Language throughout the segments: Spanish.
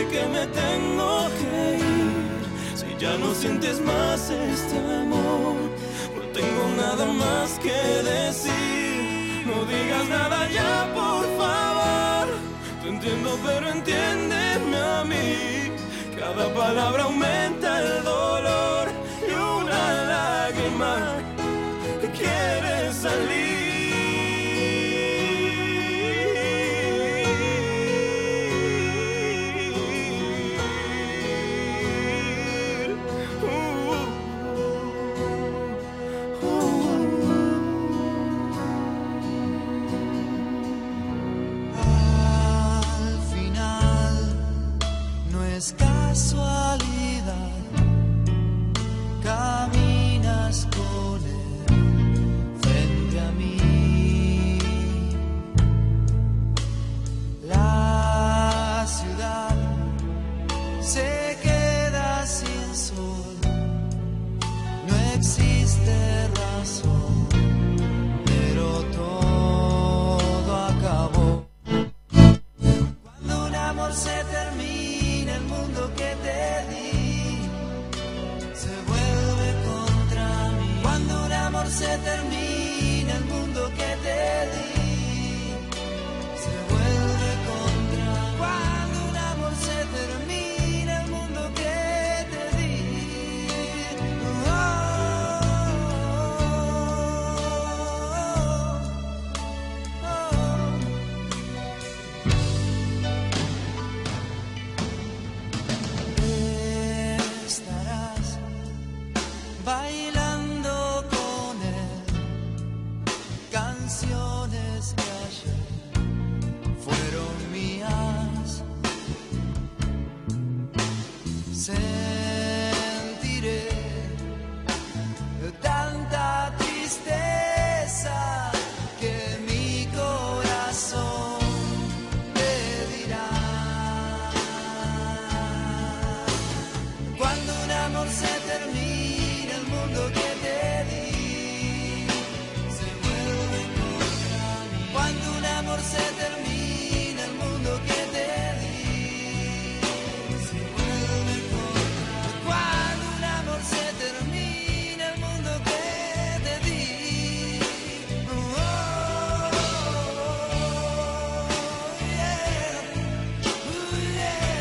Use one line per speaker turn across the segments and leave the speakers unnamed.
que me tengo que ir. Si ya no sientes más este amor, no tengo nada más que decir. No digas nada ya, por favor. Te entiendo, pero entiéndeme a mí. Cada palabra aumenta el dolor y una lágrima que quiere salir.
Es casualidad, caminas con él frente a mí. La ciudad se queda sin sol, no existe razón, pero todo acabó. Cuando un amor se termina, el mundo que te di se vuelve contra mí. Cuando un amor se termina, el mundo que te di se vuelve contra mí. Cuando un amor se termina, el mundo que te di, oh, oh, oh. Estarás bailando con él canciones que ayer fueron mías. Sentiré tanta tristeza que mi corazón te dirá. Cuando un amor se termina, el mundo que te di se vuelve contra mí. Cuando un amor se termina, el mundo que te di se vuelve contra mí. Cuando un amor se termina, el mundo que te di, oh, oh, oh, yeah, oh, yeah.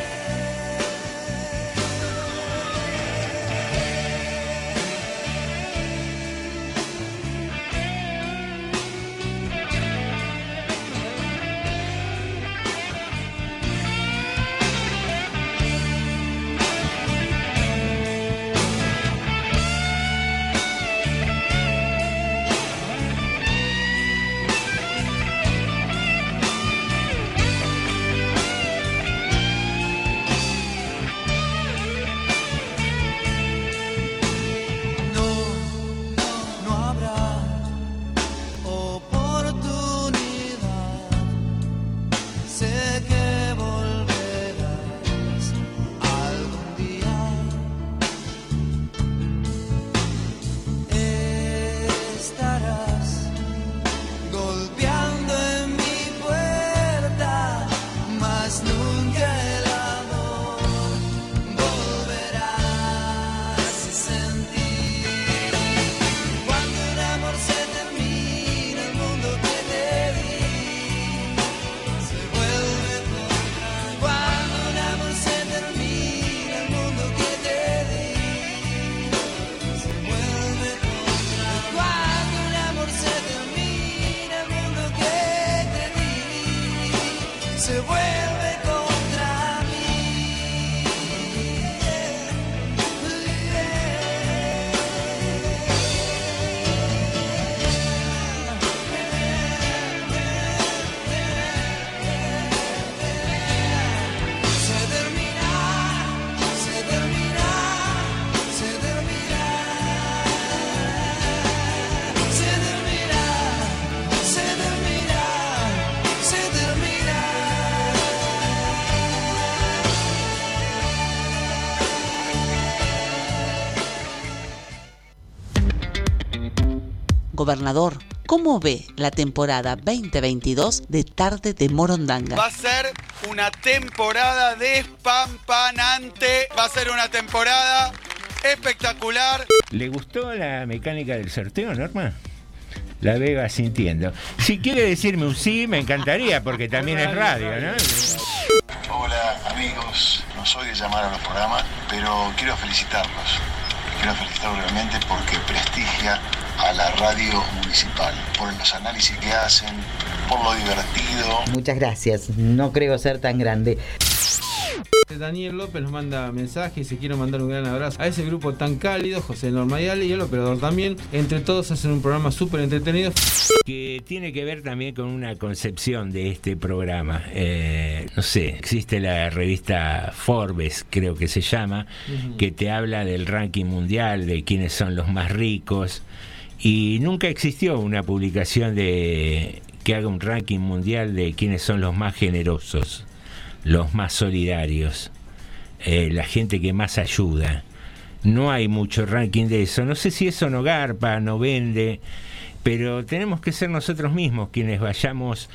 No habrá oportunidad. Sé que volverás algún día. Estarás golpeando en mi puerta, mas nunca el amor volverás a sentir. Cuando un amor se termina, el mundo que te di se vuelve contra mí. Cuando un amor se termina, el mundo que te di se vuelve contra mí. Cuando un amor se termina, el mundo que te di se vuelve contra mí. Se termina, se termina, se termina, se termina, se termina, se termina.
Gobernador, ¿Cómo ve la temporada 2022 de Tarde de Morondanga?
Va a ser una temporada despampanante. Va a ser una temporada espectacular.
¿Le gustó la mecánica del sorteo, Norma? La veo asintiendo. Si quiere decirme un sí, me encantaría, porque también es radio, ¿no?
Hola amigos, no soy de llamar a los programas, pero quiero felicitarlos. Quiero felicitarlos realmente porque prestigia a la radio municipal, por los análisis que hacen, por lo divertido.
Muchas gracias, no creo ser tan grande.
Daniel López nos manda mensaje y se quiere mandar un gran abrazo a ese grupo tan cálido, José Norma y Ale, y el operador también. Entre todos hacen un programa súper entretenido.
Que tiene que ver también con una concepción de este programa. No sé, existe la revista Forbes, creo que se llama, que te habla del ranking mundial, de quiénes son los más ricos, y nunca existió una publicación que haga un ranking mundial de quiénes son los más generosos, los más solidarios, la gente que más ayuda. No hay mucho ranking de eso. No sé si eso no garpa, no vende, pero tenemos que ser nosotros mismos quienes vayamos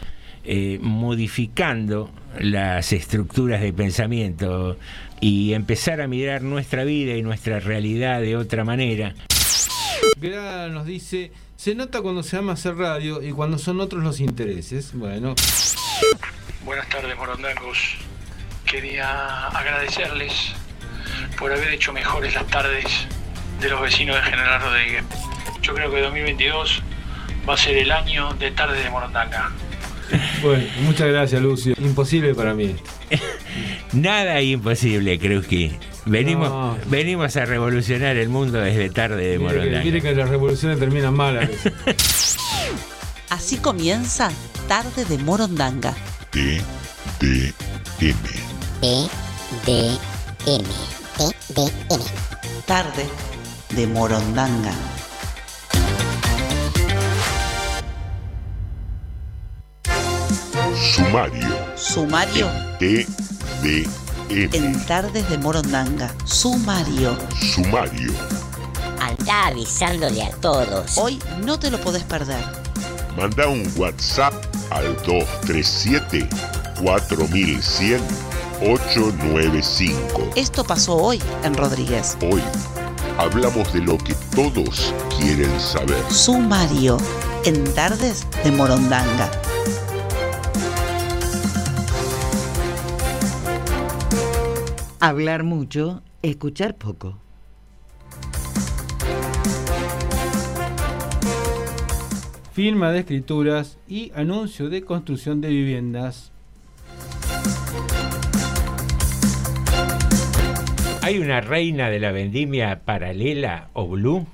modificando las estructuras de pensamiento y empezar a mirar nuestra vida y nuestra realidad de otra manera.
Gra nos dice, se nota cuando se ama hacer radio y cuando son otros los intereses. Bueno.
Buenas tardes, morondangos. Quería agradecerles por haber hecho mejores las tardes de los vecinos de General Rodríguez. Yo creo que 2022 va a ser el año de Tardes de Morondanga.
Bueno, muchas gracias, Lucio. Imposible para mí.
Nada imposible, Krusky. Venimos a revolucionar el mundo desde Tarde de Morondanga.
Mire que las revoluciones terminan mal a veces.
Así comienza Tarde de Morondanga.
TDM.
Tarde de Morondanga. Sumario.
TDM.
En Tardes de Morondanga. Sumario.
Andá avisándole a todos.
Hoy no te lo podés perder.
Manda un WhatsApp al 237 4100 895.
Esto pasó hoy en Rodríguez.
Hoy hablamos de lo que todos quieren saber.
Sumario. En Tardes de Morondanga.
Hablar mucho, escuchar poco.
Firma de escrituras y anuncio de construcción de viviendas.
¿Hay una reina de la vendimia paralela o blue?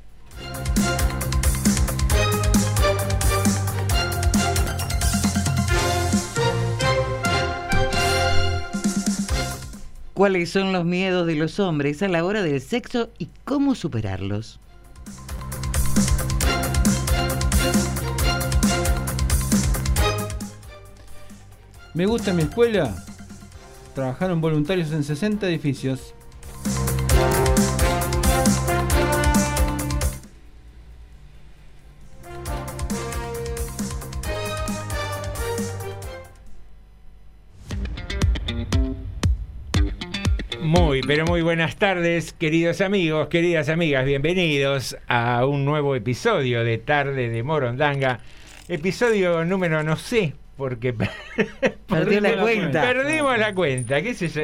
¿Cuáles son los miedos de los hombres a la hora del sexo y cómo superarlos?
Me gusta mi escuela. Trabajaron voluntarios en 60 edificios.
Muy buenas tardes, queridos amigos, queridas amigas. Bienvenidos a un nuevo episodio de Tarde de Morondanga. Episodio número no sé, porque
perdimos
la cuenta, qué sé yo.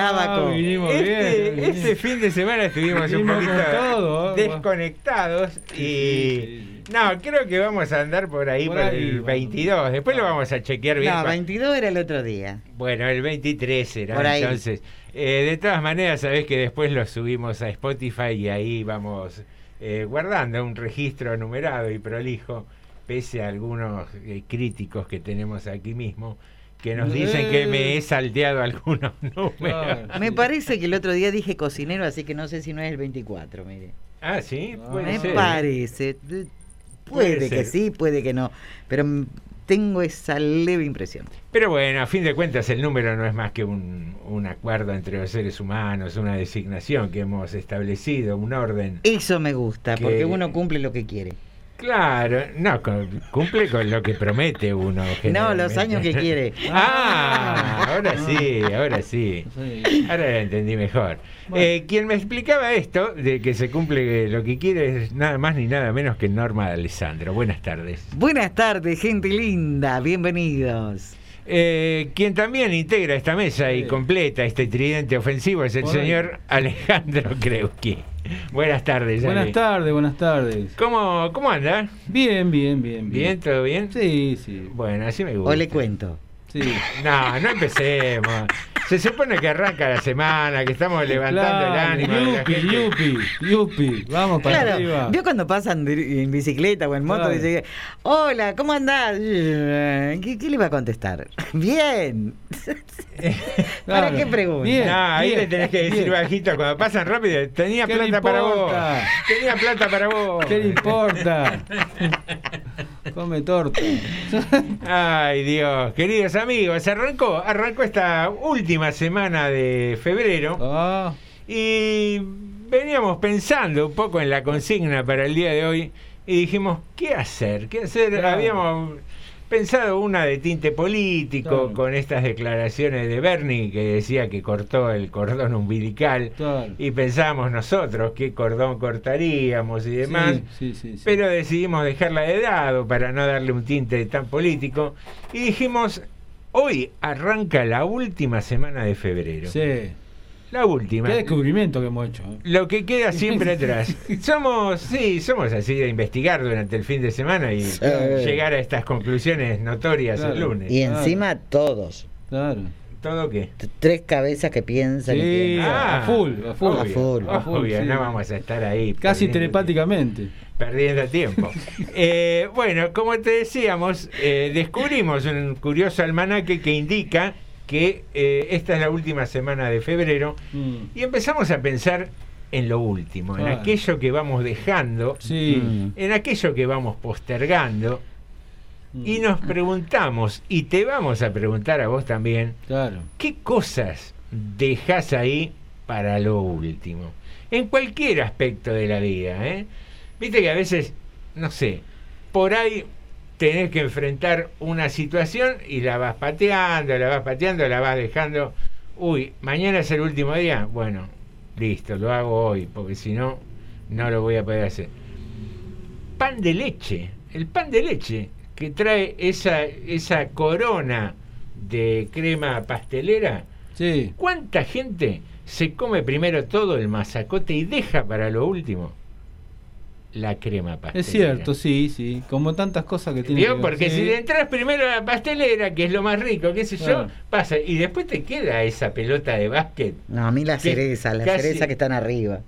Este fin de semana estuvimos un poquito desconectados y no, creo que vamos a andar por ahí por el 22. Después lo vamos a chequear bien.
No, 22 era el otro día.
Bueno, el 23 era
por ahí.
Entonces. De todas maneras, sabés que después lo subimos a Spotify y ahí vamos guardando un registro numerado y prolijo, pese a algunos críticos que tenemos aquí mismo, que nos dicen que me he salteado algunos números.
Claro. Me parece que el otro día dije cocinero, así que no sé si no es el 24, mire.
Ah, ¿sí?
Me parece. Puede que sí, puede que no, pero tengo esa leve impresión.
Pero bueno, a fin de cuentas el número no es más que un acuerdo entre los seres humanos, una designación que hemos establecido, un orden.
Eso me gusta, porque uno cumple lo que quiere.
Claro, no, cumple con lo que promete uno.
No, los años que quiere.
Ahora sí. Ahora lo entendí mejor. Bueno. Quien me explicaba esto, de que se cumple lo que quiere, es nada más ni nada menos que Norma de Alessandro. Buenas tardes.
Buenas tardes, gente linda. Bienvenidos.
Quien también integra esta mesa y completa este tridente ofensivo es el señor Alejandro Kreuzki. Buenas tardes.
Buenas tardes.
¿Cómo anda?
Bien.
¿Bien? ¿Todo bien?
Sí.
Bueno, así me gusta.
O le cuento.
Sí.
No empecemos. Se supone que arranca la semana, que estamos levantando el ánimo.
Yupi. Vamos para arriba.
Vio cuando pasan en bicicleta o en moto y dice, hola, ¿cómo andás? ¿Qué le va a contestar? Bien. ¿Para qué pregunta?
Bien, ahí le tenés que decir bajito cuando pasan rápido. Tenía plata para vos.
¿Qué le importa? Come torta.
Ay, Dios. Queridos amigos, arrancó esta última semana de febrero y veníamos pensando un poco en la consigna para el día de hoy y dijimos, ¿qué hacer? Claro. Habíamos pensado una de tinte político, con estas declaraciones de Bernie que decía que cortó el cordón umbilical, y pensamos nosotros qué cordón cortaríamos y demás, pero decidimos dejarla de lado para no darle un tinte tan político y dijimos, hoy arranca la última semana de febrero.
Sí.
La última.
Qué descubrimiento que hemos hecho.
Lo que queda siempre atrás. Somos así de investigar durante el fin de semana y llegar a estas conclusiones notorias el lunes.
Y encima todos.
Claro.
¿Todo qué?
3 cabezas que piensan.
Sí, a full.
Obvio, no vamos a estar ahí.
Casi telepáticamente.
Perdiendo tiempo. Bueno, como te decíamos, descubrimos un curioso almanaque que indica que esta es la última semana de febrero y empezamos a pensar en lo último, en aquello que vamos dejando, en aquello que vamos postergando y nos preguntamos, y te vamos a preguntar a vos también, ¿qué cosas dejás ahí para lo último? En cualquier aspecto de la vida, viste que a veces, no sé, por ahí tenés que enfrentar una situación y la vas pateando, la vas dejando. Uy, mañana es el último día. Bueno, listo, lo hago hoy, porque si no, no lo voy a poder hacer. Pan de leche, el pan de leche que trae esa corona de crema pastelera.
Sí.
¿Cuánta gente se come primero todo el masacote y deja para lo último la crema pastelera?
Es cierto, sí, como tantas cosas que tiene.
Porque si entras primero a la pastelera, que es lo más rico, qué sé yo, pasa, y después te queda esa pelota de básquet.
No, a mí la cereza que están arriba.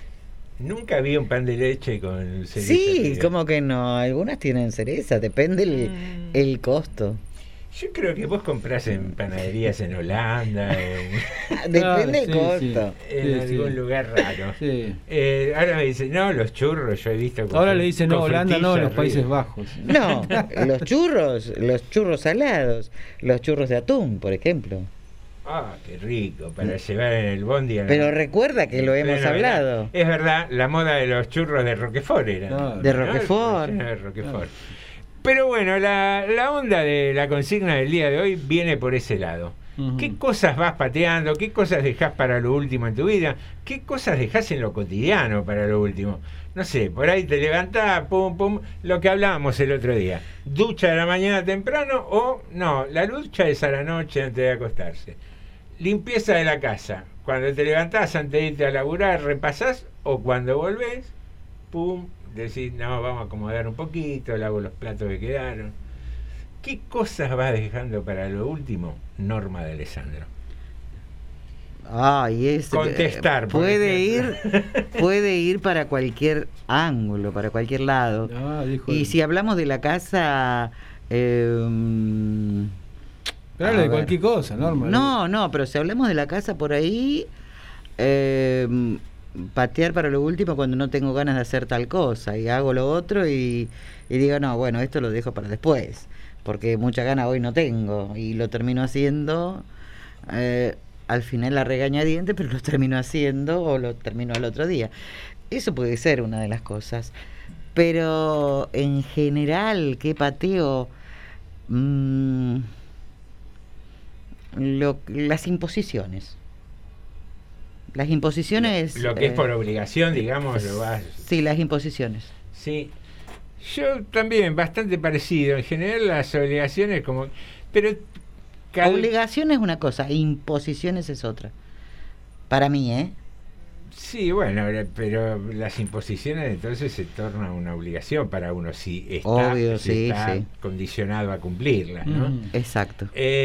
Nunca vi un pan de leche con cereza.
Sí, como que no, algunas tienen cereza, depende el costo.
Yo creo que vos comprás en panaderías en Holanda.
Depende del costo.
En algún lugar raro. Sí. Ahora me dicen, no, los churros, yo he visto.
Ahora le dicen, no, Holanda no, en los Países Bajos.
No, los churros salados, los churros de atún, por ejemplo.
Ah, qué rico, para llevar en el bondi.
Pero recuerda que lo hemos hablado.
Es verdad, la moda de los churros de Roquefort era.
De Roquefort.
Pero bueno, la onda de la consigna del día de hoy viene por ese lado. ¿Qué cosas vas pateando? ¿Qué cosas dejás para lo último en tu vida? ¿Qué cosas dejás en lo cotidiano para lo último? No sé, por ahí te levantás, pum, lo que hablábamos el otro día. ¿Ducha de la mañana temprano o no? La ducha es a la noche antes de acostarse. Limpieza de la casa. Cuando te levantás antes de irte a laburar, repasás, o cuando volvés, pum, decís, no, vamos a acomodar un poquito, lavo los platos que quedaron. ¿Qué cosas vas dejando para lo último, Norma de Alessandro? Contestar.
Puede ir para cualquier ángulo, para cualquier lado. Y si hablamos de la casa,
pero habla de cualquier cosa, Norma.
No, pero si hablamos de la casa por ahí, patear para lo último cuando no tengo ganas de hacer tal cosa y hago lo otro y digo, no, bueno, esto lo dejo para después, porque mucha gana hoy no tengo y lo termino haciendo, al final la regañadiente, pero lo termino haciendo o lo termino al otro día. Eso puede ser una de las cosas. Pero en general, ¿qué pateo? Las imposiciones. Las imposiciones...
Lo que es por obligación, digamos, lo vas...
Sí, las imposiciones.
Sí. Yo también, bastante parecido. En general las obligaciones como... Pero
obligación es una cosa, imposiciones es otra. Para mí, ¿eh?
Sí, bueno, pero las imposiciones entonces se torna una obligación para uno si está,
obvio,
está
sí.
condicionado a cumplirlas, ¿no?
Exacto.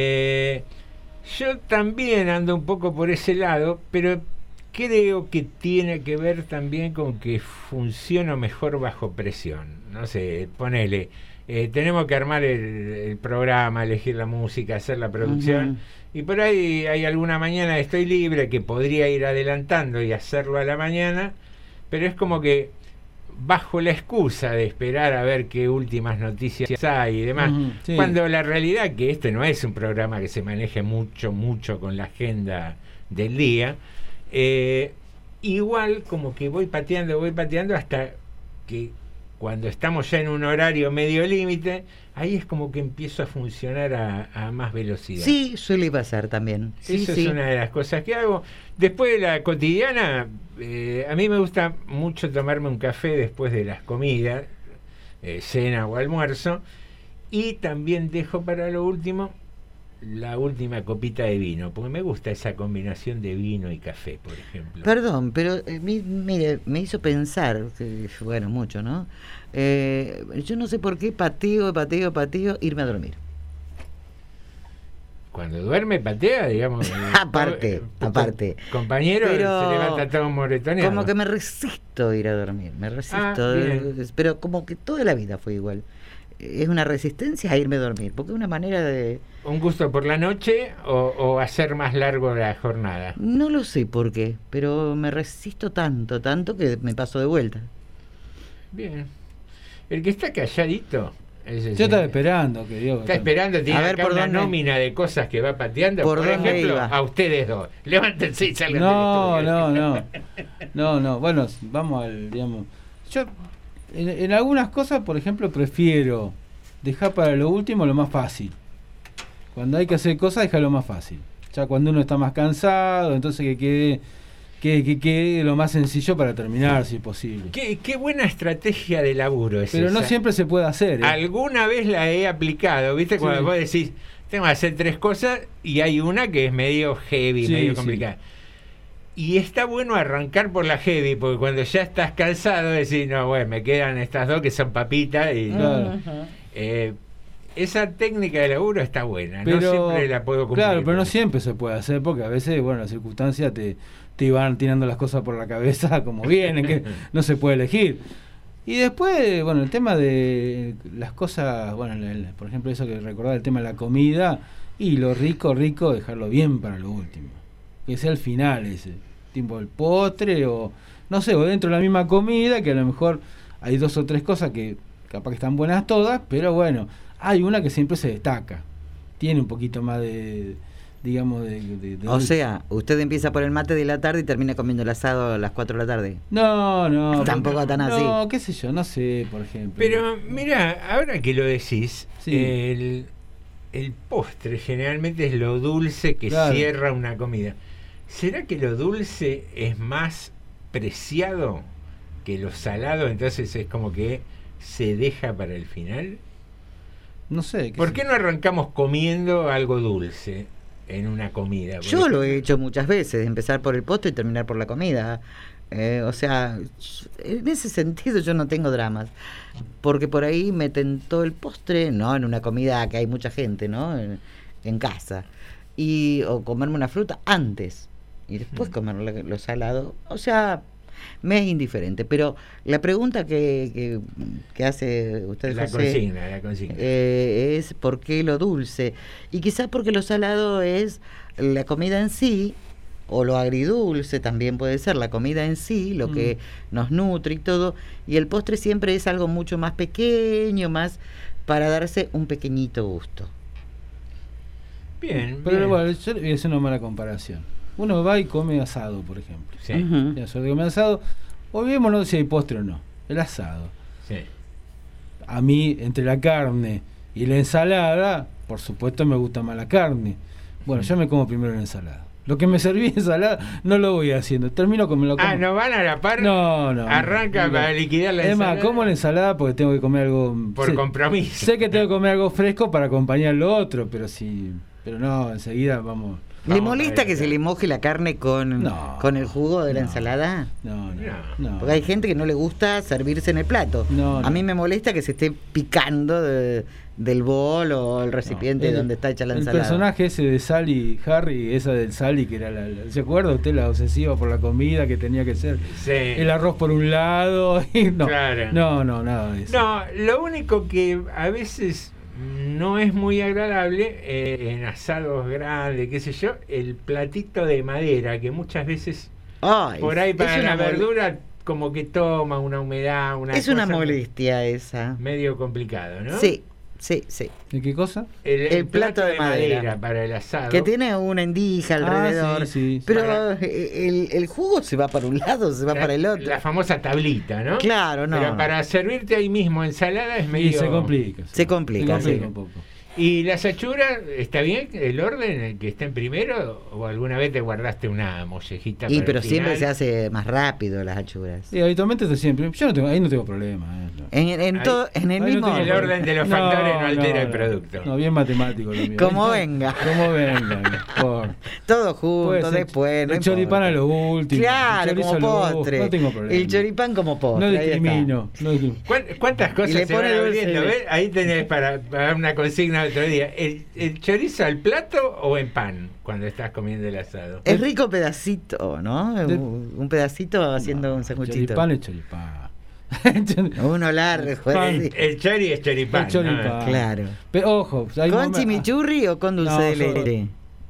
Yo también ando un poco por ese lado, pero creo que tiene que ver también con que funciono mejor bajo presión. No sé, ponele, tenemos que armar el programa, elegir la música, hacer la producción, y por ahí hay alguna mañana estoy libre que podría ir adelantando y hacerlo a la mañana, pero es como que bajo la excusa de esperar a ver qué últimas noticias hay y demás,
sí.
Cuando la realidad que este no es un programa que se maneje mucho con la agenda del día, igual como que voy pateando hasta que cuando estamos ya en un horario medio límite, ahí es como que empiezo a funcionar a más velocidad.
Sí, suele pasar también.
Eso es una de las cosas que hago. Después de la cotidiana, a mí me gusta mucho tomarme un café después de las comidas, cena o almuerzo, y también dejo para lo último la última copita de vino, porque me gusta esa combinación de vino y café, por ejemplo.
Perdón, pero mire, me hizo pensar, bueno, mucho, ¿no? Yo no sé por qué pateo, irme a dormir.
Cuando duerme patea, digamos.
aparte.
Compañero,
pero
se levanta todo moretoneado.
Como que me resisto a ir a dormir, pero como que toda la vida fue igual. Es una resistencia a irme a dormir, porque es una manera de...
¿Un gusto por la noche o hacer más largo la jornada?
No lo sé por qué, pero me resisto tanto que me paso de vuelta.
Bien. El que está calladito...
Yo estaba esperando, que Dios.
Está esperando, tiene acá una nómina de cosas que va pateando. Por ejemplo, a ustedes dos. Levántense y salgan del estudio.
No. Bueno, vamos al, digamos... Yo... En algunas cosas, por ejemplo, prefiero dejar para lo último lo más fácil. Cuando hay que hacer cosas, dejarlo más fácil. Ya cuando uno está más cansado, entonces que quede lo más sencillo para terminar, si es posible.
Qué buena estrategia de laburo es
Pero
esa.
no siempre se puede hacer.
Alguna vez la he aplicado, ¿viste? Cuando
Sí.
vos decís, tengo que hacer 3 cosas y hay una que es medio heavy, medio complicada. Y está bueno arrancar por la heavy, porque cuando ya estás cansado decís, no, bueno, me quedan estas 2 que son papitas. Y esa técnica de laburo está buena,
pero,
no siempre la puedo cumplir.
Claro, pero no siempre se puede hacer, porque a veces, bueno, las circunstancias te van tirando las cosas por la cabeza como vienen, que no se puede elegir. Y después, bueno, el tema de las cosas, bueno, por ejemplo, eso que recordaba, el tema de la comida, y lo rico, dejarlo bien para lo último. Que sea el final ese, tipo el postre o no sé, o dentro de la misma comida, que a lo mejor hay 2 o 3 cosas que capaz que están buenas todas, pero bueno, hay una que siempre se destaca, tiene un poquito más de digamos
o sea, usted empieza por el mate de la tarde y termina comiendo el asado a las 4 de la tarde.
No,
tampoco tan así.
No, qué sé yo, no sé, por ejemplo.
Pero mira, ahora que lo decís, el postre generalmente es lo dulce que cierra una comida. ¿Será que lo dulce es más preciado que lo salado? Entonces es como que se deja para el final.
No sé.
¿Por qué no arrancamos comiendo algo dulce en una comida?
Yo lo he hecho muchas veces, empezar por el postre y terminar por la comida. O sea, en ese sentido yo no tengo dramas, porque por ahí me tentó el postre, no en una comida que hay mucha gente, ¿no? En casa, o comerme una fruta antes y después comer lo salado. O sea, me es indiferente, pero la pregunta que hace usted,
la
José,
consigna.
Es ¿por qué lo dulce? Y quizás porque lo salado es la comida en sí, o lo agridulce también puede ser la comida en sí, lo que nos nutre y todo, y el postre siempre es algo mucho más pequeño, más para darse un pequeñito gusto.
Bien, pero bueno, yo voy a hacer una mala comparación. Uno va y come asado, por ejemplo.
Sí.
Ya solo come asado. Olvidémonos si hay postre o no. El asado.
Sí.
A mí, entre la carne y la ensalada, por supuesto me gusta más la carne. Bueno, yo me como primero la ensalada. Lo que me serví ensalada no lo voy haciendo. Termino con me lo como.
Ah, ¿no van a la par?
No.
Arranca para liquidar la ensalada.
Es más, como la ensalada porque tengo que comer algo.
Por compromiso.
Sé que tengo que comer algo fresco para acompañar lo otro, pero no, enseguida vamos.
¿Le molesta que se le moje la carne con el jugo de la ensalada?
No.
Porque hay gente que no le gusta servirse en el plato. A mí me molesta que se esté picando del bol o el recipiente donde está hecha la ensalada.
El personaje ese de Sally, Harry, esa del Sally, que era ¿se acuerda usted la obsesiva por la comida que tenía que ser?
Sí.
El arroz por un lado. Y
Claro.
No, nada de eso.
No, lo único que a veces no es muy agradable en asados grandes, qué sé yo, el platito de madera que muchas veces por ahí para la verdura como que toma una humedad,
es una molestia esa.
Medio complicado, ¿no?
Sí.
¿De qué cosa?
El plato de madera para el asado.
Que tiene una endija alrededor.
Sí.
Pero el jugo se va para un lado, se va para el otro.
La famosa tablita, ¿no?
Claro, no.
Pero para servirte ahí mismo ensalada es medio...
Y se complica.
Se complica
un poco.
¿Y las achuras, está bien el orden, el que estén primero? ¿O alguna vez te guardaste una mollejita para
pero
el
siempre
final?
se hace más rápido las achuras.
Sí, habitualmente esto siempre. Yo ahí no tengo problema.
En el mismo
el orden de los factores no altera el producto.
No, bien matemático lo mío.
Como venga. Todo junto, después.
El choripán a lo último.
Claro, como postre.
No tengo problema.
El choripán como postre.
No discrimino.
¿Cuántas cosas se van abriendo? Ahí tenés para una consigna otro día. ¿El chorizo al plato o en pan cuando estás comiendo el asado?
Es rico pedacito, ¿no? Un pedacito haciendo un sanguchito.
Choripán es choripán.
Uno largo.
El chori es choripán.
Choripán.
Claro.
Pero ojo,
¿con chimichurri o con dulce de leche?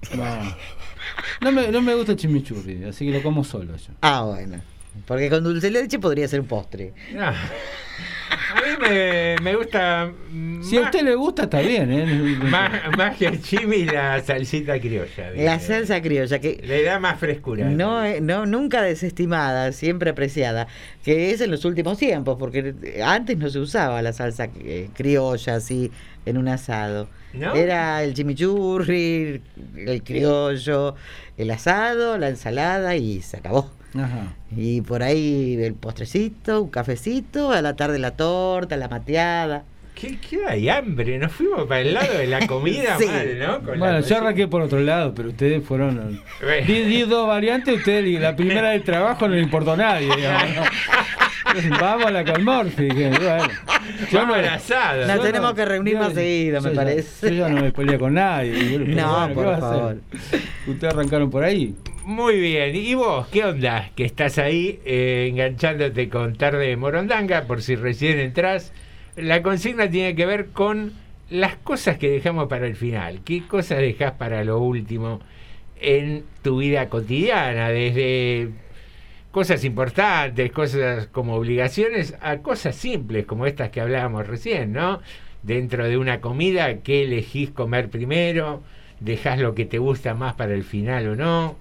No me gusta el chimichurri, así que lo como solo yo.
Bueno. Porque con dulce de leche podría ser un postre.
No. A mí me gusta.
Si a usted le gusta, está bien,
Más que el chimi, la salsita criolla.
La salsa criolla, que
le da más frescura.
Nunca desestimada, siempre apreciada. Que es en los últimos tiempos, porque antes no se usaba la salsa criolla así en un asado.
¿No?
Era el chimichurri, el criollo, el asado, la ensalada y se acabó.
Ajá.
Y por ahí el postrecito, un cafecito, a la tarde la torta, la mateada.
¿Qué hay hambre? Nos fuimos para el lado de la comida
Sí.
mal, ¿no?
Bueno, yo arranqué por otro lado, pero ustedes fueron... Di dos variantes, ustedes la primera del trabajo no le importó a nadie, digamos, ¿no? Vamos a la Colmorfi. Bueno,
vamos al asado.
Nos tenemos que reunir más seguido, me parece.
Yo ya no me peleo con nadie.
No, por favor.
¿Ustedes arrancaron por ahí?
Muy bien. ¿Y vos, qué onda? Que estás ahí enganchándote con Tarde de Morondanga, por si recién entrás. La consigna tiene que ver con las cosas que dejamos para el final. ¿Qué cosas dejás para lo último en tu vida cotidiana? Desde cosas importantes, cosas como obligaciones, a cosas simples como estas que hablábamos recién, ¿no? Dentro de una comida, ¿qué elegís comer primero? ¿Dejás lo que te gusta más para el final o no?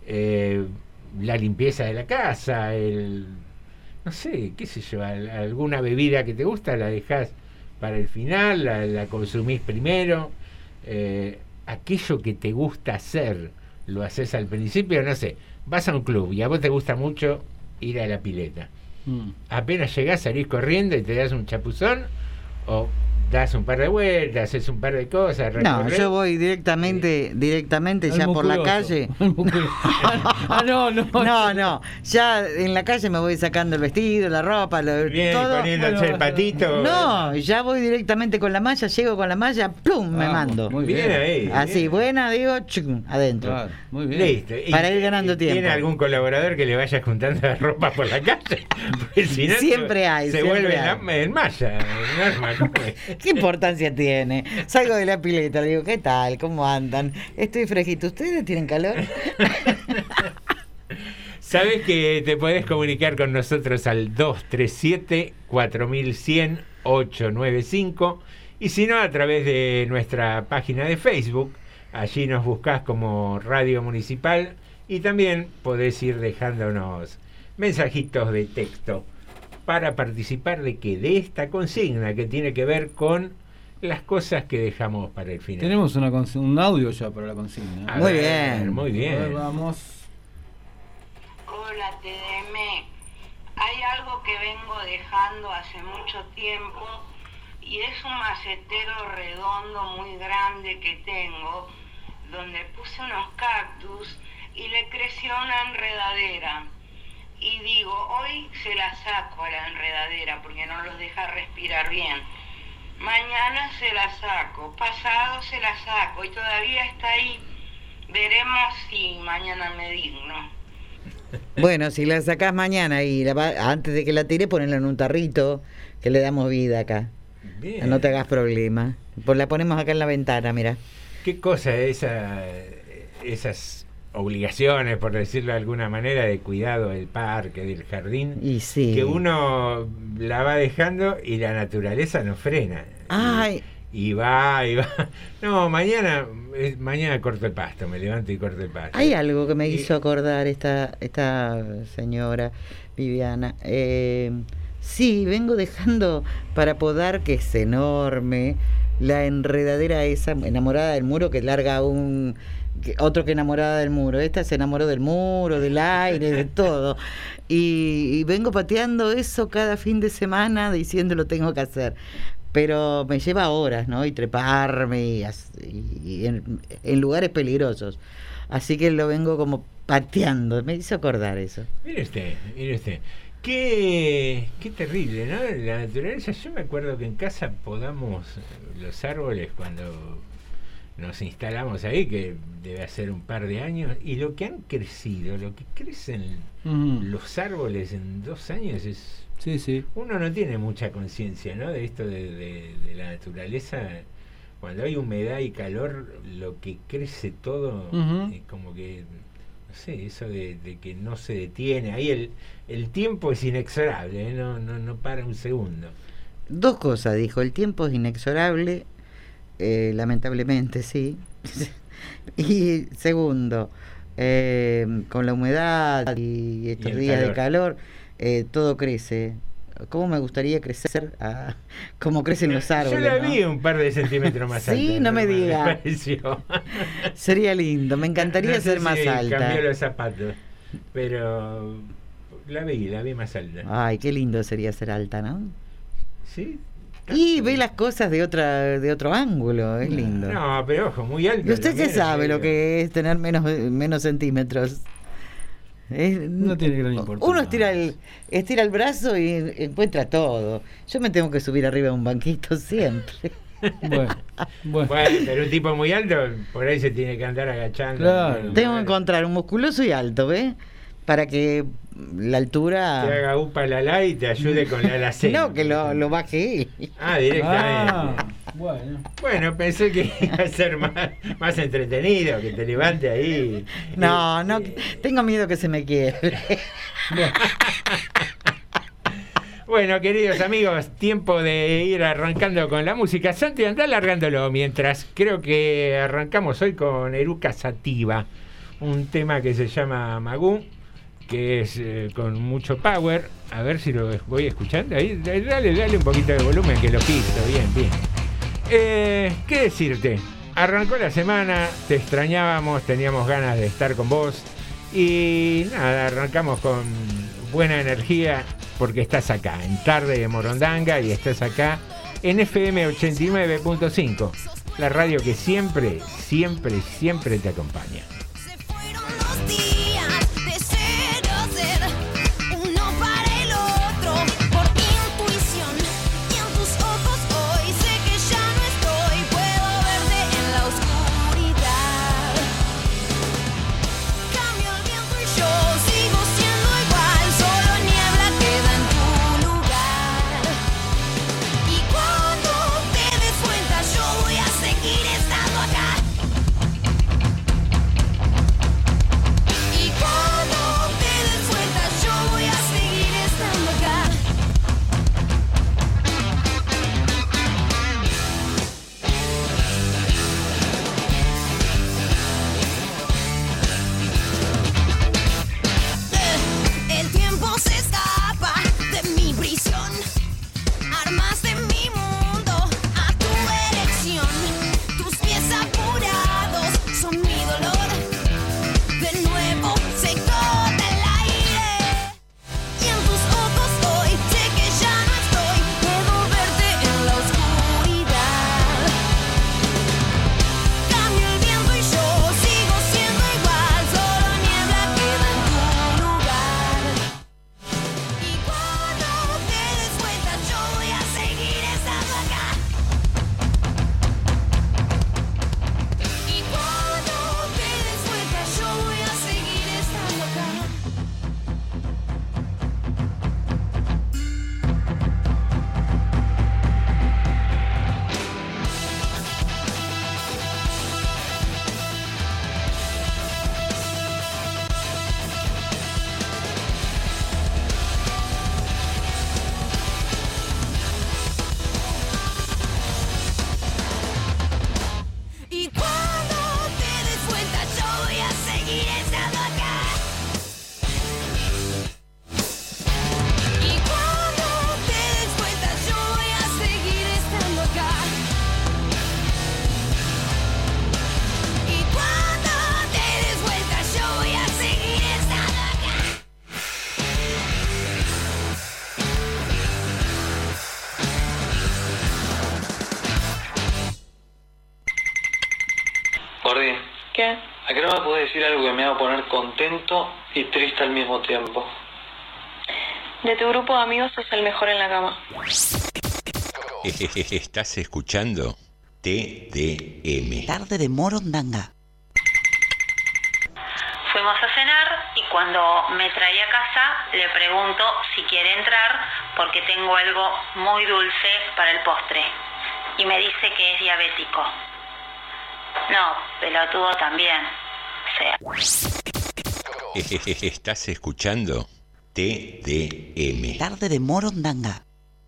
La limpieza de la casa, no sé, qué sé yo, alguna bebida que te gusta la dejás para el final, la consumís primero, aquello que te gusta hacer lo haces al principio, no sé, vas a un club y a vos te gusta mucho ir a la pileta, apenas llegás salís corriendo y te das un chapuzón o das un par de vueltas, haces un par de cosas.
No, yo voy directamente ya por la calle. No, ya en la calle me voy sacando el vestido, la ropa, todo.
Poniéndose el patito.
No, ya voy directamente con la malla, llego con la malla, plum, me mando.
Muy bien ahí.
Así,
bien.
Buena, digo, adentro.
Claro, muy bien.
Listo.
Para ir ganando tiempo.
¿Tiene algún colaborador que le vaya juntando la ropa por la calle? Porque si no,
siempre hay.
Se vuelve en malla.
¿Qué importancia tiene? Salgo de la pileta, le digo, ¿qué tal? ¿Cómo andan? Estoy fresquito. ¿Ustedes tienen calor?
Sabes que te podés comunicar con nosotros al 237-4100-895 y si no, a través de nuestra página de Facebook. Allí nos buscás como Radio Municipal y también podés ir dejándonos mensajitos de texto. para participar de esta consigna que tiene que ver con las cosas que dejamos para el final.
Tenemos un audio ya para la consigna.
Muy bien.
Muy bien.
A ver, vamos.
Hola TDM, hay algo que vengo dejando hace mucho tiempo y es un macetero redondo muy grande que tengo donde puse unos cactus y le creció una enredadera y digo, hoy se la saco a la enredadera porque no los deja respirar bien, mañana se la saco, pasado se la saco y todavía está ahí, veremos si mañana me digno.
Bueno, si la sacás mañana y antes de que la tire, ponela en un tarrito, que le damos vida acá.
Bien.
No te hagas problema. Pues la ponemos acá en la ventana, mira.
¿Qué cosa es esas obligaciones, por decirlo de alguna manera, de cuidado del parque, del jardín?
Y sí.
Que uno la va dejando y la naturaleza no frena.
Ay.
Y va. No, mañana corto el pasto, me levanto y corto el pasto.
Hay algo que me hizo acordar esta señora Viviana. Sí, vengo dejando para podar, que es enorme, la enredadera esa enamorada del muro que larga otro que enamorada del muro. Esta se enamoró del muro, del aire, de todo. Y vengo pateando eso cada fin de semana diciendo lo tengo que hacer. Pero me lleva horas, ¿no? Y treparme y en lugares peligrosos. Así que lo vengo como pateando. Me hizo acordar eso.
Mire usted. Qué terrible, ¿no? La naturaleza. Yo me acuerdo que en casa podamos los árboles cuando nos instalamos ahí, que debe hacer un par de años, y lo que han crecido, lo que crecen los árboles en 2 años es...
Sí.
Uno no tiene mucha conciencia, ¿no? De esto de la naturaleza. Cuando hay humedad y calor, lo que crece todo es como que, no sé, eso de que no se detiene. Ahí el tiempo es inexorable, ¿eh? No para un segundo.
2 cosas, dijo. El tiempo es inexorable, lamentablemente, sí. Y segundo, con la humedad y estos días de calor, todo crece. ¿Cómo me gustaría crecer como crecen los árboles?
Yo la
¿no?
vi un par de centímetros más alta.
Sí, no me diga.
Me pareció.
Sería lindo, me encantaría ser más alta.
Cambió los zapatos, pero la vi más alta.
Ay, qué lindo sería ser alta, ¿no?
Sí.
Y ve las cosas de otro ángulo, es lindo.
No, pero ojo, muy alto.
¿Y usted qué sabe lo que es tener menos centímetros?
No tiene gran importancia.
Uno estira el brazo y encuentra todo. Yo me tengo que subir arriba de un banquito siempre.
Bueno,
pero un tipo muy alto, por ahí se tiene que andar agachando.
Claro.
Tengo que encontrar un musculoso y alto, ¿ves? Para que la altura...
Te haga upa la y te ayude con la alacena.
No, que lo baje él.
Directamente. Bueno, pensé que iba a ser más entretenido, que te levante ahí.
No, tengo miedo que se me quiebre.
Bueno, queridos amigos, tiempo de ir arrancando con la música. Santi, anda largándolo mientras. Creo que arrancamos hoy con Eruca Sativa, un tema que se llama Magú, que es con mucho power. A ver si lo voy escuchando. Ahí, dale un poquito de volumen, que lo piso. Bien. ¿Qué decirte? Arrancó la semana, te extrañábamos, teníamos ganas de estar con vos. Y nada, arrancamos con buena energía porque estás acá, en Tarde de Morondanga, y estás acá en FM 89.5, la radio que siempre te acompaña.
¿A qué no me podés decir algo que me haga poner contento y triste al mismo tiempo?
De tu grupo de amigos sos el mejor en la cama.
Estás escuchando TDM.
Tarde de Morondanga.
Fuimos a cenar y cuando me traía a casa le pregunto si quiere entrar porque tengo algo muy dulce para el postre. Y me dice que es diabético. No, pelotudo también. O sea.
Estás escuchando TDM.
Tarde de Morondanga.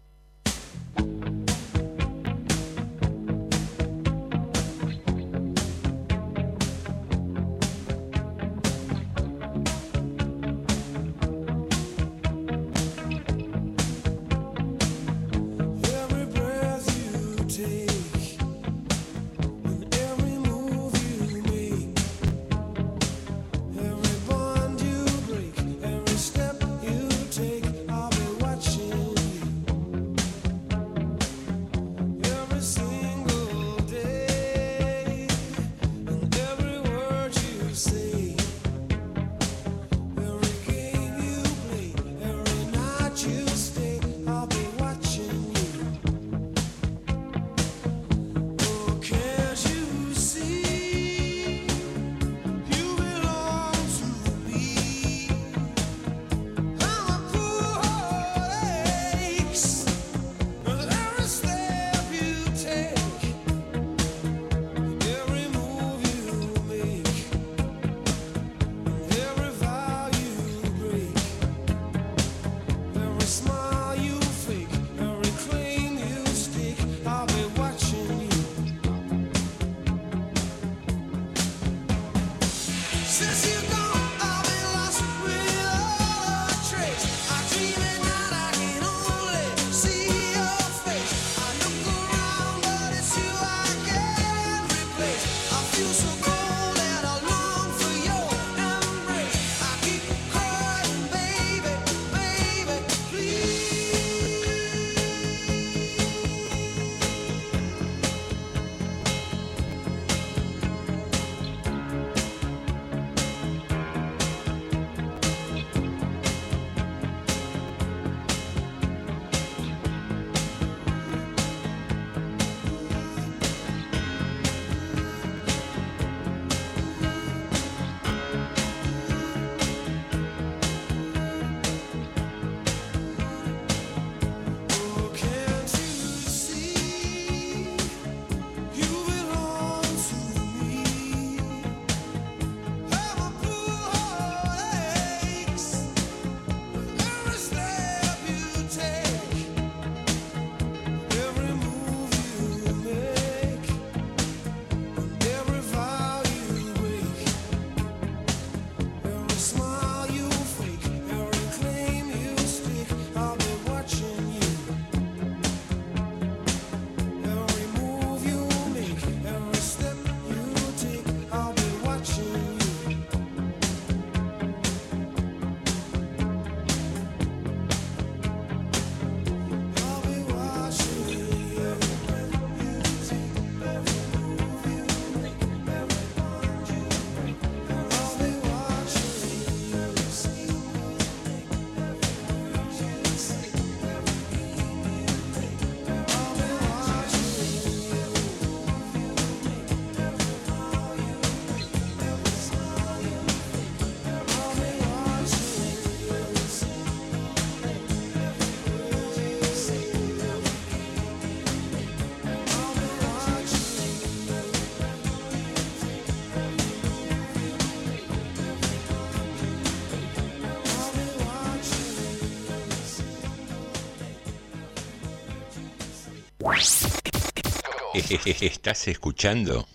Estás escuchando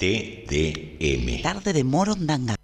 TDM.
Tarde de Morondanga.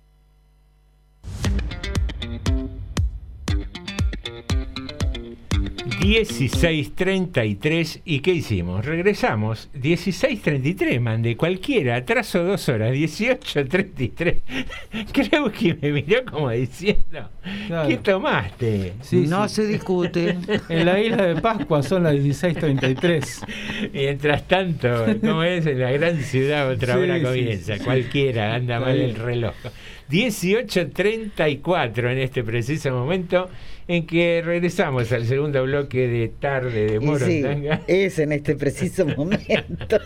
16:33. ¿Y qué hicimos? Regresamos. 16:33, mandé cualquiera. Atraso 2 horas. 18:33. Creo que me miró como diciendo: claro. ¿Qué tomaste?
Sí,
no se discute.
En la isla de Pascua son las 16:33.
Mientras tanto, como es, en la gran ciudad otra hora comienza.
Sí.
Cualquiera, anda mal el reloj. 18:34 en este preciso momento en que regresamos al segundo bloque de Tarde de Morondanga.
Sí, es en este preciso momento.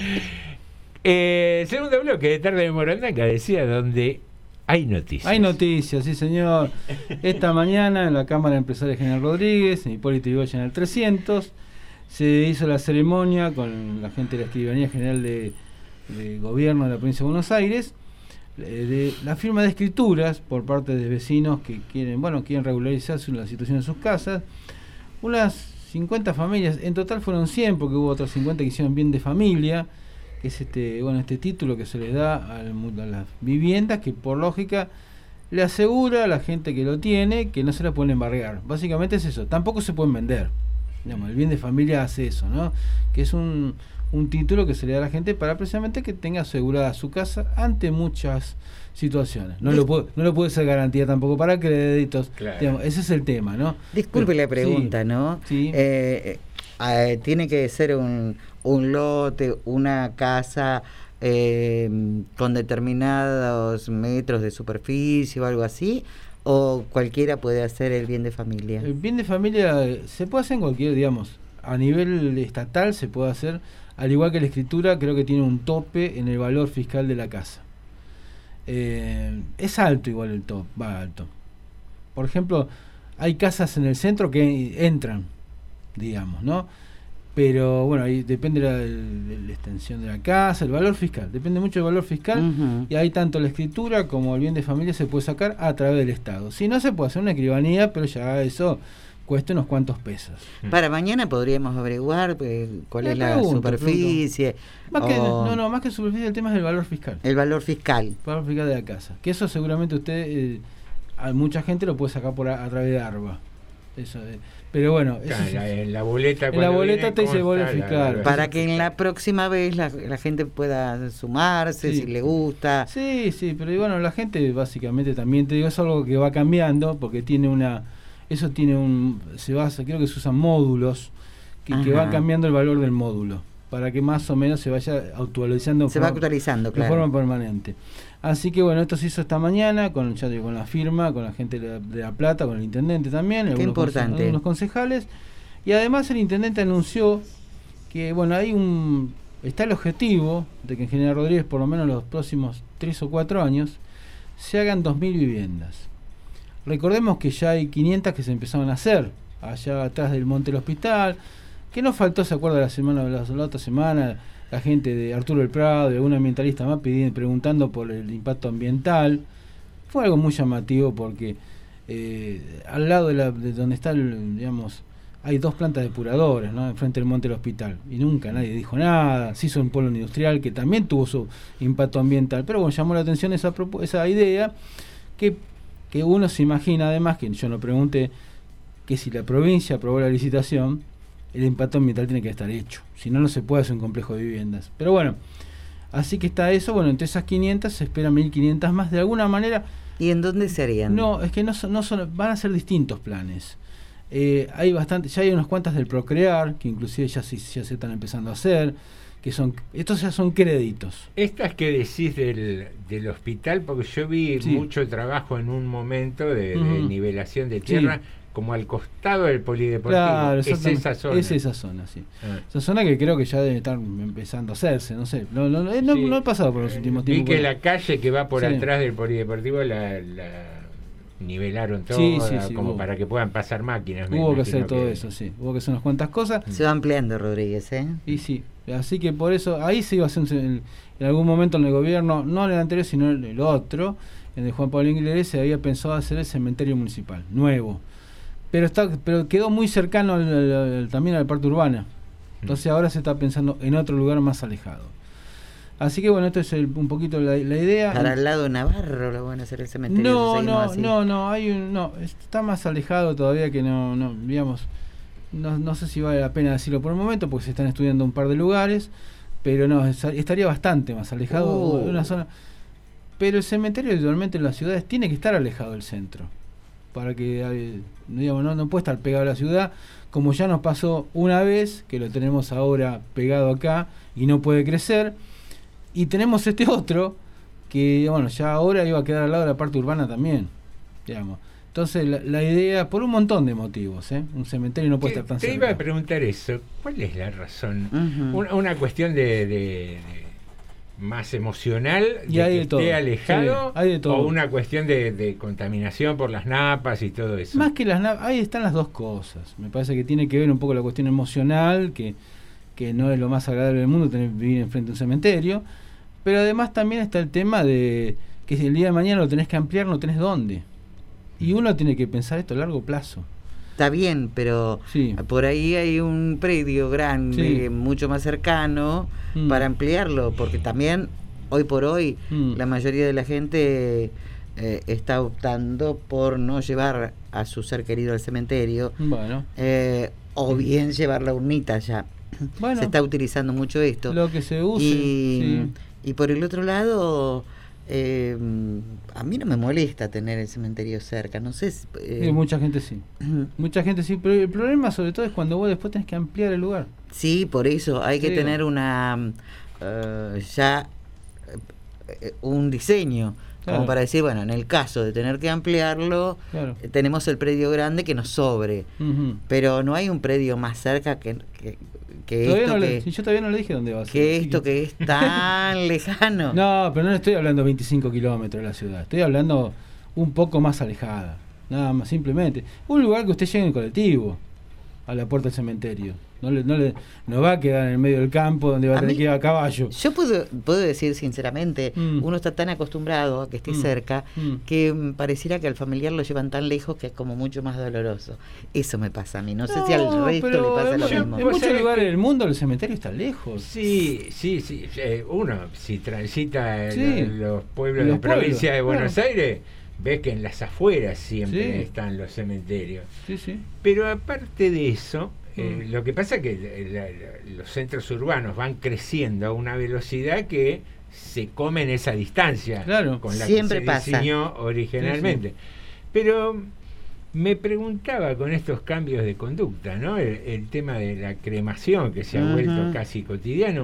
Segundo bloque de Tarde de Morondanga, decía, donde hay noticias.
Hay noticias, sí señor. Esta mañana en la Cámara Empresaria General Rodríguez, en Hipólito Yrigoyen al 300, se hizo la ceremonia con la gente de la Escribanía General de Gobierno de la Provincia de Buenos Aires, de la firma de escrituras por parte de vecinos que quieren regularizar la situación en sus casas. Unas 50 familias, en total fueron 100 porque hubo otras 50 que hicieron bien de familia, que es este título que se les da a las viviendas, que por lógica le asegura a la gente que lo tiene que no se la pueden embargar. Básicamente es eso, tampoco se pueden vender. Digamos, el bien de familia hace eso, ¿no? Que es un título que se le da a la gente para precisamente que tenga asegurada su casa ante muchas situaciones. No lo puede ser garantía tampoco para créditos. Claro. Digamos, ese es el tema, ¿no?
Disculpe la pregunta,
sí,
¿no?
Sí.
Tiene que ser un lote, una casa con determinados metros de superficie o algo así, o cualquiera puede hacer el bien de familia.
El bien de familia se puede hacer en cualquier, digamos, a nivel estatal se puede hacer, al igual que la escritura, creo que tiene un tope en el valor fiscal de la casa. Es alto igual el top, va alto. Por ejemplo, hay casas en el centro que entran, digamos, ¿no? Pero bueno, ahí depende de la extensión de la casa, el valor fiscal, depende mucho del valor fiscal, y ahí tanto la escritura como el bien de familia se puede sacar a través del Estado. Si no, se puede hacer una escribanía, pero ya eso cuesta unos cuantos pesos.
Para mañana podríamos averiguar cuál es la superficie.
Más que superficie, el tema es el valor fiscal.
El valor fiscal.
El valor fiscal de la casa. Que eso seguramente usted, a mucha gente lo puede sacar a través de ARBA. Eso, pero bueno,
claro, en la boleta,
en la boleta te dice el valor fiscal.
Para que en la próxima vez la gente pueda sumarse, si le gusta.
Sí, pero bueno, la gente básicamente también, te digo, es algo que va cambiando, porque creo que se usan módulos que van cambiando el valor del módulo, para que más o menos se vaya actualizando.
Se va actualizando,
de forma permanente. Así que bueno, esto se hizo esta mañana con la firma, con la gente de La Plata, con el intendente también, algunos concejales, y además el intendente anunció que bueno, está el objetivo de que en General Rodríguez por lo menos los próximos 3 o 4 años se hagan 2.000 viviendas. Recordemos que ya hay 500 que se empezaron a hacer allá atrás del Monte del Hospital, que no faltó, se acuerda la otra semana, la gente de Arturo del Prado, de algún ambientalista más preguntando por el impacto ambiental. Fue algo muy llamativo porque al lado de donde está, hay 2 plantas depuradoras, ¿no? Enfrente del Monte del Hospital, y nunca nadie dijo nada. Se hizo un polo industrial que también tuvo su impacto ambiental, pero bueno, llamó la atención esa idea que uno se imagina, además, que yo no pregunté, que si la provincia aprobó la licitación, el impacto ambiental tiene que estar hecho, si no, no se puede hacer un complejo de viviendas. Pero bueno, así que está eso. Bueno, entre esas 500 se esperan 1.500 más de alguna manera.
¿Y en dónde serían? No,
es que no son, van a ser distintos planes. Hay bastante, ya hay unas cuantas del Procrear, que inclusive ya se están empezando a hacer, estos ya son créditos.
Estas que decís del hospital, porque yo vi mucho trabajo en un momento de nivelación de tierra, como al costado del polideportivo.
Claro,
es esa zona.
Es esa zona, sí. Esa zona que creo que ya debe estar empezando a hacerse, no sé. No he pasado por los últimos tiempos.
Vi que la calle que va por atrás del polideportivo la nivelaron todo como para que puedan pasar máquinas.
Hubo que hacer todo eso, sí. Hubo que hacer unas cuantas cosas.
Se va ampliando, Rodríguez,
Y sí, así que por eso, ahí se iba a hacer en algún momento en el gobierno, no en el anterior, sino en el otro, en el Juan Pablo Inglés, se había pensado hacer el cementerio municipal, nuevo. Pero quedó muy cercano también a la parte urbana. Entonces ahora se está pensando en otro lugar más alejado. Así que bueno, esto es un poquito la idea.
Para el lado de Navarro lo van a hacer el cementerio.
No, está más alejado todavía, que no, digamos. no sé si vale la pena decirlo por el momento, porque se están estudiando un par de lugares, pero no, estaría bastante más alejado de una zona. Pero el cementerio habitualmente en las ciudades tiene que estar alejado del centro, para que, digamos, no puede estar pegado a la ciudad, como ya nos pasó una vez, que lo tenemos ahora pegado acá y no puede crecer, y tenemos este otro, que bueno, ya ahora iba a quedar al lado de la parte urbana también, digamos. Entonces la idea, por un montón de motivos, un cementerio no puede estar tan cerca.
Te iba a preguntar eso, ¿cuál es la razón?
Uh-huh.
Una cuestión de más emocional,
y
de
hay
que
de todo.
esté alejado,
sí, hay de todo.
o una cuestión de contaminación por las napas y todo eso.
Más que las napas, ahí están las dos cosas. Me parece que tiene que ver un poco la cuestión emocional, que no es lo más agradable del mundo vivir enfrente de un cementerio, pero además también está el tema de que si el día de mañana lo tenés que ampliar, no tenés dónde. Y uno tiene que pensar esto a largo plazo.
Está bien, pero por ahí hay un predio grande, mucho más cercano, para ampliarlo, porque también hoy por hoy la mayoría de la gente está optando por no llevar a su ser querido al cementerio, o bien llevar la urnita ya. Se está utilizando mucho esto.
Lo que se use.
Y por el otro lado, a mí no me molesta tener el cementerio cerca, no sé.
Mucha gente sí. Mucha gente sí, pero el problema sobre todo es cuando vos después tenés que ampliar el lugar.
Sí, por eso hay que tener un diseño, como para decir, bueno, en el caso de tener que ampliarlo, tenemos el predio grande que nos sobre, pero no hay un predio más cerca que esto
yo todavía no le dije dónde va a ser.
Que esto que es tan lejano.
No, pero no le estoy hablando 25 kilómetros de la ciudad. Estoy hablando un poco más alejada. Nada más, simplemente. Un lugar que usted llegue en colectivo a la puerta del cementerio. No va a quedar en el medio del campo donde va a tener que ir a caballo.
Yo puedo decir sinceramente, uno está tan acostumbrado a que esté cerca, que pareciera que al familiar lo llevan tan lejos que es como mucho más doloroso. Eso me pasa a mí. No sé si al resto le pasa lo mismo.
En muchos lugares del mundo el cementerio está lejos.
Sí. Uno, si transita los pueblos de la provincia de Buenos Aires, ves que en las afueras siempre están los cementerios. Pero aparte de eso, lo que pasa es que los centros urbanos van creciendo a una velocidad que se comen esa distancia con la
siempre
que se diseñó originalmente. Pero me preguntaba con estos cambios de conducta, ¿no? El tema de la cremación que se ha vuelto casi cotidiano.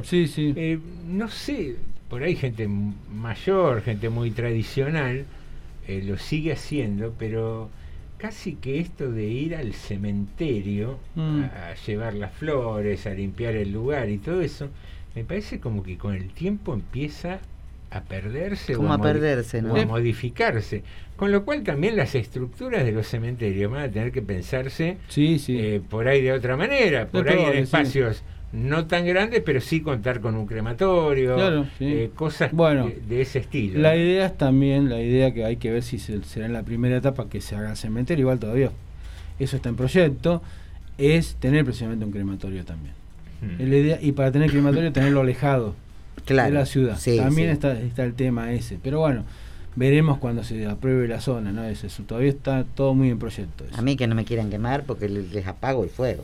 No sé, por ahí gente mayor, gente muy tradicional, lo sigue haciendo, pero casi que esto de ir al cementerio a llevar las flores, a limpiar el lugar y todo eso, me parece como que con el tiempo empieza a perderse o a modificarse, con lo cual también las estructuras de los cementerios van a tener que pensarse por ahí de otra manera, por ahí en espacios no tan grandes, pero sí contar con un crematorio, cosas de ese estilo.
La idea es también, que hay que ver si será en la primera etapa que se haga el cementerio, igual todavía eso está en proyecto, es tener precisamente un crematorio también. Es la idea, y para tener crematorio tenerlo alejado de la ciudad. También está el tema ese, pero bueno, veremos cuando se apruebe la zona, ¿no? Eso todavía está todo muy en proyecto. Eso.
A mí que no me quieran quemar porque les apago el fuego.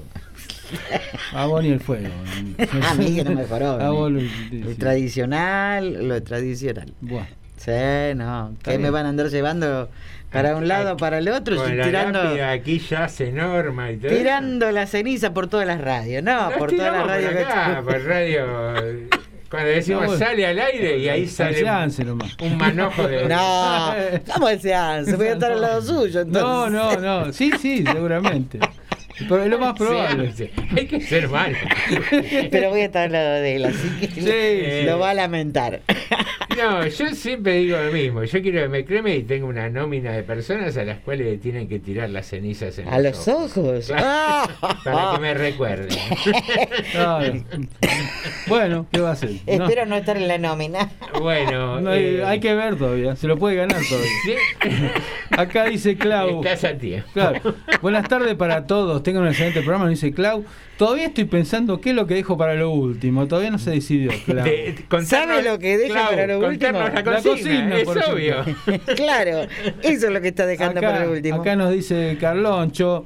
A vos ni el fuego.
A mí que no me joró. Lo tradicional.
Buah.
Sí, no. ¿Qué me van a andar llevando para un lado, para el otro?
Con la lápida aquí ya se norma y todo
tirando la ceniza por todas las radios. No, por todas las radios.
Por radio... Cuando decimos sale al aire y ahí sale un manojo de...
No, ¿cómo el seance? Voy a estar al lado suyo entonces.
No. Sí, seguramente. Pero es lo más probable.
Hay que ser malo.
Pero voy a estar al lado de él, así que lo va a lamentar.
No, yo siempre digo lo mismo. Yo quiero que me creme y tengo una nómina de personas a las cuales le tienen que tirar las cenizas en
los ojos.
Para que me recuerden.
Bueno, ¿qué va a hacer?
Espero no estar en la nómina.
Bueno,
hay que ver todavía. Se lo puede ganar todavía. Acá dice Clau.
Estás a tiempo.
Claro. Buenas tardes para todos. Tengan un excelente programa, dice Clau. Todavía estoy pensando qué es lo que dejo para lo último. Todavía no se decidió, Clau.
¿Sabe lo que deja para lo último?
La cocina, es obvio.
Claro, eso es lo que está dejando para lo último.
Acá nos dice Carloncho.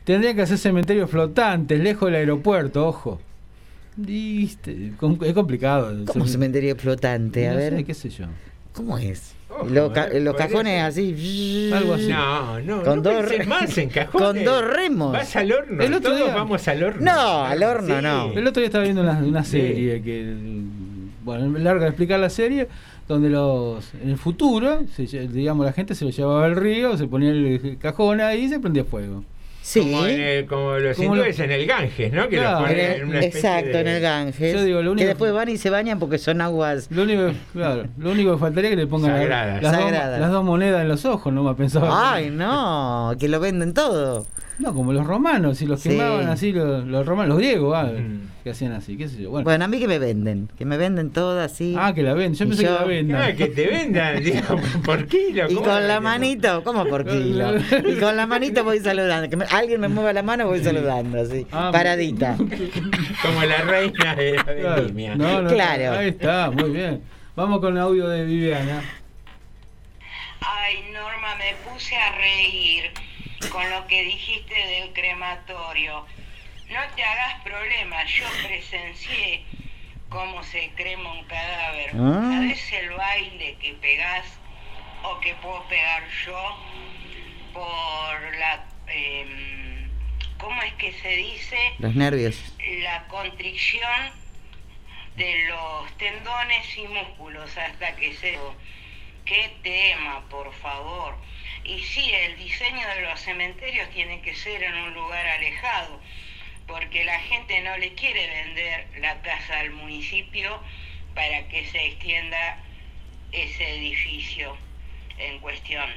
Tendría que hacer cementerios flotantes, lejos del aeropuerto, ojo. ¿Viste? Es complicado.
¿Cómo cementerio flotante? A
No
ver.
sé, qué sé yo.
¿Cómo es?
Ojo,
Los cajones así.
Algo así.
No,
Con
no
dos
pensés más en cajones.
con dos remos.
Vas al horno.
El otro
Todos
día-
vamos al horno.
No, al horno
Sí.
no.
El otro día estaba viendo una serie que, bueno, es larga de explicar la serie, donde en el futuro, digamos, la gente se lo llevaba al río, se ponía el cajón ahí y se prendía fuego.
Sí.
Como los
Como
hindúes en el Ganges, ¿no? Que
Claro,
los ponen en una especie
Exacto,
de...
en el Ganges.
Yo digo, lo único-
que después van y se bañan porque son aguas.
Lo único que faltaría es que le pongan
Sagradas.
Sagradas.
las dos monedas en los ojos, no me pensaba.
Ay, no, que lo venden todo.
No, como los romanos, y los
Sí.
quemaban así, los romanos, los griegos, que hacían así, qué sé yo. Bueno.
Bueno, a mí que me venden todo así.
Que la venden, yo
Y
pensé que
yo-
la vendan.
Que te vendan, digo, por kilo.
Y
¿cómo
con la
que
manito, ¿cómo por kilo? Y con la manito voy saludando. Alguien me mueva la mano, voy saludando, así. Paradita.
Como la reina de la vendimia.
Claro.
Ahí está, muy bien. Vamos con el audio de Viviana.
Ay, Norma, me puse a reír con lo que dijiste del crematorio. No te hagas problemas, yo presencié cómo se crema un cadáver.
Ah.
¿Sabes el baile que pegás o que puedo pegar yo por la... ¿cómo es que se dice?
Los nervios.
La constricción de los tendones y músculos hasta que se... ¡Qué tema, por favor! Y sí, el diseño de los cementerios tiene que ser en un lugar alejado, porque la gente no le quiere vender la casa al municipio para que se extienda ese edificio en cuestión.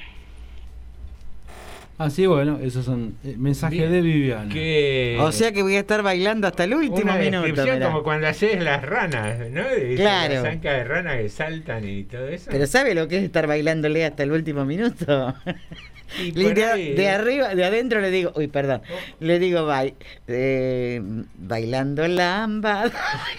Así, bueno, esos son mensajes
Bien.
de Viviana.
O sea que voy a estar bailando hasta el último
Una
minuto.
descripción
mirá.
como cuando haces las ranas, ¿no?
Claro.
Las ancas de rana que saltan y todo eso.
Pero ¿sabe lo que es estar bailándole hasta el último minuto?
Y por ahí-
De arriba, de adentro le digo, le digo bailando lambada.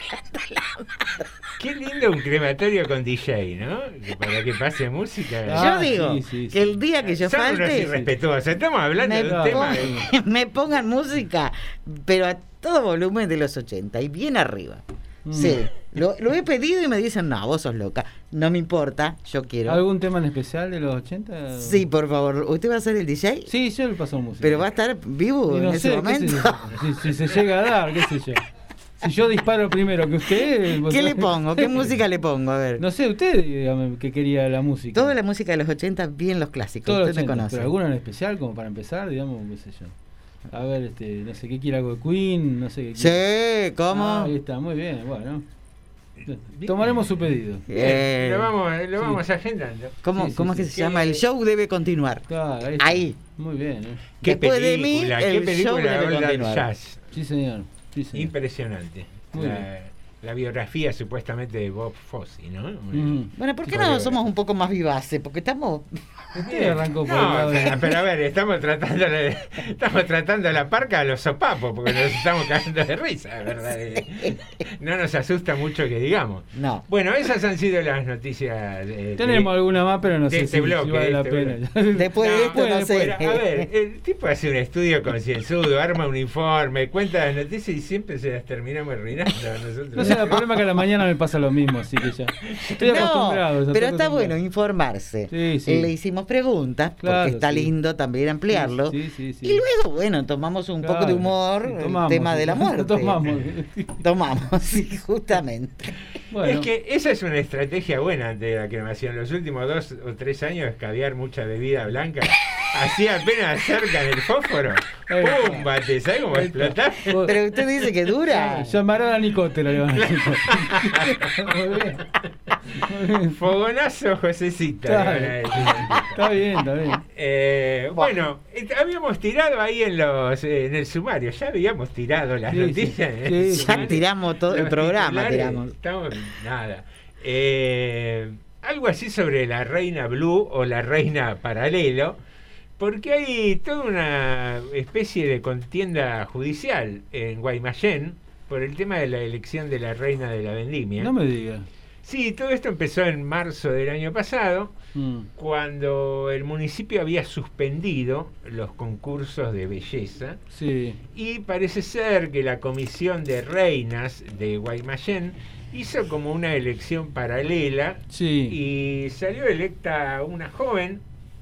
Qué lindo un crematorio con DJ, ¿no? Para que pase música.
Yo digo que el día que yo
Son unos
falte
irrespetuosos. Estamos hablando
me,
de un tema.
me pongan música, pero a todo volumen de los 80 y bien arriba. Sí, lo he pedido y me dicen, no, vos sos loca. No me importa, yo quiero.
¿Algún tema en especial de los 80?
Sí, por favor. ¿Usted va a ser el DJ?
Sí, yo le paso música.
Pero va a estar vivo
Y
en
no
ese
sé,
momento.
si se llega a dar, qué sé yo. Si yo disparo primero que usted...
¿Qué le pongo? ¿Qué música le pongo? A ver.
No sé, usted dígame qué quería la música.
Toda la música de los 80, bien los clásicos.
Todos los
Usted me
80,
conoce.
pero alguna en especial, como para empezar, digamos, qué sé yo. A ver, no sé, ¿qué quiere algo de Queen? No sé qué quiere.
Sí, ¿cómo?
Ahí está, muy bien, bueno. Tomaremos su pedido.
Lo vamos agendando.
¿Cómo es que se llama? El show debe continuar.
Claro, ahí está.
Ahí.
Muy bien.
¿Qué
Después
película?
de mí,
¿Qué
el show
película?
debe
Old
continuar.
Jazz.
Sí, señor. Sí, señor.
Impresionante.
Muy bien.
La biografía supuestamente de Bob Fosse, ¿no?
Bueno, ¿por qué no somos un poco más vivaces? Porque estamos...
Usted arrancó por el
No,
lado de...
pero a ver, estamos tratando la parca a los sopapos, porque nos estamos cagando de risa, ¿verdad? No nos asusta mucho que digamos.
No.
Bueno, esas han sido las noticias.
Tenemos alguna más, pero no
de
sé
este
si
bloque,
vale la
este
pena.
Después de esto, no sé.
Pero, a ver, el tipo hace un estudio concienzudo, arma un informe, cuenta las noticias y siempre se las terminamos arruinando nosotros.
No sé, el problema es que a la mañana me pasa lo mismo, así que ya. Estoy acostumbrado.
Pero está bueno informarse.
Sí, sí.
Le hicimos preguntas,
Claro,
porque está
sí.
lindo también ampliarlo.
Sí, sí, sí.
Y luego, bueno, tomamos un poco de humor,
Sí,
el
tomamos,
tema de la muerte.
Tomamos.
Sí, justamente.
Bueno.
Es que esa es una estrategia buena ante la cremación. Los últimos 2 o 3 años escabiar mucha bebida blanca. Así apenas acercan el fósforo. ¡Pum! Bate, ¿sabes cómo explotar?
Pero usted dice que dura.
Llamará a Nicotera, le van a decir. Muy bien.
Fogonazo, Josecita.
Claro.
le van a decir.
Está bien, está bien.
Bueno, habíamos tirado ahí en el sumario, ya habíamos tirado las
Sí,
noticias.
sí, sí,
Ya tiramos todo el
Los
programa,
titulares,
tiramos.
Nada. Algo así sobre la reina Blue o la reina Paralelo, porque hay toda una especie de contienda judicial en Guaymallén por el tema de la elección de la reina de la vendimia.
No me diga.
Sí, todo esto empezó en marzo del año pasado, cuando el municipio había suspendido los concursos de belleza.
Sí.
Y parece ser que la comisión de reinas de Guaymallén hizo como una elección paralela.
Sí.
Y salió electa una joven,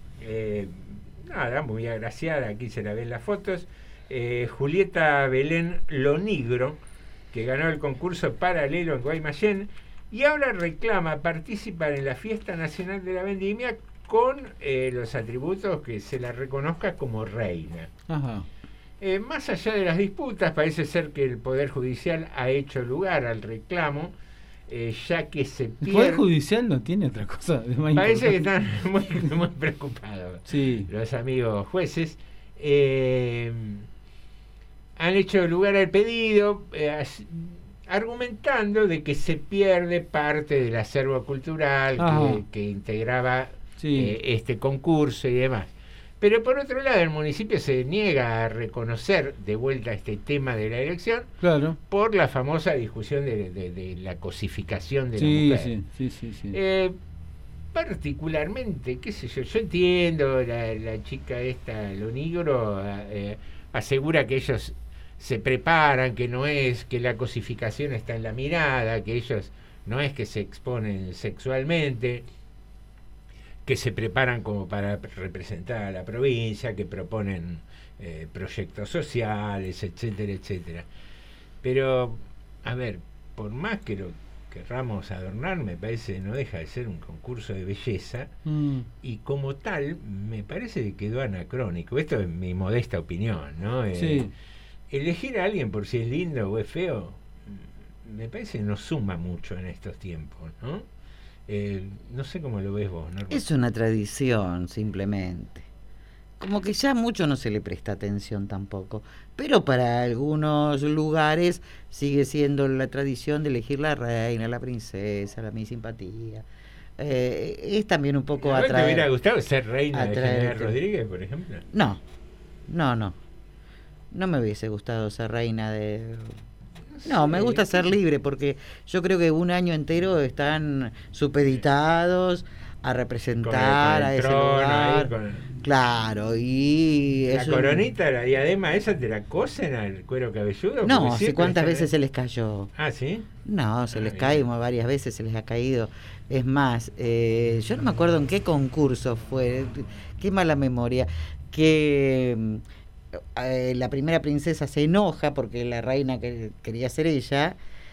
muy agraciada, aquí se la ven las fotos, Julieta Belén Lonigro, que ganó el concurso paralelo en Guaymallén, y ahora reclama participar en la Fiesta Nacional de la Vendimia con los atributos que se la reconozca como reina.
Ajá.
Más allá de las disputas, parece ser que el Poder Judicial ha hecho lugar al reclamo, ya que se pierde...
El Poder Judicial no tiene otra cosa de más
Parece
importante.
que están muy preocupados los amigos jueces. Han hecho lugar al pedido, argumentando de que se pierde parte del acervo cultural que integraba este concurso y demás. Pero por otro lado, el municipio se niega a reconocer de vuelta este tema de la elección, por la famosa discusión de la cosificación de la mujer.
Sí.
Particularmente, qué sé yo entiendo, la chica esta, Lonigro, asegura que ellos se preparan, que no es que la cosificación está en la mirada, que ellos no es que se exponen sexualmente, que se preparan como para representar a la provincia, que proponen proyectos sociales, etcétera, etcétera. Pero, a ver, por más que lo querramos adornar, me parece que no deja de ser un concurso de belleza, y como tal, me parece que quedó anacrónico. Esto es mi modesta opinión, ¿no? Elegir a alguien por si es lindo o es feo, me parece que no suma mucho en estos tiempos, ¿no? No sé cómo lo ves vos, ¿no?
Es una tradición, simplemente. Como que ya mucho no se le presta atención tampoco. Pero para algunos lugares sigue siendo la tradición de elegir la reina, la princesa, la mi simpatía. Es también un poco
¿A vos
atraer.
te hubiera gustado ser reina de General
atraerte.
Rodríguez, por ejemplo?
No. No me hubiese gustado ser reina de... No, me gusta ser libre, porque yo creo que un año entero están supeditados a representar a ese lugar. Claro, y...
La coronita, la diadema esa, ¿te la cosen al cuero cabelludo?
No, sé cuántas veces se les cayó.
Ah, ¿sí?
No, se les cae, varias veces se les ha caído. Es más, yo no me acuerdo en qué concurso fue, qué mala memoria, que... la primera princesa se enoja porque la reina que quería ser ella,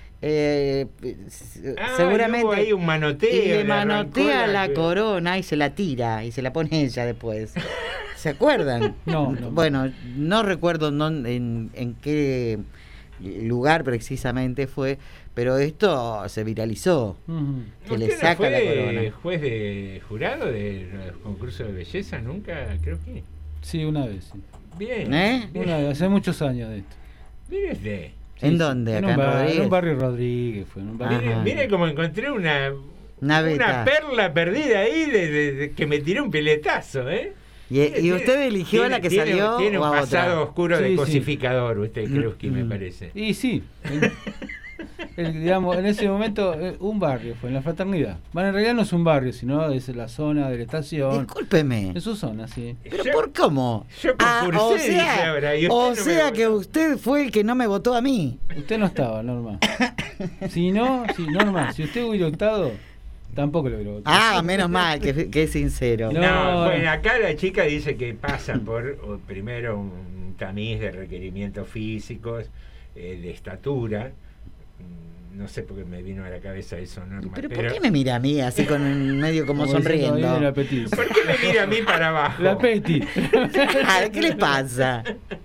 seguramente
hay un manoteo,
y le manotea la corona y se la tira y se la pone ella después. ¿Se acuerdan?
No.
Bueno, no recuerdo en qué lugar precisamente fue, pero esto se viralizó. Que le saca la corona.
¿Juez de jurado de los concursos de belleza? Nunca, creo que.
Sí, una vez. Sí.
Bien.
Una vez, hace muchos años de esto.
Mírese.
¿En dónde? ¿Acá en Rodríguez?
En un barrio Rodríguez fue.
Mire como encontré una perla perdida ahí de que me tiró un piletazo, ¿eh?
¿Y usted eligió a la que salió?
Tiene un pasado oscuro de
Sí.
cosificador, usted, Krusky, me parece.
Y sí. Digamos, en ese momento, un barrio fue, en la Fraternidad. Bueno, en realidad no es un barrio, sino es la zona de la estación.
Discúlpeme.
Es su zona, sí.
¿Pero por cómo?
Yo concursé, dice ahora, y usted no me
que usted fue el que no me votó a mí.
Usted no estaba, Norma. Si no, Norma, si usted hubiera optado, tampoco lo hubiera votado.
Ah, menos mal, que es sincero.
Bueno, acá la chica dice que pasa por primero un tamiz de requerimientos físicos, de estatura. No sé por qué me vino a la cabeza eso, Norma.
¿Pero por qué me mira a mí así con medio como sonriendo?
¿Por qué me mira a mí para abajo?
La Peti.
¿Qué le pasa?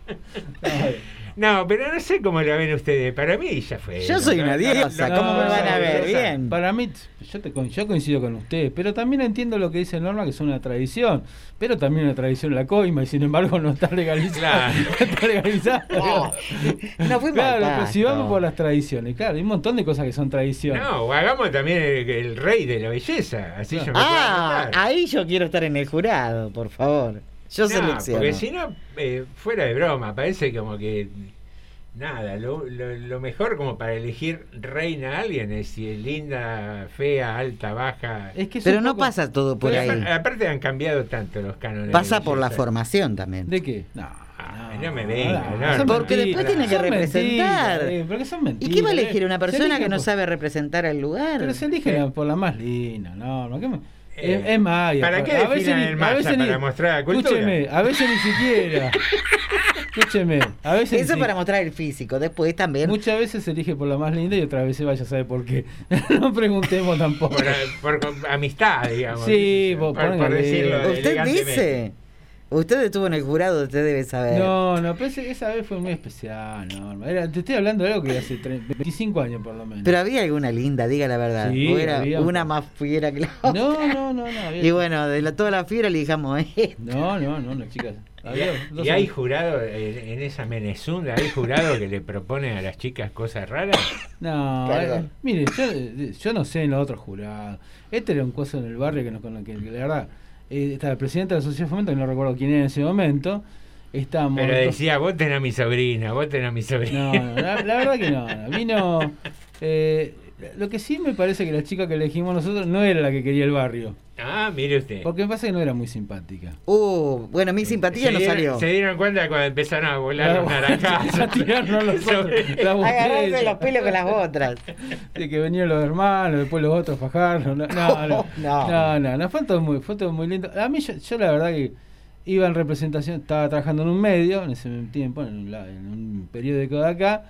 No, pero no sé cómo la ven ustedes. Para mí ya fue.
Yo soy una diosa, ¿cómo me van a ver? Bien.
Para mí, yo coincido con ustedes, pero también entiendo lo que dice Norma, que es una tradición, pero también una tradición la coima, y sin embargo no está legalizada. Está legalizada.
No fue
claro, pero si vamos por las tradiciones, claro, hay un montón de cosas que son tradiciones.
No, hagamos también el rey de la belleza, así yo me puedo anotar.
Ahí yo quiero estar en el jurado, por favor. Yo selecciono.
Porque si no, fuera de broma, parece como que nada, lo mejor como para elegir reina a alguien es si es linda, fea, alta, baja.
Es que
pero no pasa todo por ahí.
Aparte han cambiado tanto los cánones.
Pasa por la formación también.
¿De qué?
No me venga,
porque después tiene que representar.
Porque son mentiras.
¿Y qué va a elegir una persona que no sabe representar el lugar?
Pero se elige por la más linda, es magia.
¿Para qué definen el maya? ¿Para mostrar la cultura?
Escúcheme, a veces ni siquiera. Escúcheme, a veces
eso para mostrar el físico, después también.
Muchas veces se elige por la más linda y otras veces vaya a saber por qué. No preguntemos tampoco.
Por amistad, digamos.
Sí,
por decirlo.
¿Usted dice? Usted estuvo en el jurado, usted debe saber.
No, pero esa vez fue muy especial, Norma. Te estoy hablando de algo que hace 25 años por lo menos.
Pero había alguna linda, diga la verdad.
Sí,
o era una más fiera que la otra.
No.
Y bueno, de toda la fiera le dijamos
No, chicas.
¿Y hay jurado en esa Menezunda? ¿Hay jurado que le propone a las chicas cosas raras?
No, mire, yo no sé en los otros jurados. Este era un coso en el barrio que la verdad... estaba el presidente de la Sociedad de Fomento, que no recuerdo quién era en ese momento.
Pero decía, voten a mi sobrina, voten a mi sobrina.
No, la verdad que no. Vino. Lo que sí me parece que la chica que elegimos nosotros no era la que quería el barrio.
Ah, mire usted.
Porque me pasa que no era muy simpática.
Bueno, mi simpatía no salió.
Se dieron cuenta cuando empezaron a volar los naranjazos.
A tirarnos
agarrarse los pelos con las otras.
Sí, que venían los hermanos, después los otros fajarnos. No, fue todo muy lindo. A mí, yo la verdad que iba en representación, estaba trabajando en un medio en ese tiempo, en un periódico de acá.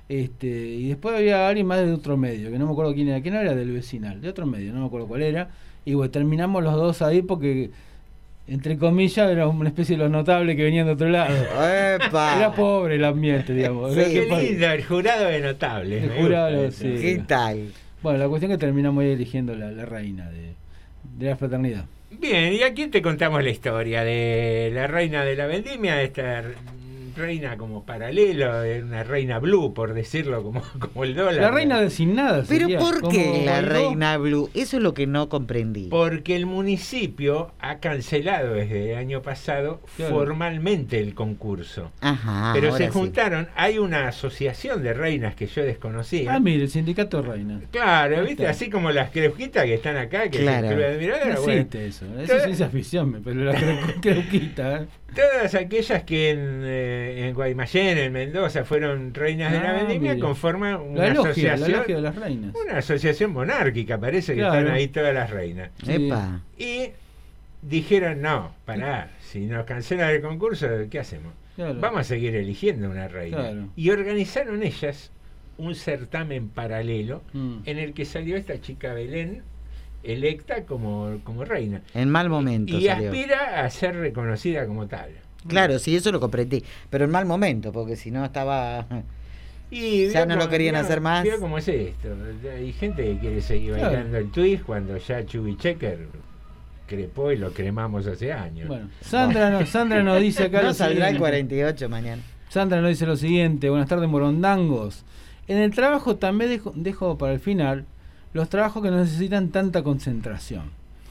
Y después había alguien más de otro medio, que no me acuerdo quién era, que no era del vecinal, de otro medio, no me acuerdo cuál era. Y bueno, terminamos los dos ahí porque, entre comillas, era una especie de los notables que venían de otro lado.
¡Epa!
Era pobre el ambiente, digamos.
Sí, qué lindo, el jurado de notables.
El jurado, sí.
¿Qué tal?
Bueno, la cuestión es que terminamos ahí eligiendo la reina de la fraternidad.
Bien, y aquí te contamos la historia de la reina de la vendimia, esta reina como paralelo, una reina blue, por decirlo, como el dólar.
La reina designada.
Pero ¿por qué la reina blue? Eso es lo que no comprendí.
Porque el municipio ha cancelado desde el año pasado formalmente el concurso.
Ajá.
Pero se juntaron, hay una asociación de reinas que yo desconocía.
Ah, mire, el sindicato de reinas.
Claro, viste, así como las creuquitas que están acá, que
claro.
es el Club de Admiradores.
No existe eso es ciencia ficción, pero la creuquita.
Todas aquellas que en Guaymallén, en Mendoza, fueron reinas de la vendimia, conforman una asociación.
La logia de las reinas.
Una asociación monárquica, parece que están ahí todas las reinas.
Sí.
Y dijeron, no, pará, si nos cancelan el concurso, ¿qué hacemos?
Claro.
Vamos a seguir eligiendo una reina.
Claro.
Y organizaron ellas un certamen paralelo en el que salió esta chica Belén, electa como reina.
En mal momento.
Y
salió.
aspira a ser reconocida como tal.
Claro, sí, eso lo comprendí. Pero en mal momento, porque si no estaba...
Y
ya no lo querían hacer más.
Vio cómo es esto. Hay gente que quiere seguir bailando el twist cuando ya Chubby Checker crepó y lo cremamos hace años.
Bueno, Sandra nos dice acá
no saldrá el 48 mañana.
Sandra nos dice lo siguiente: buenas tardes, morondangos. En el trabajo también dejo para el final los trabajos que no necesitan tanta concentración.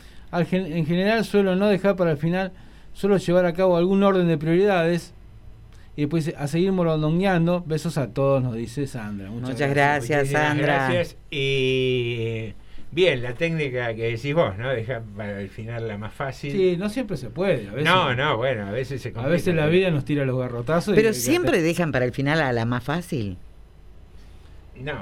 En general suelo no dejar para el final, suelo llevar a cabo algún orden de prioridades y después a seguir morondongueando. Besos a todos, nos dice Sandra.
Muchas gracias, Sandra.
Gracias. Y bien, la técnica que decís vos, ¿no? Dejar para el final la más fácil.
Sí, no siempre se puede. A veces,
bueno, a veces se complica.
A veces la vida nos tira los garrotazos.
Pero siempre dejan para el final a la más fácil.
No,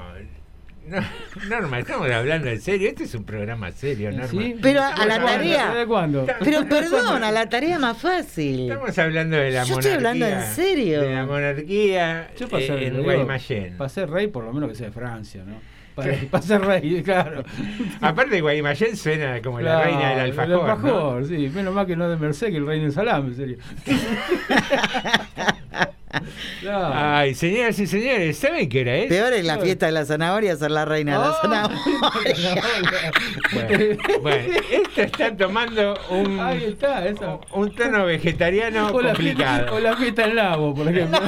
Norma, estamos hablando en serio. Este es un programa serio, Norma.
¿Sí? Pero a la tarea.
¿De cuándo?
Pero perdón, a la tarea más fácil.
Estamos hablando de la monarquía.
Yo estoy hablando en serio.
De la monarquía en Guaymallén.
Para ser rey, por lo menos que sea de Francia, ¿no? Para ser rey, claro.
Aparte, Guaymallén suena como la reina del alfajor. El alfajor,
¿no? Sí. Menos mal que no de Merced que el rey del salame, en serio.
No. Ay, señoras y señores, ¿saben qué hora es?
Peor es la fiesta de la zanahoria ser la reina de la zanahoria.
Bueno, esto está tomando un tono vegetariano complicado.
O la fiesta del nabo, por ejemplo.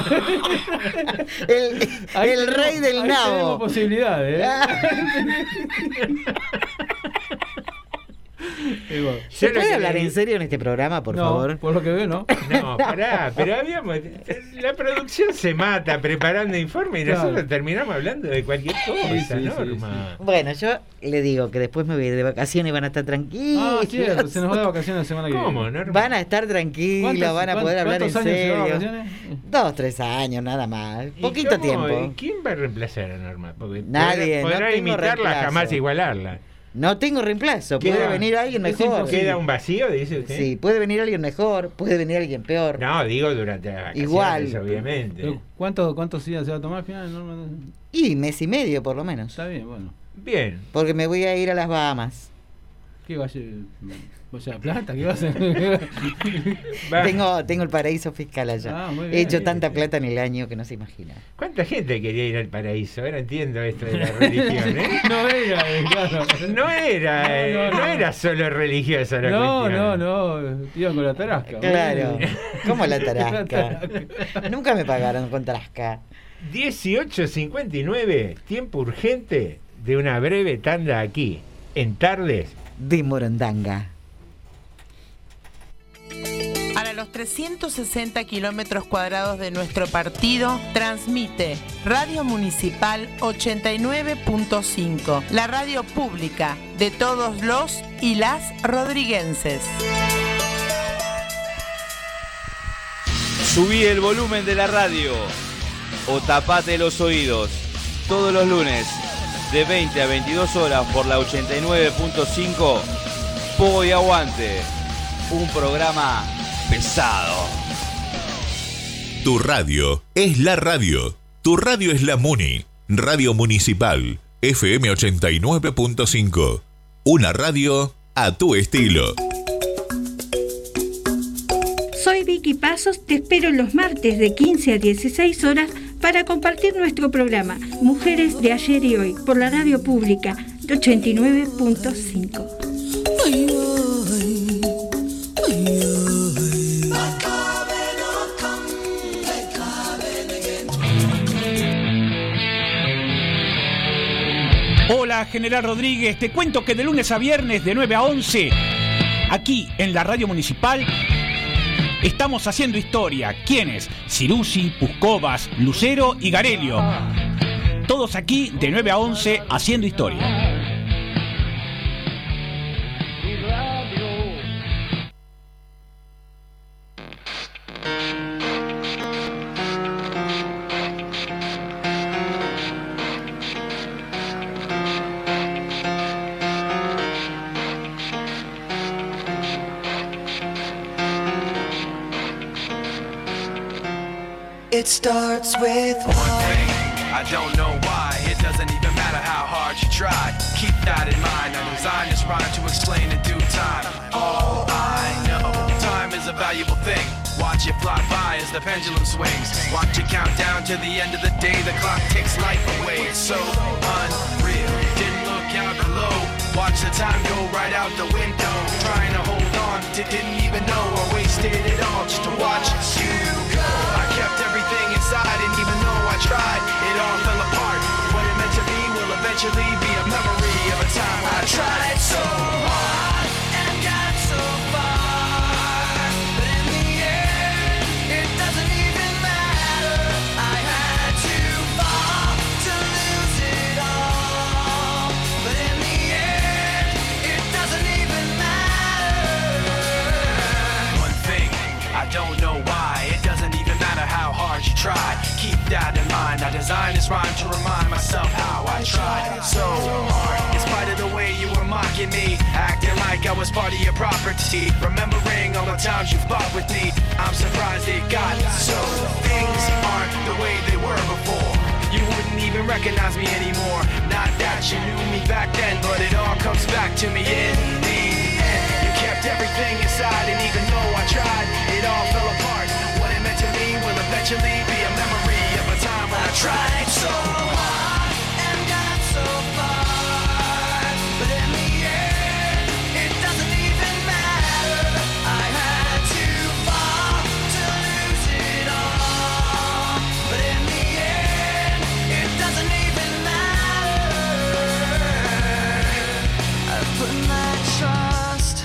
el rey del nabo.
Tenemos posibilidades,
¿Se puede hablar en serio en este programa, por favor?
Por lo que veo, no.
No, pará, pero la producción se mata preparando informes y nosotros terminamos hablando de cualquier cosa, Norma.
Bueno, yo le digo que después me voy de vacaciones y van a estar tranquilos.
Ah, cierto, se nos va de vacaciones la semana que viene.
¿Cómo, Norma?
Van a estar tranquilos, van a poder hablar en serio.
¿Cuántos años
2, 3 años, nada más. Poquito tiempo.
¿Quién va a reemplazar a Norma? Porque
nadie.
Podrá
no
imitarla,
reemplazo.
Jamás igualarla.
No tengo reemplazo, puede venir alguien mejor.
¿Queda un vacío, dice usted?
Sí, puede venir alguien mejor, puede venir alguien peor.
No, digo durante las vacaciones,
igual,
obviamente.
¿Cuántos días se va a tomar al final, Norma?
Y mes y medio, por lo menos.
Está bien, bueno.
Bien.
Porque me voy a ir a las Bahamas.
¿Qué va a ser? ¿Vaya a plata? ¿Qué va a hacer?
tengo el paraíso fiscal allá. He hecho tanta plata en el año que no se imagina.
¿Cuánta gente quería ir al paraíso? Ahora entiendo esto de la religión, ¿eh?
No
era solo religiosa la cuestión.
No, iban con la tarasca.
Claro, ¿cómo la tarasca? Nunca me pagaron con tarasca.
18:59, tiempo urgente de una breve tanda aquí, en Tardes
de Morondanga.
Para los 360 kilómetros cuadrados de nuestro partido, transmite Radio Municipal 89.5, la radio pública de todos los y las rodriguenses.
Subí el volumen de la radio o tapate los oídos todos los lunes de 20 a 22 horas por la 89.5. Pogo y Aguante, un programa pesado.
Tu radio es la radio. Tu radio es la Muni. Radio Municipal, FM 89.5. Una radio a tu estilo.
Soy Vicky Pasos, te espero los martes de 15 a 16 horas para compartir nuestro programa Mujeres de Ayer y Hoy por la radio pública de 89.5.
Hola, General Rodríguez, te cuento que de lunes a viernes de 9 a 11, aquí en la radio municipal, estamos haciendo historia. ¿Quiénes? Cirusi, Puscovas, Lucero y Garelio. Todos aquí de 9 a 11 haciendo historia.
It starts with one
thing, I don't know why. It doesn't even matter how hard you try. Keep that in mind. I designed this rhyme to explain in due time. All I know, time is a valuable thing. Watch it fly by as the pendulum swings. Watch it count down to the end of the day. The clock takes life away. It's so unreal. Didn't look out below. Watch the time go right out the window. Trying to hold on, didn't even know I wasted it all just to watch you go. I kept everything inside, and even though I tried, it all fell apart. What it meant to be will eventually be a memory of a time I tried so hard and got so far, but in the end, it doesn't even matter. I had to fall to lose it all, but in the end, it doesn't even matter. One thing, I don't know why, it doesn't even matter how hard you try. Keep that in mind. I designed this rhyme to remind myself how I tried so hard. In spite of the way you were mocking me, acting like I was part of your property, remembering all the times you fought with me, I'm surprised it got so. Things aren't the way they were before. You wouldn't even recognize me anymore. Not that you knew me back then, but it all comes back to me in the end. You kept everything inside, and even though I tried, it all fell apart. What it meant to me will eventually be a memory of a time when I tried so hard and got so far, but in the end, it doesn't even matter. I had to fall to lose it all, but in the end, it doesn't even matter. I put my trust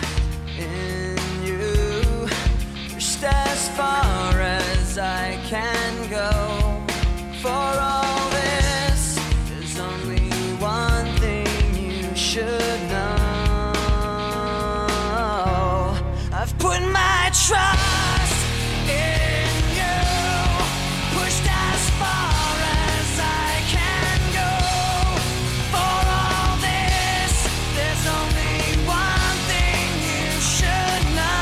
I can go. For all this, there's only one thing you should know. I've put my trust in you, pushed as far as I can go. For all this, there's only one thing you should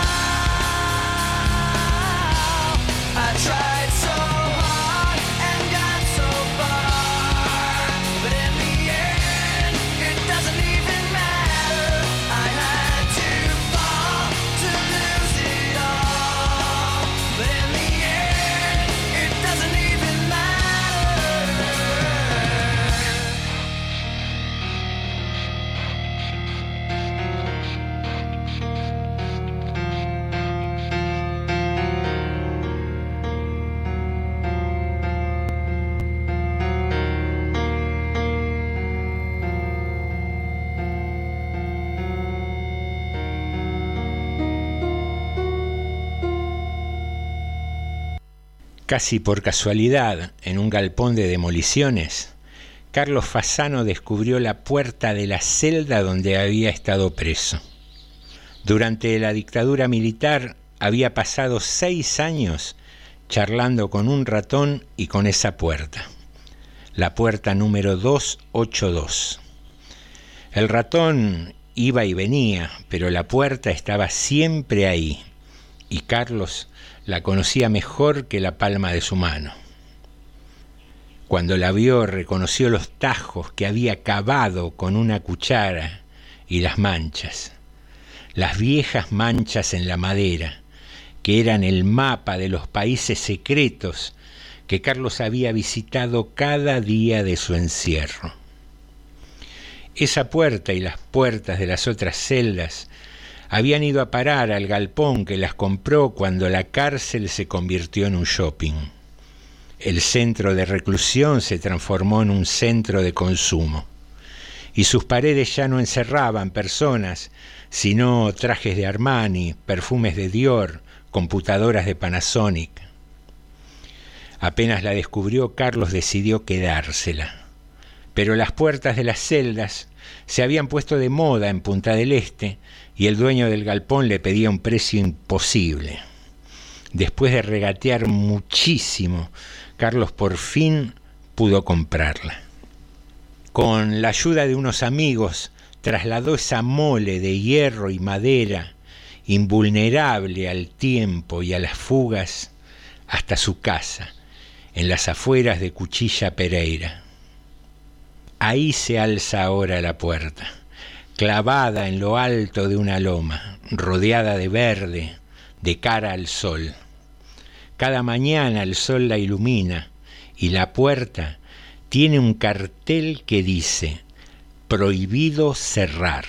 know. I tried so hard and got so far, but in the end, it doesn't even matter. I had to fall to lose it all, but in the end, it doesn't even matter.
Casi por casualidad, en un galpón de demoliciones, Carlos Fasano descubrió la puerta de la celda donde había estado preso. Durante la dictadura militar había pasado 6 años charlando con un ratón y con esa puerta, la puerta número 282. El ratón iba y venía, pero la puerta estaba siempre ahí, y Carlos la conocía mejor que la palma de su mano. Cuando la vio, reconoció los tajos que había cavado con una cuchara y las manchas, las viejas manchas en la madera, que eran el mapa de los países secretos que Carlos había visitado cada día de su encierro. Esa puerta y las puertas de las otras celdas habían ido a parar al galpón que las compró cuando la cárcel se convirtió en un shopping. El centro de reclusión se transformó en un centro de consumo, y sus paredes ya no encerraban personas, sino trajes de Armani, perfumes de Dior, computadoras de Panasonic. Apenas la descubrió, Carlos decidió quedársela. Pero las puertas de las celdas se habían puesto de moda en Punta del Este, y el dueño del galpón le pedía un precio imposible. Después de regatear muchísimo, Carlos por fin pudo comprarla. Con la ayuda de unos amigos, trasladó esa mole de hierro y madera, invulnerable al tiempo y a las fugas, hasta su casa, en las afueras de Cuchilla Pereira. Ahí se alza ahora la puerta, clavada en lo alto de una loma, rodeada de verde, de cara al sol. Cada mañana el sol la ilumina y la puerta tiene un cartel que dice: prohibido cerrar.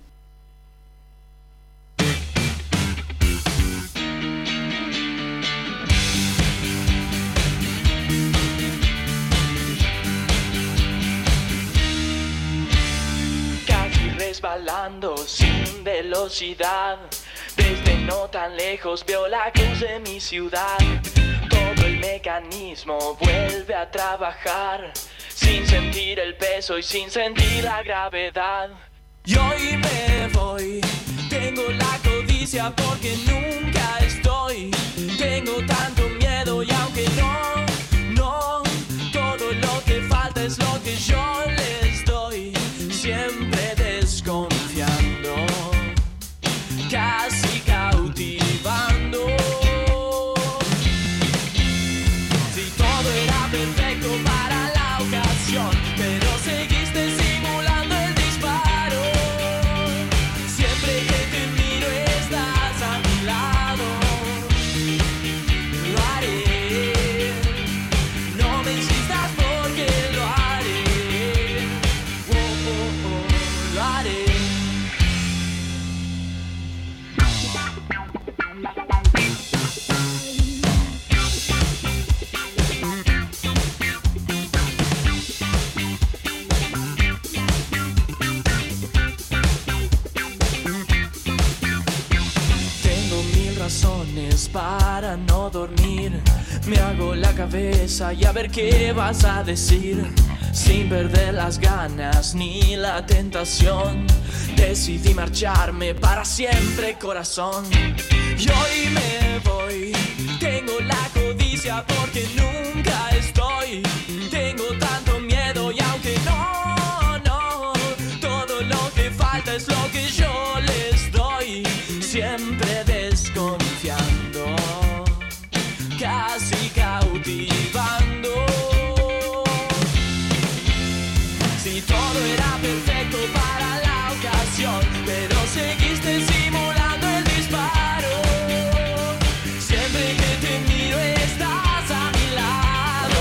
Resbalando sin velocidad, desde no tan lejos veo la cruz de mi ciudad. Todo el mecanismo vuelve a trabajar, sin sentir el peso y sin sentir la gravedad. Y hoy me voy, tengo la codicia porque nunca estoy. Tengo tanto miedo y aunque no, todo lo que falta es lo que yo les doy. Siempre desconfiando, casi cautivando. Si todo era perfecto para la ocasión, pero seguiste simulando el disparo. Siempre que te miro estás a mi lado. Lo haré hago la cabeza y a ver qué vas a decir. Sin perder las ganas ni la tentación, decidí marcharme para siempre, corazón. Y hoy me voy, tengo la codicia porque nunca estoy. Tengo tanto miedo y aunque no, todo lo que falta es lo que yo les doy. Siempre desconfiando, casi cautivando. Si todo era perfecto para la ocasión, pero seguiste simulando el disparo. Siempre que te miro estás a mi lado.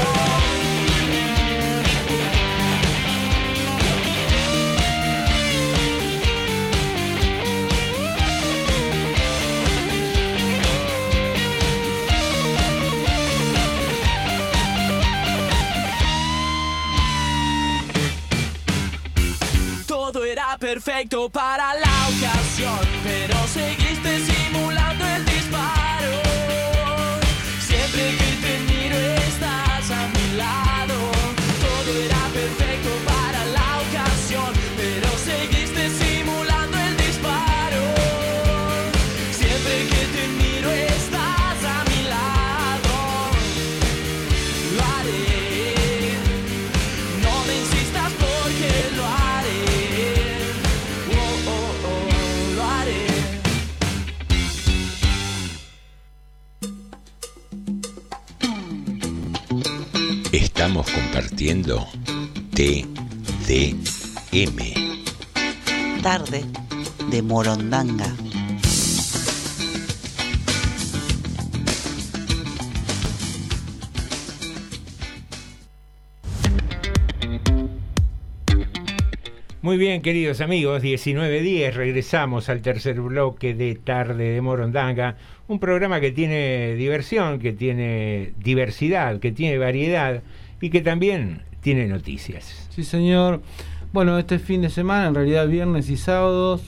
Todo era perfecto para la ocasión, pero seguiste simulando el disparo. Siempre que te miro estás a mi lado. Todo era perfecto para la ocasión, pero seguiste simulando el disparo. Siempre que te miro estás a mi lado. Lo haré, no me insistas porque lo haré.
Estamos compartiendo TDM.
Tarde de Morondanga.
Muy bien, queridos amigos, 19:10, regresamos al tercer bloque de Tarde de Morondanga, un programa que tiene diversión, que tiene diversidad, que tiene variedad y que también tiene noticias.
Sí, señor. Bueno, este fin de semana, en realidad viernes y sábados,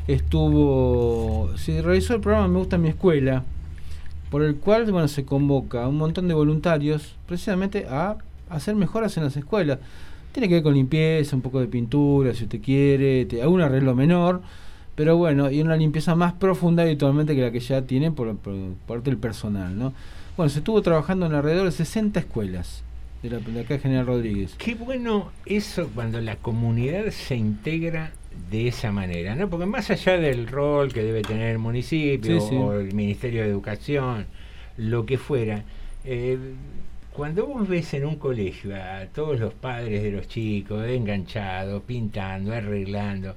se realizó el programa Me Gusta Mi Escuela, por el cual, bueno, se convoca a un montón de voluntarios precisamente a hacer mejoras en las escuelas. Tiene que ver con limpieza, un poco de pintura, si usted quiere, algún arreglo menor, pero bueno, y una limpieza más profunda habitualmente que la que ya tienen por parte del personal, ¿no? Bueno, se estuvo trabajando en alrededor de 60 escuelas de acá de General Rodríguez.
Qué bueno eso cuando la comunidad se integra de esa manera, ¿no? Porque más allá del rol que debe tener el municipio o el Ministerio de Educación, lo que fuera, cuando vos ves en un colegio a todos los padres de los chicos enganchados, pintando, arreglando,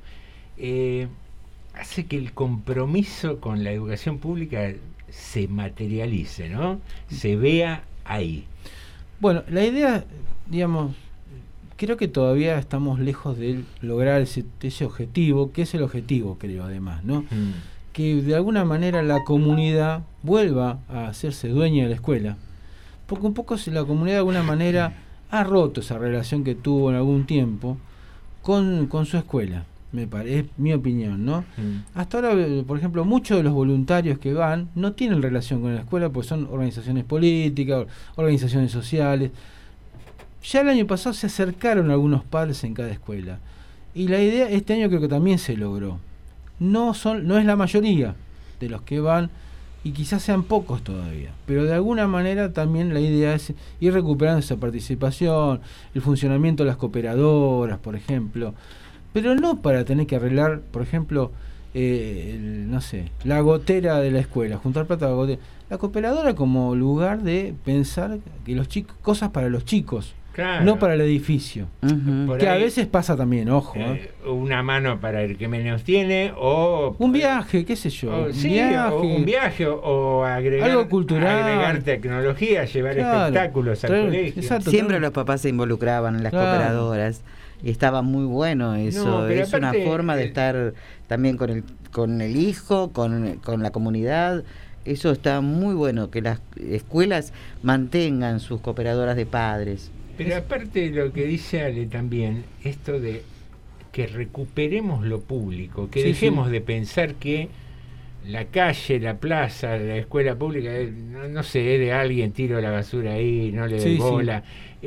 hace que el compromiso con la educación pública se materialice, ¿no? Se vea ahí.
Bueno, la idea, digamos, creo que todavía estamos lejos de lograr ese objetivo, que es el objetivo, creo, además, ¿no? Que de alguna manera la comunidad vuelva a hacerse dueña de la escuela. Porque un poco la comunidad de alguna manera ha roto esa relación que tuvo en algún tiempo con su escuela, me parece, es mi opinión, ¿no? Hasta ahora, por ejemplo, muchos de los voluntarios que van no tienen relación con la escuela porque son organizaciones políticas, organizaciones sociales. Ya el año pasado se acercaron algunos padres en cada escuela y la idea este año creo que también se logró. No es la mayoría de los que van, y quizás sean pocos todavía, pero de alguna manera también la idea es ir recuperando esa participación, el funcionamiento de las cooperadoras, por ejemplo, pero no para tener que arreglar, por ejemplo, no sé, la gotera de la escuela, juntar plata a la gotera. La cooperadora como lugar de pensar que los chicos, cosas para los chicos, claro, no para el edificio, que a veces pasa también, ojo.
Una mano para el que menos tiene, o
un viaje, qué sé yo,
un viaje o agregar,
algo cultural,
agregar tecnología, llevar espectáculos al colegio.
Exacto, siempre los papás se involucraban en las cooperadoras y estaba muy bueno eso. Es una forma de estar también con el hijo, con la comunidad. Eso está muy bueno, que las escuelas mantengan sus cooperadoras de padres.
Pero aparte de lo que dice Ale también, esto de que recuperemos lo público, que dejemos de pensar que la calle, la plaza, la escuela pública, no sé, es de alguien, tiro la basura ahí, no le doy bola.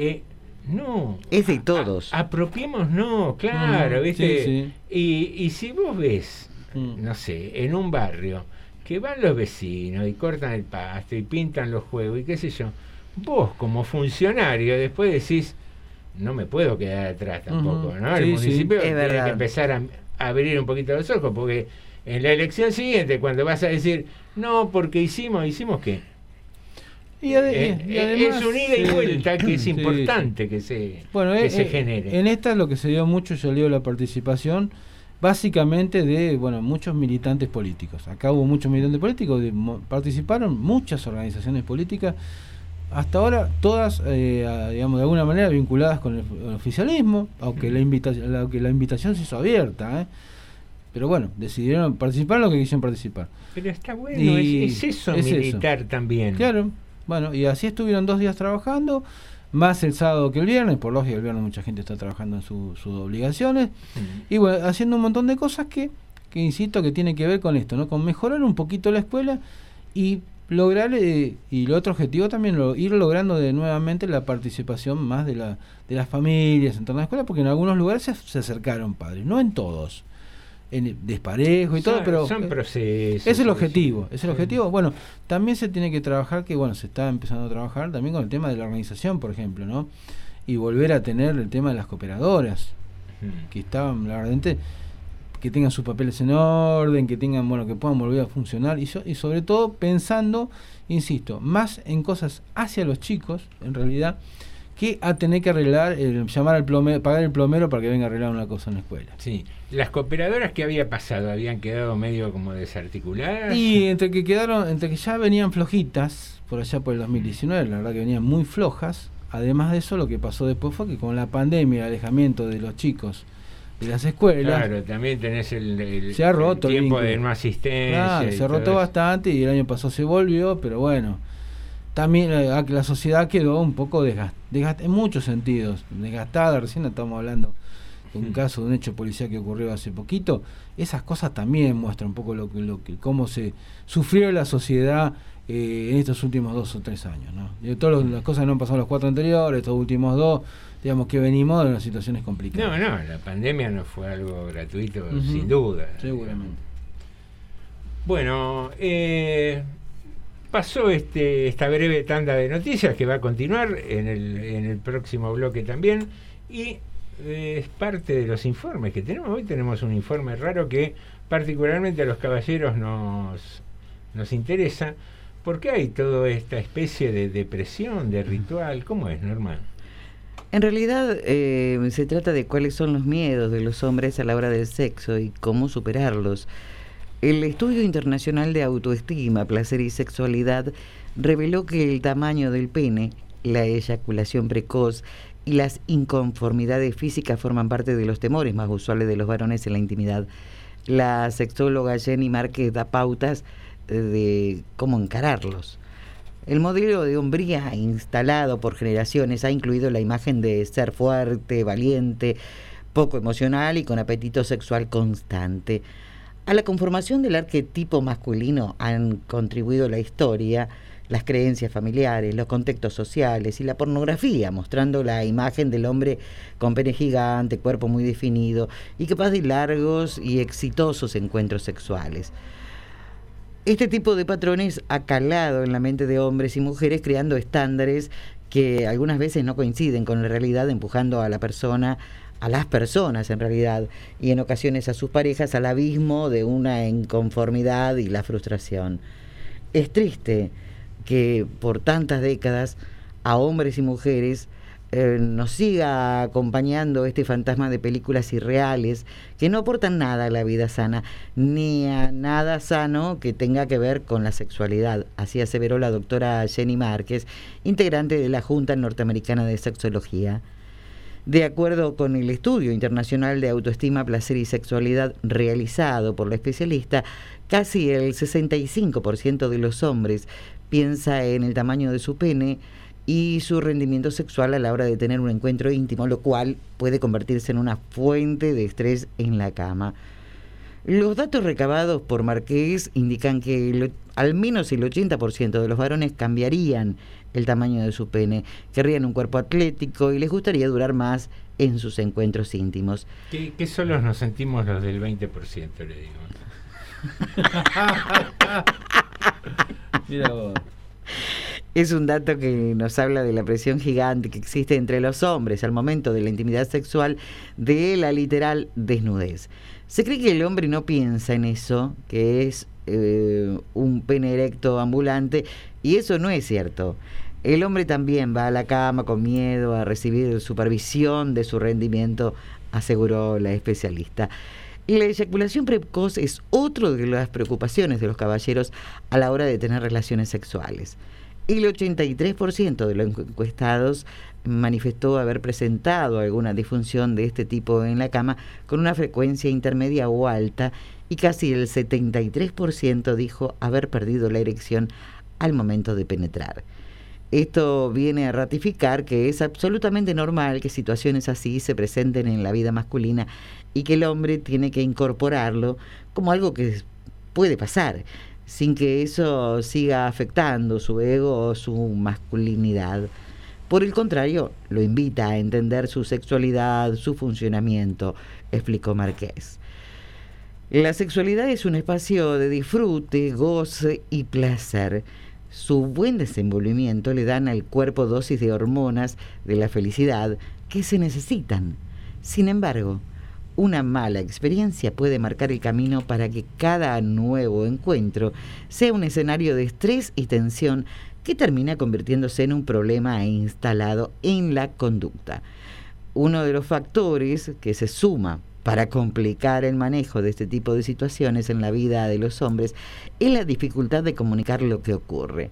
No.
Es de todos.
Apropiémonos, claro, ¿viste?
Sí.
Y si vos ves, no sé, en un barrio, que van los vecinos y cortan el pasto y pintan los juegos y qué sé yo, vos como funcionario después decís, no me puedo quedar atrás tampoco, ¿no? El municipio tiene que empezar a abrir un poquito los ojos, porque en la elección siguiente, cuando vas a decir, no, porque hicimos qué.
Y además,
es un ida y vuelta que es importante que se genere.
En esta lo que se dio mucho, yo leo la participación básicamente de muchos militantes políticos. Acá hubo muchos militantes políticos, participaron muchas organizaciones políticas, hasta ahora todas, digamos, de alguna manera vinculadas con el oficialismo, aunque la invitación se hizo abierta, pero bueno, decidieron participar lo que quisieron participar.
Pero está bueno, es eso militar también.
Claro. Bueno, y así estuvieron 2 días trabajando, más el sábado que el viernes, por lógica el viernes mucha gente está trabajando en sus obligaciones, y bueno, haciendo un montón de cosas que insisto, que tiene que ver con esto, ¿no? Con mejorar un poquito la escuela y lograr, y el otro objetivo también, ir logrando nuevamente la participación más de las familias en torno a la escuela, porque en algunos lugares se acercaron padres, no en todos. En desparejo y todo, pero
son procesos.
Es el objetivo, Bueno, también se tiene que trabajar, se está empezando a trabajar también con el tema de la organización, por ejemplo, ¿no? Y volver a tener el tema de las cooperadoras, que estaban, la verdad, que tengan sus papeles en orden, que tengan, que puedan volver a funcionar, y sobre todo pensando, insisto, más en cosas hacia los chicos, en realidad, que a tener que arreglar, llamar al plomero, pagar el plomero para que venga a arreglar una cosa en la escuela.
Sí. ¿Las cooperadoras que había pasado habían quedado medio como desarticuladas?
Y entre que ya venían flojitas, por allá por el 2019, la verdad que venían muy flojas. Además de eso, lo que pasó después fue que con la pandemia, el alejamiento de los chicos de las escuelas.
Claro, también tenés
se ha roto
el tiempo de no asistencia.
Claro, se rotó bastante y el año pasado se volvió, pero bueno. También la sociedad quedó un poco desgastada en muchos sentidos, desgastada. Recién estamos hablando de un caso, de un hecho policial que ocurrió hace poquito. Esas cosas también muestran un poco cómo se sufrió la sociedad en estos últimos 2 o 3 años, ¿no? Todas las cosas no han pasado los 4 anteriores, estos últimos 2, digamos que venimos de unas situaciones complicadas.
No, la pandemia no fue algo gratuito, sin duda.
Seguramente.
Bueno, pasó esta breve tanda de noticias que va a continuar en el próximo bloque también, y es parte de los informes que tenemos. Hoy tenemos un informe raro que particularmente a los caballeros nos interesa, porque hay toda esta especie de depresión, de ritual. ¿Cómo es, Norma?
En realidad se trata de cuáles son los miedos de los hombres a la hora del sexo y cómo superarlos. El Estudio Internacional de Autoestima, Placer y Sexualidad reveló que el tamaño del pene, la eyaculación precoz y las inconformidades físicas forman parte de los temores más usuales de los varones en la intimidad. La sexóloga Jenny Márquez da pautas de cómo encararlos. El modelo de hombría instalado por generaciones ha incluido la imagen de ser fuerte, valiente, poco emocional y con apetito sexual constante. A la conformación del arquetipo masculino han contribuido la historia, las creencias familiares, los contextos sociales y la pornografía, mostrando la imagen del hombre con pene gigante, cuerpo muy definido y capaz de largos y exitosos encuentros sexuales. Este tipo de patrones ha calado en la mente de hombres y mujeres, creando estándares que algunas veces no coinciden con la realidad, empujando a las personas en realidad, y en ocasiones a sus parejas, al abismo de una inconformidad y la frustración. Es triste que por tantas décadas a hombres y mujeres nos siga acompañando este fantasma de películas irreales que no aportan nada a la vida sana, ni a nada sano que tenga que ver con la sexualidad. Así aseveró la doctora Jenny Márquez, integrante de la Junta Norteamericana de Sexología. De acuerdo con el Estudio Internacional de Autoestima, Placer y Sexualidad realizado por la especialista, casi el 65% de los hombres piensa en el tamaño de su pene y su rendimiento sexual a la hora de tener un encuentro íntimo, lo cual puede convertirse en una fuente de estrés en la cama. Los datos recabados por Marqués indican que al menos el 80% de los varones cambiarían el tamaño de su pene, querrían un cuerpo atlético y les gustaría durar más en sus encuentros íntimos.
Que solos nos sentimos los del 20%, le digo.
Mira vos.
Es un dato que nos habla de la presión gigante que existe entre los hombres al momento de la intimidad sexual, de la literal desnudez. Se cree que el hombre no piensa en eso, que es un pene erecto ambulante, y eso no es cierto. El hombre también va a la cama con miedo a recibir supervisión de su rendimiento, aseguró la especialista. La eyaculación precoz es otra de las preocupaciones de los caballeros a la hora de tener relaciones sexuales. El 83% de los encuestados manifestó haber presentado alguna disfunción de este tipo en la cama con una frecuencia intermedia o alta, y casi el 73% dijo haber perdido la erección al momento de penetrar. Esto viene a ratificar que es absolutamente normal que situaciones así se presenten en la vida masculina y que el hombre tiene que incorporarlo como algo que puede pasar, sin que eso siga afectando su ego o su masculinidad. Por el contrario, lo invita a entender su sexualidad, su funcionamiento, explicó Marqués. La sexualidad es un espacio de disfrute, goce y placer. Su buen desenvolvimiento le dan al cuerpo dosis de hormonas de la felicidad que se necesitan. Sin embargo, una mala experiencia puede marcar el camino para que cada nuevo encuentro sea un escenario de estrés y tensión que termina convirtiéndose en un problema instalado en la conducta. Uno de los factores que se suma para complicar el manejo de este tipo de situaciones en la vida de los hombres es la dificultad de comunicar lo que ocurre.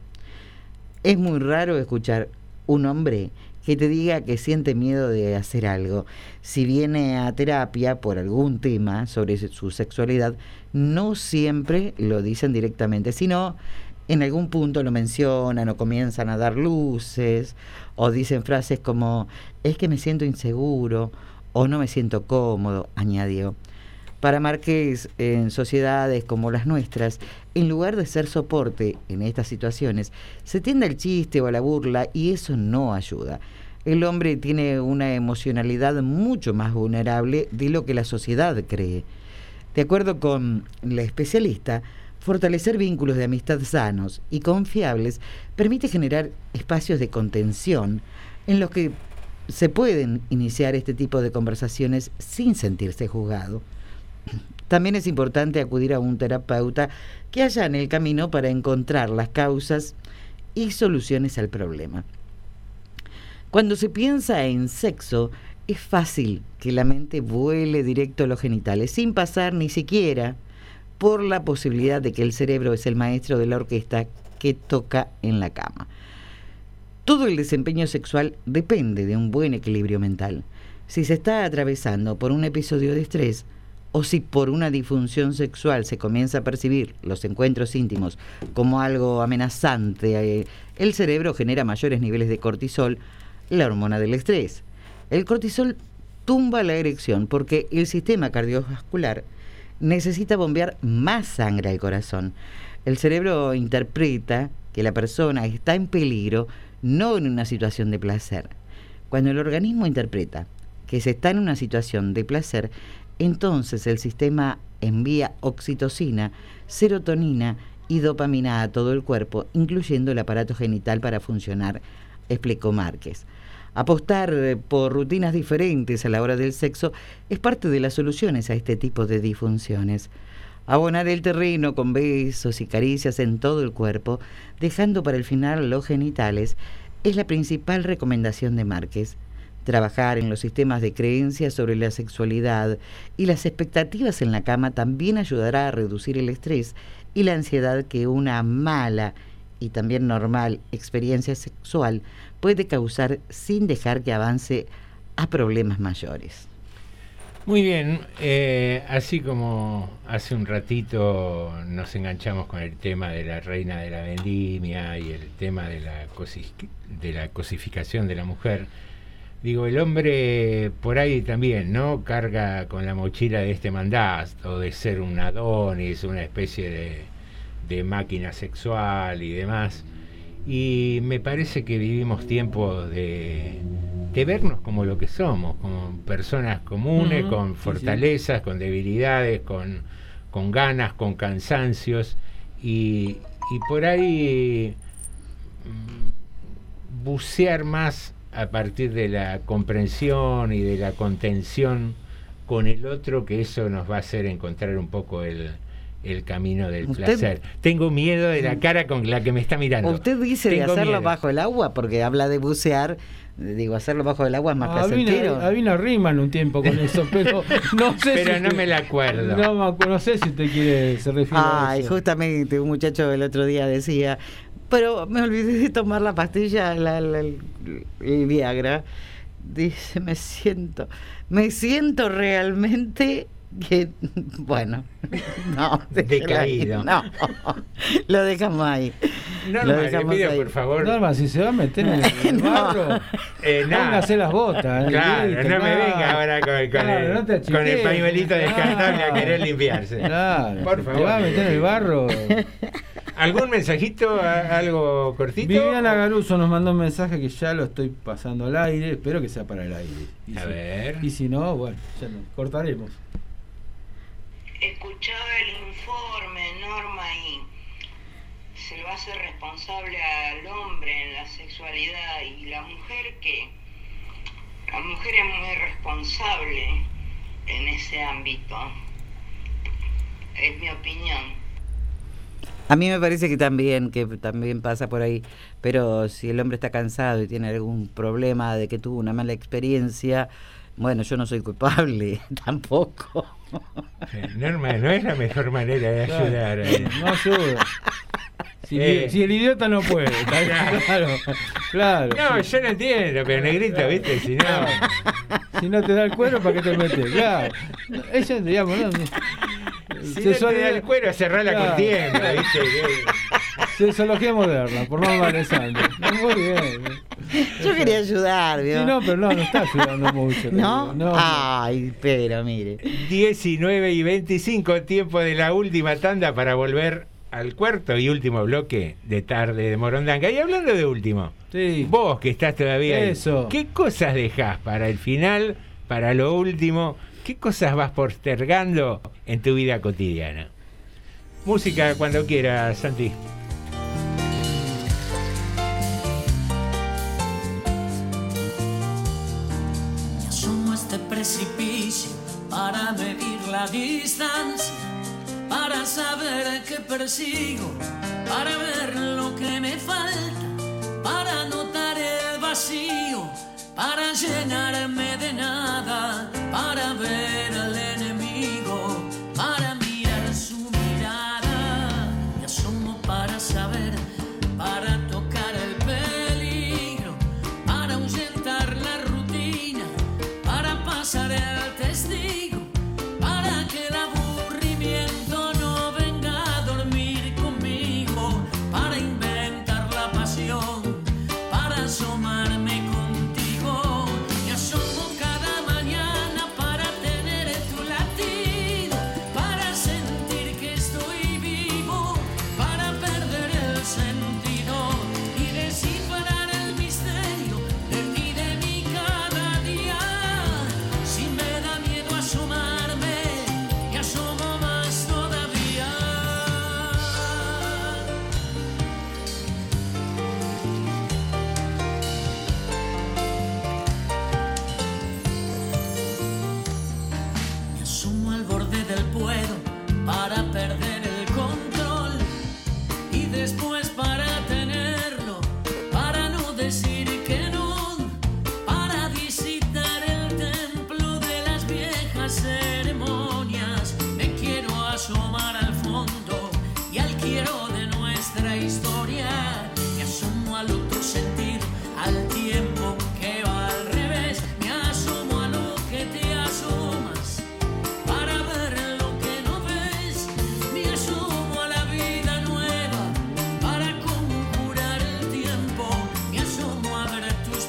Es muy raro escuchar un hombre que te diga que siente miedo de hacer algo. Si viene a terapia por algún tema sobre su sexualidad, no siempre lo dicen directamente, sino en algún punto lo mencionan o comienzan a dar luces o dicen frases como es que me siento inseguro o no me siento cómodo, añadió. Para Marqués, en sociedades como las nuestras, en lugar de ser soporte en estas situaciones, se tiende al chiste o a la burla y eso no ayuda. El hombre tiene una emocionalidad mucho más vulnerable de lo que la sociedad cree. De acuerdo con la especialista, fortalecer vínculos de amistad sanos y confiables permite generar espacios de contención en los que se pueden iniciar este tipo de conversaciones sin sentirse juzgado. También es importante acudir a un terapeuta que allane el camino para encontrar las causas y soluciones al problema. Cuando se piensa en sexo, es fácil que la mente vuele directo a los genitales, sin pasar ni siquiera por la posibilidad de que el cerebro es el maestro de la orquesta que toca en la cama. Todo el desempeño sexual depende de un buen equilibrio mental. Si se está atravesando por un episodio de estrés o si por una disfunción sexual se comienza a percibir los encuentros íntimos como algo amenazante, el cerebro genera mayores niveles de cortisol, la hormona del estrés. El cortisol tumba la erección porque el sistema cardiovascular necesita bombear más sangre al corazón. El cerebro interpreta que la persona está en peligro, no en una situación de placer. Cuando el organismo interpreta que se está en una situación de placer, entonces el sistema envía oxitocina, serotonina y dopamina a todo el cuerpo, incluyendo el aparato genital para funcionar, explicó Márquez. Apostar por rutinas diferentes a la hora del sexo es parte de las soluciones a este tipo de disfunciones. Abonar el terreno con besos y caricias en todo el cuerpo, dejando para el final los genitales, es la principal recomendación de Márquez. Trabajar en los sistemas de creencias sobre la sexualidad y las expectativas en la cama también ayudará a reducir el estrés y la ansiedad que una mala y también normal experiencia sexual puede causar sin dejar que avance a problemas mayores.
Muy bien, así como hace un ratito nos enganchamos con el tema de la reina de la vendimia y el tema de la cosificación de la mujer, Digo, el hombre por ahí también, ¿no? Carga con la mochila de este mandato, de ser un Adonis, una especie de máquina sexual y demás. Y me parece que vivimos tiempos de vernos como lo que somos, como personas comunes, con fortalezas, con debilidades, con ganas, con cansancios, y por ahí bucear más a partir de la comprensión y de la contención con el otro, que eso nos va a hacer encontrar un poco el camino del placer. Tengo miedo de la cara con la que me está mirando.
Usted dice de hacerlo bajo el agua, porque habla de bucear. Digo, hacerlo bajo el agua es más placentero.
Había una rima en un tiempo con eso, pero no sé.
Pero no me la acuerdo.
No sé si usted se refiere a eso.
Justamente un muchacho el otro día decía, pero me olvidé de tomar la pastilla, el Viagra. Dice, me siento realmente que, bueno, no,
decaído.
No, lo dejamos ahí.
Norma, le pido ahí, por favor.
Norma, si se va a meter en el barro, póngase las botas.
Claro, no me venga ahora con el pañuelito descartable a querer limpiarse.
Claro,
por favor.
Se va a meter en el barro.
¿Algún mensajito, algo cortito?
Viviana Garuso nos mandó un mensaje que ya lo estoy pasando al aire, espero que sea para el aire.
A ver.
Y si no, bueno, ya nos cortaremos.
Escuchaba el informe, Norma, y se lo hace responsable al hombre en la sexualidad, y la mujer es muy responsable en ese ámbito. Es mi opinión.
A mí me parece que también pasa por ahí, pero si el hombre está cansado y tiene algún problema de que tuvo una mala experiencia, bueno, yo no soy culpable tampoco.
Norma, no es la mejor manera de ayudar.
No ayuda. Si el idiota no puede, claro.
No, yo no entiendo, pero negrito, ¿viste?
Si no te da el cuero, ¿para qué te metes? Claro. Ella, digamos, ¿no?
Si no te da el cuero, cerrá la contienda, ¿viste?
Sexología moderna, por Norma Alessandro. Muy bien.
Yo quería ayudar, ¿vio?
Sí, no, pero no está ayudando mucho.
¿No? Ay, pero mire.
19:25, tiempo de la última tanda para volver al cuarto y último bloque de Tarde de Morondanga. Y hablando de último, vos que estás todavía ahí, ¿qué cosas dejás para el final, para lo último? ¿Qué cosas vas postergando en tu vida cotidiana? Música cuando quieras, Santi.
Me asomo a este precipicio para medir la distancia, para saber qué persigo, para ver lo que me falta, para notar el vacío, para llenarme de nada, para ver al enemigo, para mirar su mirada. Me asomo para saber, para tocar el peligro, para ahuyentar la rutina, para pasar el testigo, para que el aburrimiento no venga a dormir conmigo, para inventar la pasión, para asomarme contigo. Me asomo cada mañana para tener tu latido, para sentir que estoy vivo, para perder el sentido y descifrar el misterio de ti, de mí cada día. Si me da miedo asomarme, me asomo más todavía. Me asomo al borde del puedo para perder el control y después para tenerlo, para no decir que no, para visitar el templo de las viejas ceremonias. Me quiero asomar al fondo y al quiero de nuestra historia. Me asomo al otro sentir, al tiempo que va al revés. Me asomo a lo que te asomas para ver lo que no ves. Me asomo a la vida nueva para conjurar el tiempo. Me asomo a ver tus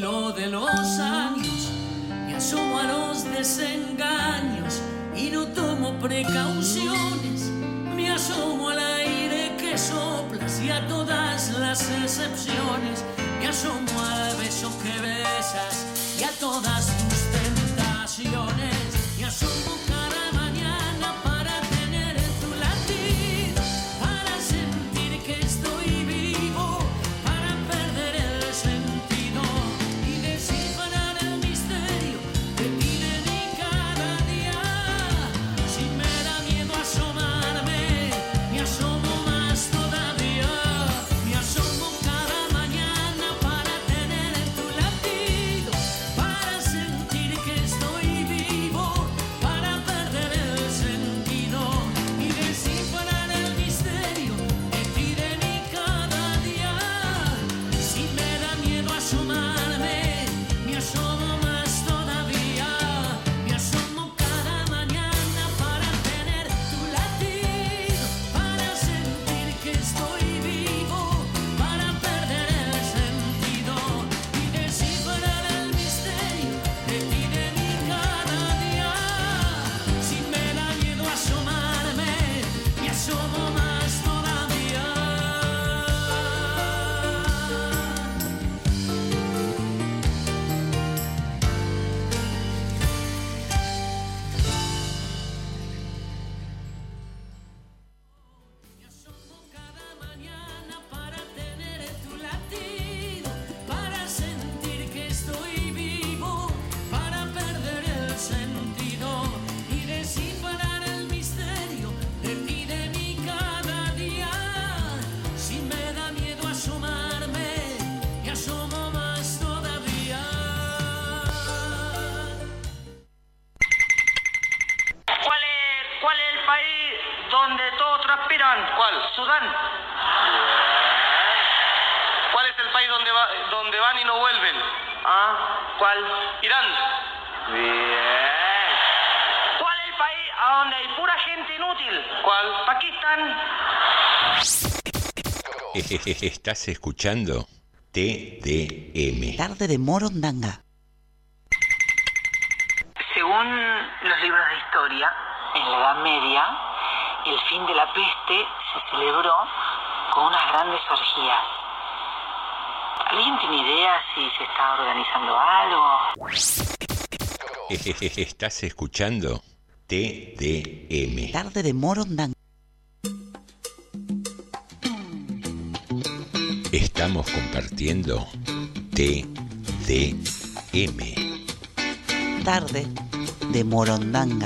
hilo de los años, me asomo a los desengaños y no tomo precauciones. Me asomo al aire que soplas y a todas las excepciones. Me asomo al beso que besas y a todas tus tentaciones. Me asomo cada mañana para tener tu latido, para sentir que estoy vivo, para perder el sentido y descifrar el misterio de ti, de mí cada día. Si me da miedo asomarme, me asomo más todavía. Me asomo cada mañana para tener tu latido, para sentir que estoy vivo, para perder el sentido y descifrar el misterio de ti, de mí cada día. Si me da miedo asomarme, me asomo más todavía. Me asomo cada mañana para tener tu latido, para sentir que estoy vivo, para perder el sentido y descifrar el misterio de ti, de mí cada día. Si me da miedo asomarme, me asomo más todavía. Me asomo cada mañana para tener tu latido, para sentir que estoy vivo, para perder el sentido y descifrar el misterio de ti, de mí cada día. Si me da miedo asomarme, me asomo más todavía.
¿Cuál es el país donde todos transpiran? ¿Cuál? Sudán. ¿Cuál es el país donde van y no vuelven? Ah, ¿cuál? Irán. Bien. ¿Cuál es el país a donde hay pura gente inútil? ¿Cuál? Pakistán.
Estás escuchando TDM.
Tarde de Morondanga.
Según los libros de historia, en la Edad Media, el fin de la peste se celebró con unas grandes orgías. ¿Alguien tiene idea si se está organizando algo?
Estás escuchando TDM.
Tarde de Morondanga.
Estamos compartiendo TDM.
Tarde de Morondanga.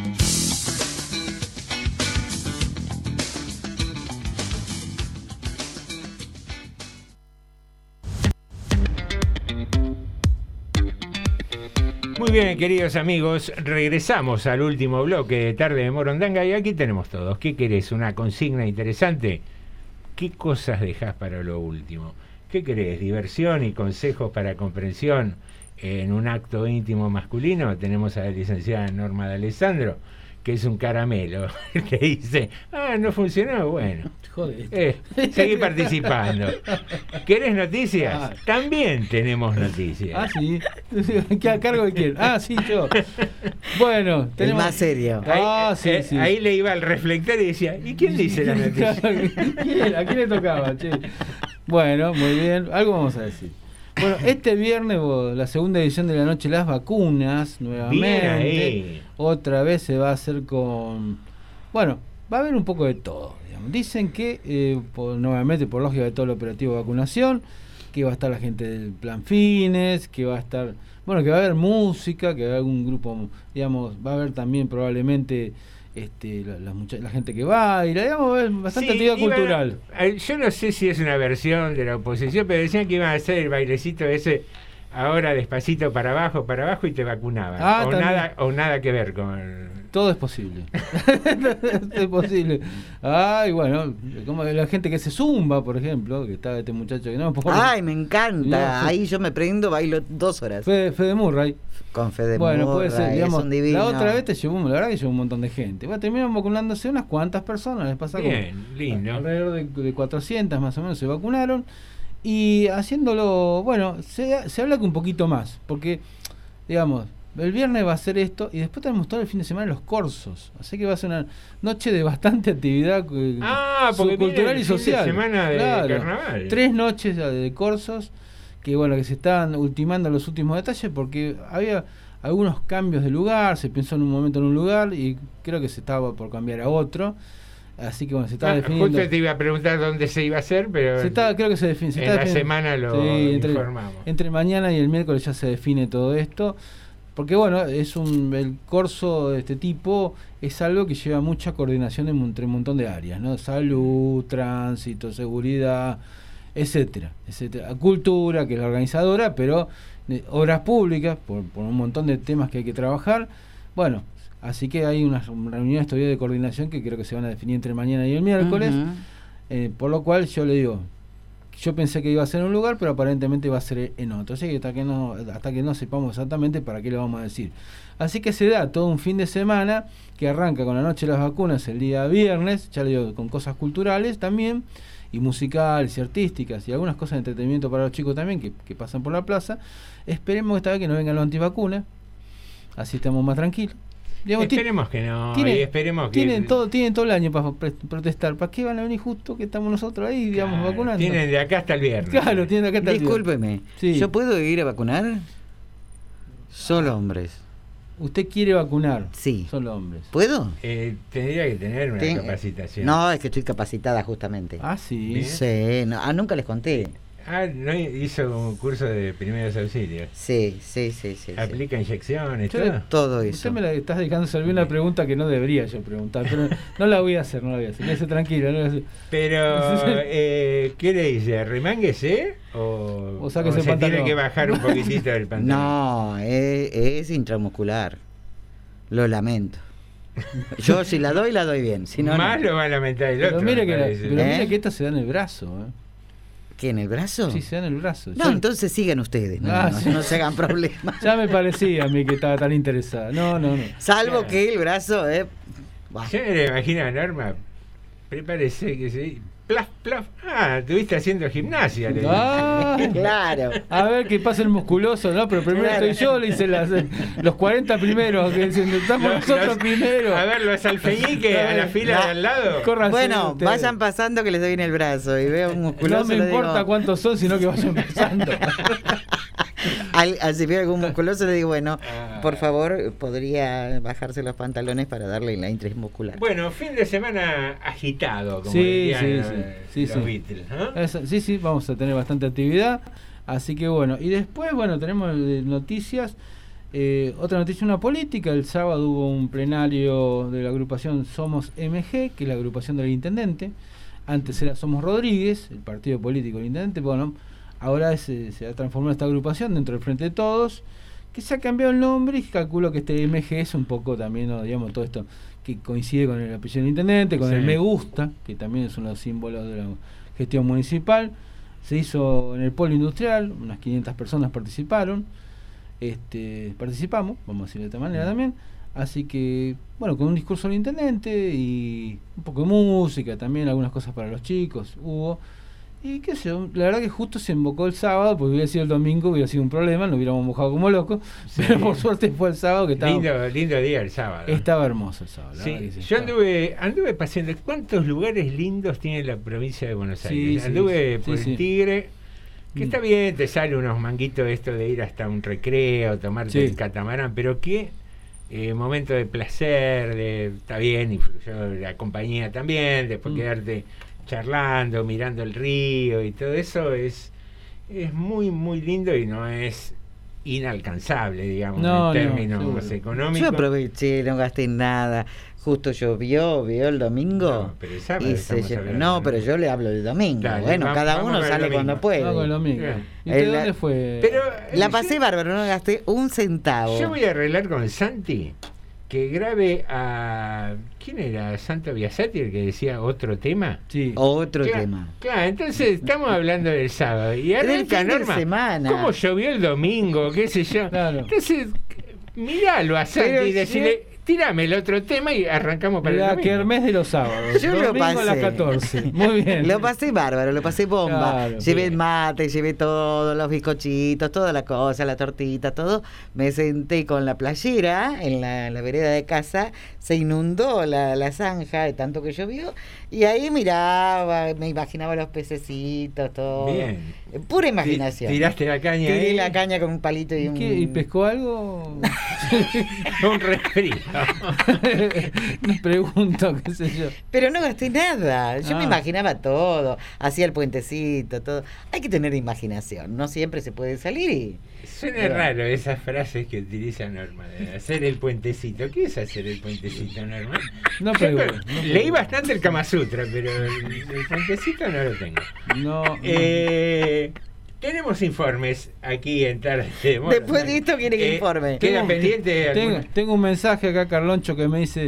Muy bien, queridos amigos, regresamos al último bloque de Tarde de Morondanga y aquí tenemos todos. ¿Qué querés? ¿Una consigna interesante? ¿Qué cosas dejás para lo último? ¿Qué querés? ¿Diversión y consejos para comprensión en un acto íntimo masculino? Tenemos a la licenciada Norma de Alessandro, que es un caramelo, que dice, no funcionó, bueno, seguí participando. ¿Querés noticias? También tenemos noticias.
Ah, sí. ¿Qué a cargo de quién? Ah, sí, yo. Bueno, tenemos...
El más serio.
Sí.
Ahí le iba al reflector y decía, ¿y quién dice la noticia?
¿A quién le tocaba, che? Bueno, muy bien, algo vamos a decir. Bueno, este viernes, la segunda edición de la Noche de las Vacunas, nuevamente, otra vez se va a hacer con... Bueno, va a haber un poco de todo, digamos. Dicen que, nuevamente, por lógica de todo el operativo de vacunación, que va a estar la gente del Plan Fines, que va a estar... Bueno, que va a haber música, que va a haber algún grupo, digamos, va a haber también probablemente... la gente que baila, digamos, bastante actividad cultural.
Yo no sé si es una versión de la oposición, pero decían que iban a hacer el bailecito ese ahora despacito para abajo y te vacunaban. O nada que ver con...
Todo es posible. Es posible. Ay, bueno, como la gente que se zumba, por ejemplo, que está este muchacho que no...
Ay, me encanta. No, ahí yo me prendo, bailo 2 horas.
Fede Murray.
Con Fede Murray.
Bueno, puede ser, digamos,
la
otra vez la verdad que llevó un montón de gente. Bueno, terminaron vacunándose unas cuantas personas, les pasa
bien, lindo.
Alrededor de 400 más o menos se vacunaron. Y haciéndolo, bueno, se habla que un poquito más, porque, digamos, el viernes va a ser esto y después tenemos todo el fin de semana los corsos. Así que va a ser una noche de bastante actividad cultural y social.
Fin de semana de carnaval.
3 noches de corsos que, bueno, que se están ultimando los últimos detalles porque había algunos cambios de lugar. Se pensó en un momento en un lugar y creo que se estaba por cambiar a otro. Así que bueno, se estaba definiendo.
Justo te iba a preguntar dónde se iba a hacer, pero
creo que se define.
En la semana lo informamos.
Entre mañana y el miércoles ya se define todo esto. Porque bueno, el corso de este tipo es algo que lleva mucha coordinación entre un montón de áreas, ¿no? Salud, tránsito, seguridad, etcétera. Cultura, que es la organizadora, pero obras públicas, por un montón de temas que hay que trabajar. Bueno, así que hay unas reuniones todavía de coordinación que creo que se van a definir entre mañana y el miércoles. Por lo cual yo le digo, yo pensé que iba a ser en un lugar, pero aparentemente va a ser en otro. Así que hasta que no sepamos exactamente para qué lo vamos a decir. Así que se da todo un fin de semana que arranca con la noche de las vacunas el día viernes, ya le digo, con cosas culturales también, y musicales y artísticas, y algunas cosas de entretenimiento para los chicos también que pasan por la plaza. Esperemos esta vez que no vengan los antivacunas, así estamos más tranquilos. Digamos,
esperemos que no, esperemos que...
Tienen todo el año para protestar. ¿Para qué van a venir justo que estamos nosotros ahí, digamos, vacunando?
Tienen de acá hasta el viernes.
Claro, tienen de acá hasta el viernes.
Discúlpeme, ¿yo puedo ir a vacunar? Solo hombres.
¿Usted quiere vacunar?
Sí.
Solo hombres.
¿Puedo?
Tendría que tener una capacitación.
No, es que estoy capacitada justamente.
Ah, sí.
Sí, nunca les conté.
¿no hizo un curso de primeros auxilios?
Sí.
¿Aplica inyecciones?
Todo eso.
Usted me la estás dedicando a servir una pregunta que no debería yo preguntar, pero no la voy a hacer. Quédese tranquilo.
Pero, ¿qué le dice? ¿Remánguese? ¿O sáquese el pantalón? Tiene que bajar un poquitito del pantalón?
No, es intramuscular. Lo lamento. Yo si la doy bien. Si no,
más lo va a lamentar el otro.
Mire que esta se da en el brazo,
¿Qué, en el brazo?
Sí, se da en el brazo.
No, entonces sigan ustedes, no se hagan problemas.
Ya me parecía a mí que estaba tan interesada. No.
Salvo que el brazo,
Yo me lo imagino a Norma, prepárese que se... Plaf. Estuviste haciendo gimnasia.
Claro.
A ver que pasa el musculoso, ¿no? Pero primero estoy yo, le hice los 40 primeros, que estamos nosotros primero.
A ver, los alfeñiques a la fila de al lado.
Bueno, vayan pasando que les doy en el brazo y veo un musculoso.
No me importa cuántos son, sino que vayan pasando.
Si veo algún musculoso le digo, bueno, por favor, podría bajarse los pantalones para darle la intramuscular.
Bueno, fin de semana agitado, como decían los Beatles, ¿no?
Sí, vamos a tener bastante actividad. Así que bueno, y después, bueno, tenemos noticias. Otra noticia, una política. El sábado hubo un plenario de la agrupación Somos MG, que es la agrupación del intendente. Antes era Somos Rodríguez, el partido político del intendente. Bueno, ahora se ha transformado esta agrupación dentro del Frente de Todos, que se ha cambiado el nombre y calculo que este MG es un poco también, ¿no? Digamos, todo esto que coincide con el apellido del intendente, con el Me Gusta, que también es uno de los símbolos de la gestión municipal. Se hizo en el polo industrial, unas 500 personas participaron. Participamos, vamos a decirlo de esta manera también. Así que, bueno, con un discurso del intendente y un poco de música, también algunas cosas para los chicos hubo. Y qué sé yo, la verdad que justo se invocó el sábado, porque hubiera sido el domingo, hubiera sido un problema, nos hubiéramos mojado como locos, pero por suerte fue el sábado que estaba...
Lindo día el sábado.
Estaba hermoso el sábado.
Sí, yo anduve paseando. ¿Cuántos lugares lindos tiene la provincia de Buenos Aires? Anduve por el Tigre, que está bien, te sale unos manguitos esto de ir hasta un recreo, tomarte el catamarán, pero qué momento de placer, está bien, influyó la compañía también, después quedarte charlando, mirando el río y todo eso es muy muy lindo y no es inalcanzable, digamos, en términos económicos.
Yo aproveché, no gasté nada. Justo llovió el domingo.
No, pero el sábado
pero yo le hablo del domingo. Claro, bueno, cada uno sale cuando puede.
El domingo. ¿Y usted dónde fue?
Pero, la pasé bárbaro, no gasté un centavo.
Yo voy a arreglar con Santi que grabe a... ¿Quién era? ¿Santo Biasetti el que decía otro tema?
Sí. Otro tema.
Claro, entonces estamos hablando del sábado. Y arranca Norma, ¿cómo llovió el domingo? ¿Qué sé yo? Claro. Entonces, miralo a Santi y decirle... Tírame el otro tema y arrancamos para
La
el domingo.
kermés de los sábados.
Yo lo
Domingo
pasé.
a las 14. Muy bien.
Lo pasé bárbaro, lo pasé bomba.
Claro,
Llevé
bien.
el mate, llevé todos los bizcochitos, toda la cosa, la tortita, todo. Me senté con la playera en la vereda de casa. Se inundó la zanja de tanto que llovió. Y ahí miraba, me imaginaba los pececitos, todo.
Bien.
Pura imaginación.
Tiraste la caña
Tiré
ahí.
la caña con un palito y un...
¿Y pescó algo?
Un resfrío.
Me pregunto, qué sé yo.
Pero no gasté nada. Yo me
Ah.
imaginaba todo. Hacía el puentecito, todo. Hay que tener imaginación. No siempre se puede salir y...
Suena raro esas frases que utiliza Norma, de hacer el puentecito. ¿Qué es hacer el puentecito, Norma?
No
Yo
pregunto, no
leí
pregunto.
bastante el Kama Sutra, pero el puentecito no lo tengo.
No.
Tenemos informes aquí en Tarde de Moda.
Después de esto quiere que informe.
Queda pendiente.
Tengo un mensaje acá, Carloncho, que me dice,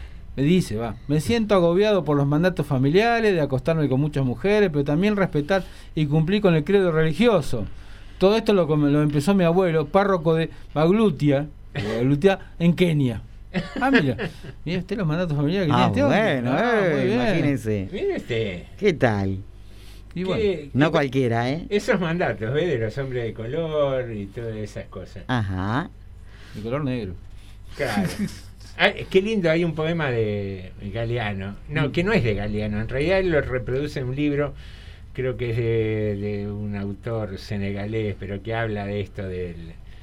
me siento agobiado por los mandatos familiares de acostarme con muchas mujeres, pero también respetar y cumplir con el credo religioso. Todo esto lo empezó mi abuelo, párroco de Maglutia, en Kenia. Ah, mira usted los mandatos familiares que tiene este hombre.
Bueno,
Muy bien.
imagínense.
Mire usted.
¿Qué tal?
Y bueno,
No cualquiera, ¿eh?
Esos mandatos, ¿ves? De los hombres de color y todas esas cosas.
Ajá.
de color negro.
Claro. Ay, qué lindo, hay un poema de Galeano. No, que no es de Galeano, en realidad lo reproduce en un libro, creo que es de un autor senegalés, pero que habla de esto de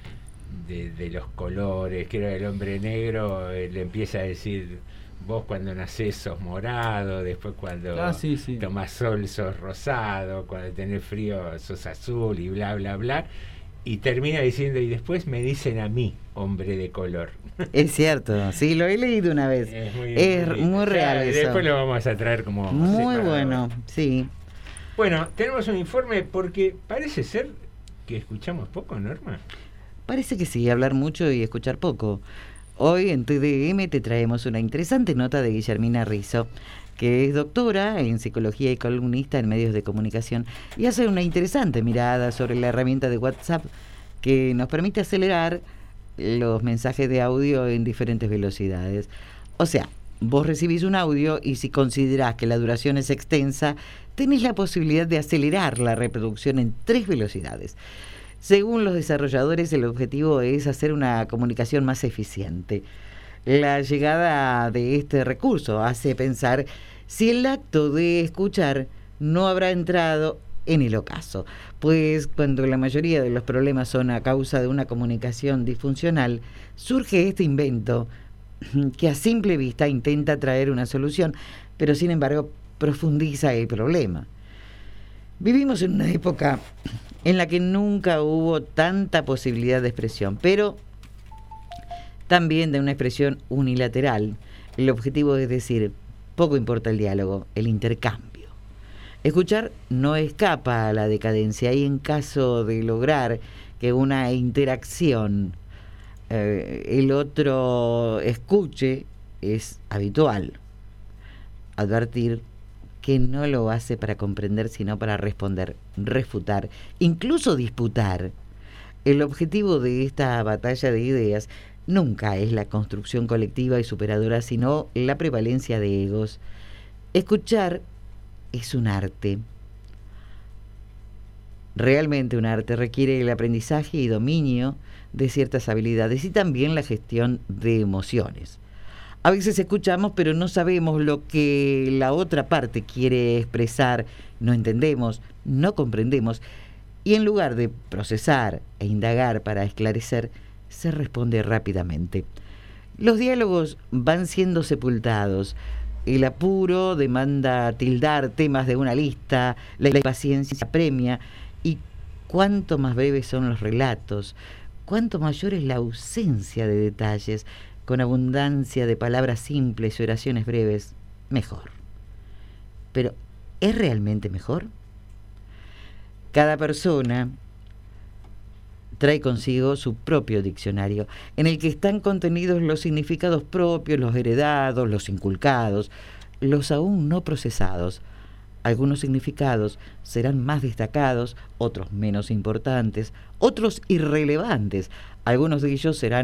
los colores, que era el hombre negro, le empieza a decir, vos cuando nacés sos morado, después cuando tomás sol sos rosado, cuando tenés frío sos azul y bla, bla, bla. Y termina diciendo, y después me dicen a mí, hombre de color.
Es cierto, sí, lo he leído una vez.
Es
muy, muy real
ya,
eso.
Después lo vamos a traer como
muy
separado.
bueno, sí.
Bueno, tenemos un informe porque parece ser que escuchamos poco, Norma.
Parece que sí, hablar mucho y escuchar poco. Hoy en TDM te traemos una interesante nota de Guillermina Rizzo, que es doctora en psicología y columnista en medios de comunicación, y hace una interesante mirada sobre la herramienta de WhatsApp que nos permite acelerar los mensajes de audio en diferentes velocidades. O sea, vos recibís un audio y si considerás que la duración es extensa, tenés la posibilidad de acelerar la reproducción en 3 velocidades. Según los desarrolladores, el objetivo es hacer una comunicación más eficiente. La llegada de este recurso hace pensar si el acto de escuchar no habrá entrado en el ocaso, pues cuando la mayoría de los problemas son a causa de una comunicación disfuncional, surge este invento que a simple vista intenta traer una solución, pero sin embargo profundiza el problema. Vivimos en una época en la que nunca hubo tanta posibilidad de expresión, pero también de una expresión unilateral. El objetivo es decir, poco importa el diálogo, el intercambio. Escuchar no escapa a la decadencia y en caso de lograr que una interacción el otro escuche, es habitual advertir que no lo hace para comprender, sino para responder, refutar, incluso disputar. El objetivo de esta batalla de ideas nunca es la construcción colectiva y superadora, sino la prevalencia de egos. Escuchar es un arte. Realmente un arte requiere el aprendizaje y dominio de ciertas habilidades y también la gestión de emociones. A veces escuchamos, pero no sabemos lo que la otra parte quiere expresar, no entendemos, no comprendemos, y en lugar de procesar e indagar para esclarecer, se responde rápidamente. Los diálogos van siendo sepultados. El apuro demanda tildar temas de una lista, la impaciencia premia, y cuanto más breves son los relatos, cuanto mayor es la ausencia de detalles, con abundancia de palabras simples y oraciones breves, mejor. Pero, ¿es realmente mejor? Cada persona trae consigo su propio diccionario, en el que están contenidos los significados propios, los heredados, los inculcados, los aún no procesados. Algunos significados serán más destacados, otros menos importantes, otros irrelevantes. Algunos de ellos serán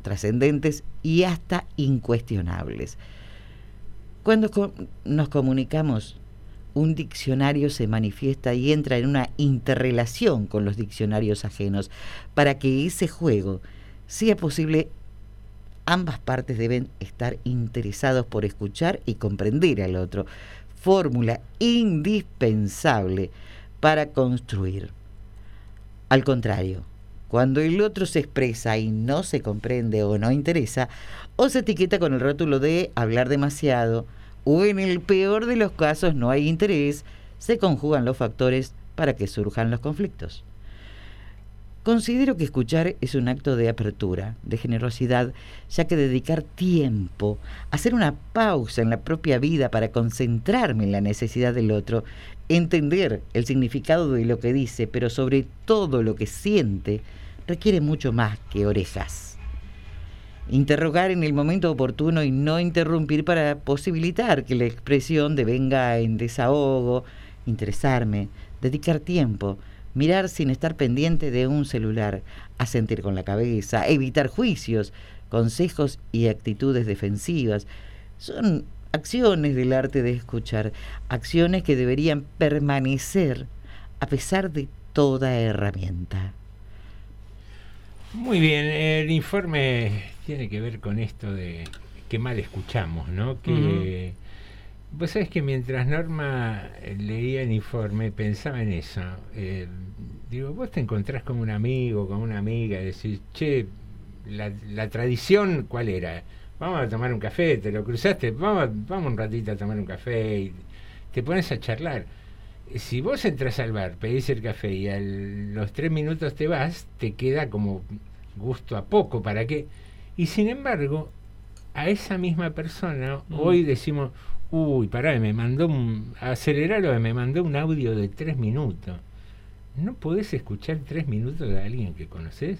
trascendentes y hasta incuestionables. Cuando nos comunicamos, un diccionario se manifiesta y entra en una interrelación con los diccionarios ajenos. Para que ese juego sea posible, ambas partes deben estar interesados por escuchar y comprender al otro, fórmula indispensable para construir. Al contrario, cuando el otro se expresa y no se comprende o no interesa, o se etiqueta con el rótulo de hablar demasiado, o en el peor de los casos no hay interés, se conjugan los factores para que surjan los conflictos. Considero que escuchar es un acto de apertura, de generosidad, ya que dedicar tiempo, hacer una pausa en la propia vida para concentrarme en la necesidad del otro, entender el significado de lo que dice, pero sobre todo lo que siente, requiere mucho más que orejas. Interrogar en el momento oportuno y no interrumpir para posibilitar que la expresión devenga en desahogo, interesarme, dedicar tiempo, mirar sin estar pendiente de un celular, asentir con la cabeza, evitar juicios, consejos y actitudes defensivas. Son acciones del arte de escuchar, acciones que deberían permanecer a pesar de toda herramienta.
Muy bien, el informe tiene que ver con esto de que mal escuchamos, ¿no? Que vos sabés que mientras Norma leía el informe pensaba en eso. Digo, vos te encontrás con un amigo, con una amiga, y decís, che, la tradición, ¿cuál era? Vamos a tomar un café, te lo cruzaste, vamos un ratito a tomar un café y te pones a charlar. Si vos entras al bar, pedís el café y a los 3 minutos te vas, te queda como gusto a poco, ¿para qué? Y sin embargo, a esa misma persona hoy decimos, uy, pará, me mandó aceleralo, me mandó un audio de 3 minutos. ¿No podés escuchar 3 minutos de alguien que conoces?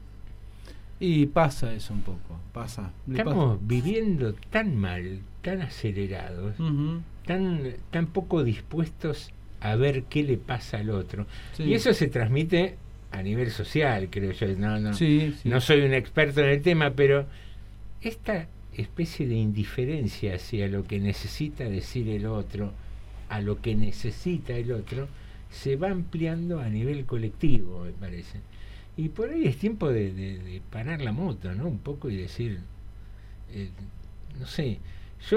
Y pasa eso un poco, pasa.
Estamos viviendo tan mal, tan acelerados, tan poco dispuestos a ver qué le pasa al otro. Sí. Y eso se transmite a nivel social, creo yo. No soy un experto en el tema, pero esta especie de indiferencia hacia lo que necesita decir el otro, a lo que necesita el otro, se va ampliando a nivel colectivo, me parece. Y por ahí es tiempo de parar la moto, ¿no? Un poco y decir, no sé, yo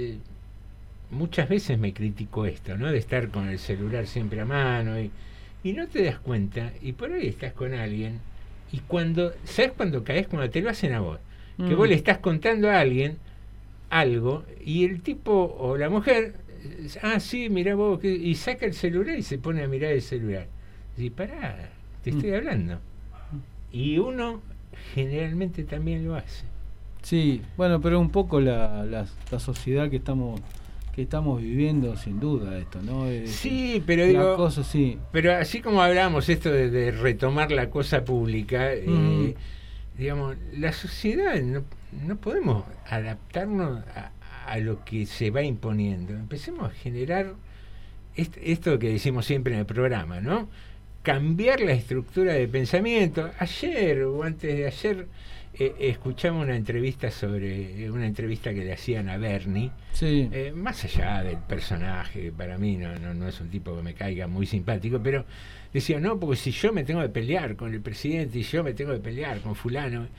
muchas veces me critico esto, ¿no? De estar con el celular siempre a mano y no te das cuenta, y por ahí estás con alguien, y ¿sabes cuando caes? Cuando te lo hacen a vos, que vos le estás contando a alguien algo, y el tipo o la mujer, sí, mirá vos, y saca el celular y se pone a mirar el celular. Y pará, te estoy hablando. Y uno generalmente también lo hace.
Sí, bueno, pero un poco la sociedad que estamos viviendo, sin duda, esto, ¿no?
Sí, pero digo, pero así como hablamos esto de retomar la cosa pública, digamos, la sociedad no podemos adaptarnos a lo que se va imponiendo. Empecemos a generar esto que decimos siempre en el programa, ¿no? Cambiar la estructura de pensamiento. Ayer o antes de ayer escuchamos una entrevista que le hacían a Bernie, más allá del personaje, que para mí no es un tipo que me caiga muy simpático, pero decía, no, porque si yo me tengo que pelear con el presidente y yo me tengo que pelear con fulano,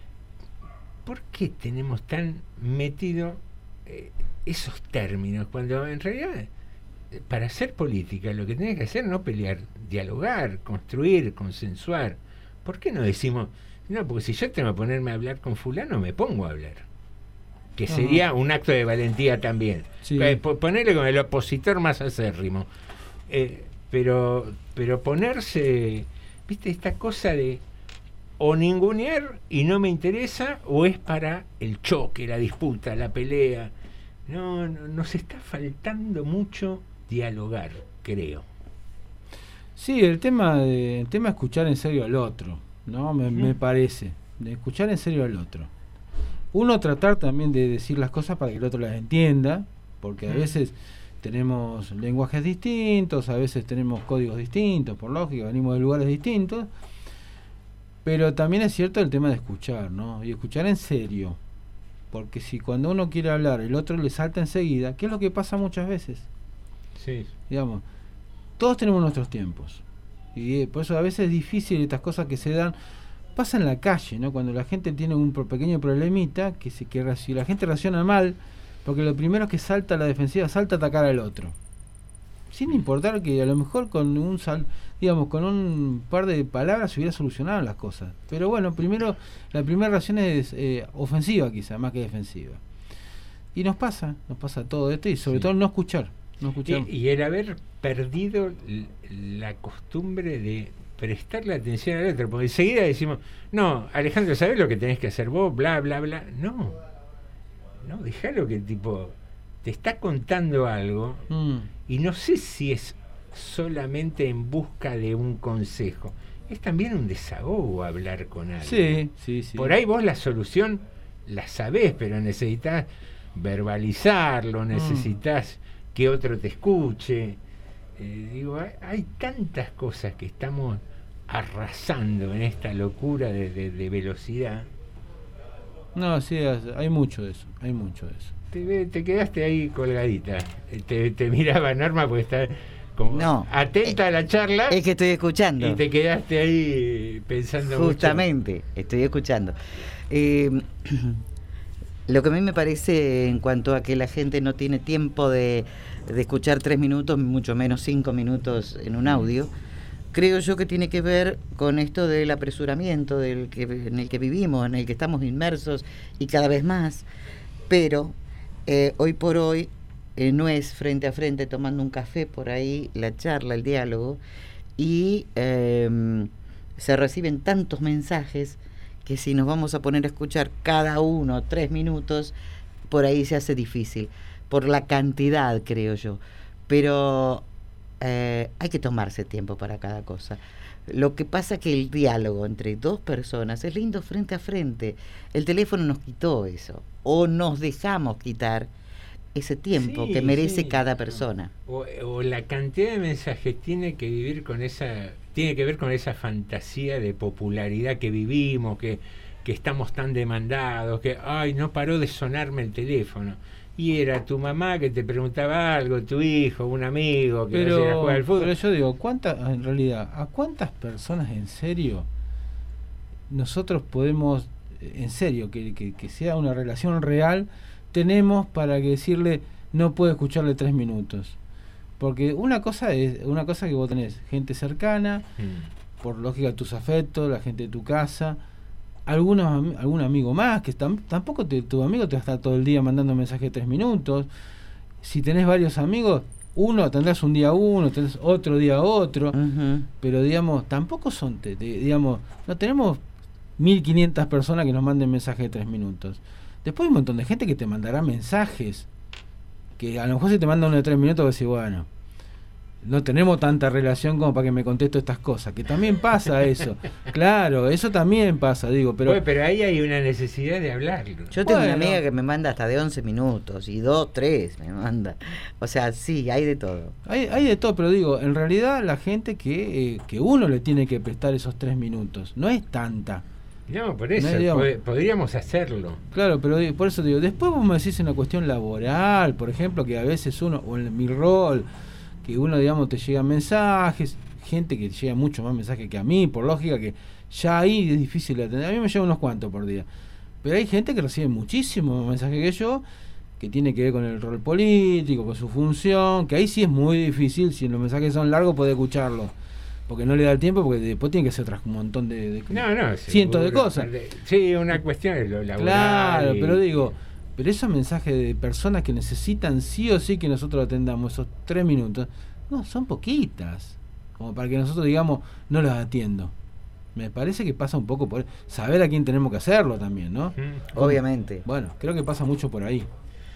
¿por qué tenemos tan metido esos términos? Cuando en realidad, para hacer política, lo que tenés que hacer es no pelear, dialogar, construir, consensuar. ¿Por qué no decimos, no, porque si yo tengo que ponerme a hablar con fulano, me pongo a hablar? Que sería un acto de valentía también. Sí. Ponerle con el opositor más acérrimo. Pero ponerse, ¿viste? Esta cosa de o ningunear y no me interesa, o es para el choque, la disputa, la pelea. No, nos está faltando mucho dialogar, creo.
Sí, el tema escuchar en serio al otro, ¿no? Me parece, de escuchar en serio al otro. Uno tratar también de decir las cosas para que el otro las entienda, porque a veces tenemos lenguajes distintos, a veces tenemos códigos distintos, por lógica, venimos de lugares distintos, Pero también es cierto el tema de escuchar, ¿no? Y escuchar en serio. Porque si cuando uno quiere hablar el otro le salta enseguida, ¿qué es lo que pasa muchas veces?
Sí.
Digamos, todos tenemos nuestros tiempos. Y por eso a veces es difícil estas cosas que se dan. Pasa en la calle, ¿no? Cuando la gente tiene un pequeño problemita, que si la gente reacciona mal, porque lo primero es que salta a la defensiva, salta a atacar al otro. Sin importar que a lo mejor con con un par de palabras se hubiera solucionado las cosas. Pero bueno, la primera reacción es ofensiva quizá, más que defensiva. Y nos pasa todo esto y sobre todo no escuchar.
Y el haber perdido la costumbre de prestarle atención al otro, porque enseguida decimos, no, Alejandro, ¿sabés lo que tenés que hacer vos? Bla, bla, bla. No, dejalo que te está contando algo y no sé si es solamente en busca de un consejo, es también un desahogo hablar con alguien.
Sí.
Por ahí vos la solución la sabés, pero necesitas verbalizarlo, necesitas que otro te escuche. Hay tantas cosas que estamos arrasando en esta locura de velocidad.
No, sí, hay mucho de eso.
Te quedaste ahí colgadita. Te miraba Norma porque está como atenta a la charla.
Es que estoy escuchando.
Y te quedaste ahí pensando
Justamente,
mucho.
Estoy escuchando. Lo que a mí me parece en cuanto a que la gente no tiene tiempo de escuchar 3 minutos, mucho menos 5 minutos en un audio, creo yo que tiene que ver con esto del apresuramiento en el que vivimos, en el que estamos inmersos y cada vez más. Pero hoy por hoy no es frente a frente tomando un café por ahí la charla, el diálogo, y se reciben tantos mensajes que si nos vamos a poner a escuchar cada uno 3 minutos, por ahí se hace difícil, por la cantidad, creo yo. Pero hay que tomarse tiempo para cada cosa. Lo que pasa es que el diálogo entre dos personas es lindo frente a frente. El teléfono nos quitó eso, o nos dejamos quitar ese tiempo que merece cada persona.
O la cantidad de mensajes tiene que ver con esa fantasía de popularidad que vivimos, que estamos tan demandados, que no paró de sonarme el teléfono. Y era tu mamá que te preguntaba algo, tu hijo, un amigo que va a ir a jugar al fútbol.
Pero yo digo, en realidad, ¿a cuántas personas en serio nosotros podemos, en serio, que sea una relación real, tenemos para que decirle, no puedo escucharle 3 minutos? Porque una cosa que vos tenés gente cercana, por lógica tus afectos, la gente de tu casa, algún amigo más, que tampoco tu amigo te va a estar todo el día mandando mensajes de 3 minutos. Si tenés varios amigos, tendrás un día uno, tendrás otro día otro, pero digamos, tampoco son, no tenemos 1500 personas que nos manden mensajes de 3 minutos. Después hay un montón de gente que te mandará mensajes, que a lo mejor si te manda uno de 3 minutos, vos decís, bueno, no tenemos tanta relación como para que me conteste estas cosas, que también pasa eso. Claro, eso también pasa, pero
ahí hay una necesidad de hablarlo.
Yo tengo una amiga que me manda hasta de 11 minutos y 2, 3 me manda. O sea, sí, hay de todo.
Hay de todo, pero en realidad la gente que uno le tiene que prestar esos 3 minutos, no es tanta.
No, por eso, podríamos hacerlo.
Claro, pero por eso después vos me decís una cuestión laboral, por ejemplo, que a veces uno, o en mi rol, que uno, te llegan mensajes, gente que llega mucho más mensajes que a mí, por lógica que ya ahí es difícil de atender. A mí me llegan unos cuantos por día, pero hay gente que recibe muchísimos mensajes que yo, que tiene que ver con el rol político, con su función, que ahí sí es muy difícil, si los mensajes son largos puede escucharlos, porque no le da el tiempo, porque después tiene que hacer un montón de cientos de cosas.
Sí, una cuestión es lo laboral.
Claro, pero esos mensajes de personas que necesitan sí o sí que nosotros atendamos esos 3 minutos, no, son poquitas, como para que nosotros digamos, no los atiendo. Me parece que pasa un poco por saber a quién tenemos que hacerlo también, ¿no?
Obviamente.
Bueno, creo que pasa mucho por ahí.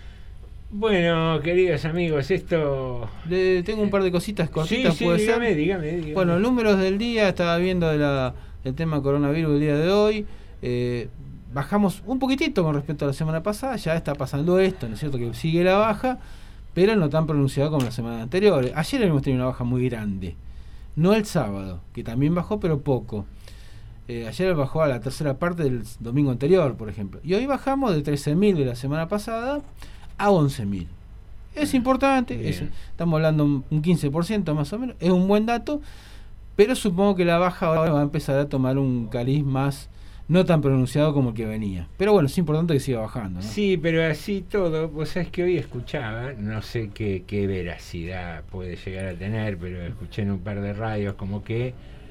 Bueno, queridos amigos, esto...
tengo un par de cositas cortitas,
sí,
¿puede
dígame,
ser?
Dígame.
Bueno, números del día, estaba viendo el tema coronavirus el día de hoy. Bajamos un poquitito con respecto a la semana pasada, ya está pasando esto, ¿no es cierto? Que sigue la baja, pero no tan pronunciado como la semana anterior. Ayer hemos tenido una baja muy grande, no el sábado, que también bajó, pero poco. Ayer bajó a la tercera parte del domingo anterior, por ejemplo. Y hoy bajamos de 13.000 de la semana pasada a 11.000. Es importante, estamos hablando un 15% más o menos, es un buen dato, pero supongo que la baja ahora va a empezar a tomar un cariz más no tan pronunciado como el que venía. Pero bueno, es importante que siga bajando, ¿no?
Sí, pero así todo, vos sabés que hoy escuchaba, no sé qué veracidad puede llegar a tener, pero escuché en un par de radios como que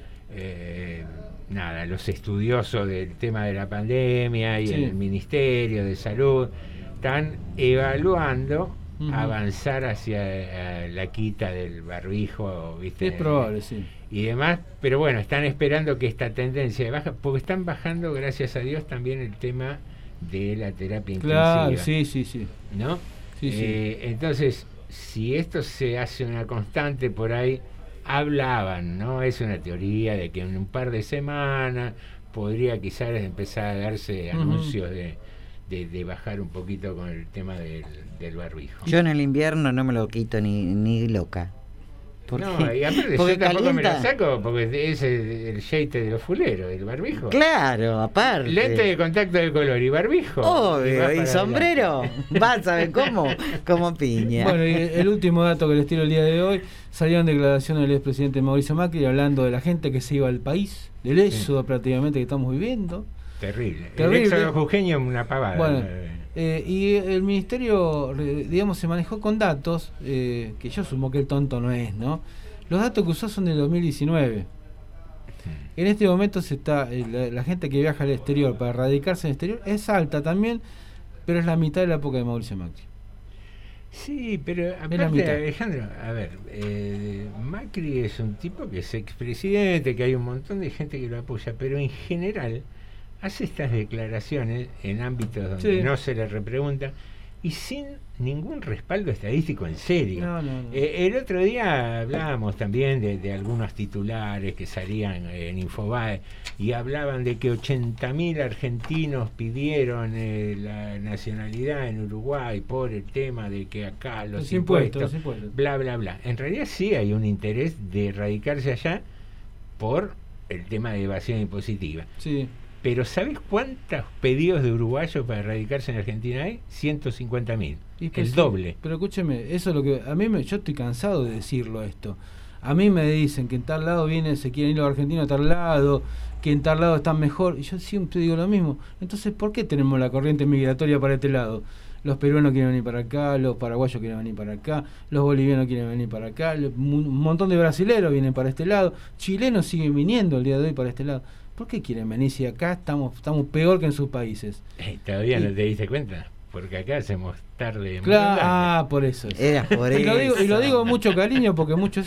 los estudiosos del tema de la pandemia y el Ministerio de Salud están evaluando avanzar hacia la quita del barbijo, ¿viste?
Es probable, sí.
Y demás, pero bueno, están esperando que esta tendencia de baja, porque están bajando, gracias a Dios, también el tema de la terapia intensiva.
Claro, sí.
¿No?
Sí.
Entonces, si esto se hace una constante, por ahí hablaban, ¿no? Es una teoría de que en un par de semanas podría quizás empezar a darse anuncios de bajar un poquito con el tema del barbijo.
Yo en el invierno no me lo quito ni loca.
No, y aparte yo tampoco me lo saco porque es el sheite de los fuleros, el barbijo.
Claro, aparte.
Lente de contacto de color y barbijo.
Obvio, y sombrero. Vas a ver cómo piña.
Bueno, y el último dato que les tiro el día de hoy, salieron declaraciones del expresidente Mauricio Macri hablando de la gente que se iba al país, del éxodo prácticamente que estamos viviendo.
Terrible. El éxodo jujeño es una pavada.
Bueno, y el ministerio, digamos, se manejó con datos que yo sumo que el tonto no es, ¿no? Los datos que usó son del 2019. En este momento se está la gente que viaja al exterior para radicarse en el exterior es alta también, pero es la mitad de la época de Mauricio Macri.
Sí, pero aparte, Alejandro, a ver, Macri es un tipo que es expresidente, que hay un montón de gente que lo apoya, pero en general hace estas declaraciones en ámbitos donde no se le repregunta y sin ningún respaldo estadístico en serio.
No.
El otro día hablábamos también de algunos titulares que salían en Infobae y hablaban de que 80.000 argentinos pidieron la nacionalidad en Uruguay por el tema de que acá los impuestos, bla, bla, bla. En realidad sí hay un interés de radicarse allá por el tema de evasión impositiva.
Sí.
Pero ¿sabes cuántos pedidos de uruguayos para radicarse en Argentina hay? 150.000. El doble.
Pero escúcheme, eso es lo que yo estoy cansado de decirlo esto. A mí me dicen que en tal lado se quieren ir los argentinos a tal lado, que en tal lado están mejor, y yo siempre digo lo mismo. Entonces, ¿por qué tenemos la corriente migratoria para este lado? Los peruanos quieren venir para acá, los paraguayos quieren venir para acá, los bolivianos quieren venir para acá, un montón de brasileros vienen para este lado, chilenos siguen viniendo el día de hoy para este lado. ¿Por qué quieren venir si acá estamos peor que en sus países?
Todavía no te diste cuenta, porque acá hacemos tarde.
Claro, por eso.
Era por eso.
Y lo digo mucho cariño porque muchos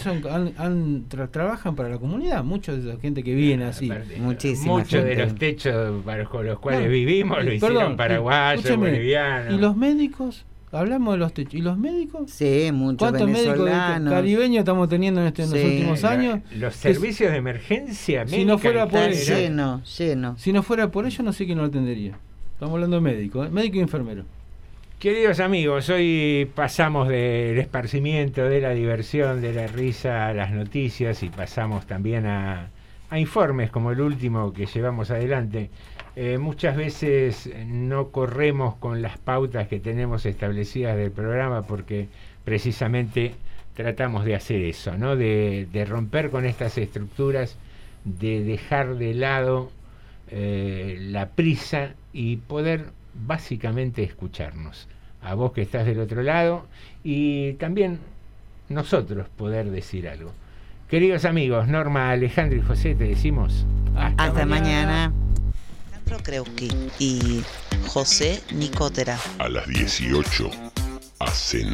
trabajan para la comunidad, mucha de esa gente que viene así.
Muchos de los techos con los cuales vivimos lo hicieron paraguayos, bolivianos.
¿Y los médicos? Hablamos de los techos. ¿Y los médicos?
Sí, muchos
¿Cuántos médicos caribeños estamos teniendo en los últimos años?
Los servicios de emergencia
si no fuera por
lleno.
Si no fuera por ello, no sé quién lo atendería. Estamos hablando de médico, médico y enfermero.
Queridos amigos, hoy pasamos del esparcimiento, de la diversión, de la risa a las noticias y pasamos también a informes como el último que llevamos adelante. Muchas veces no corremos con las pautas que tenemos establecidas del programa porque precisamente tratamos de hacer eso, ¿no? De romper con estas estructuras, de dejar de lado la prisa y poder básicamente escucharnos. A vos que estás del otro lado y también nosotros poder decir algo. Queridos amigos, Norma, Alejandro y José, te decimos
hasta mañana.
Alejandro Kreuski y José Nicotera.
A las 18 hacen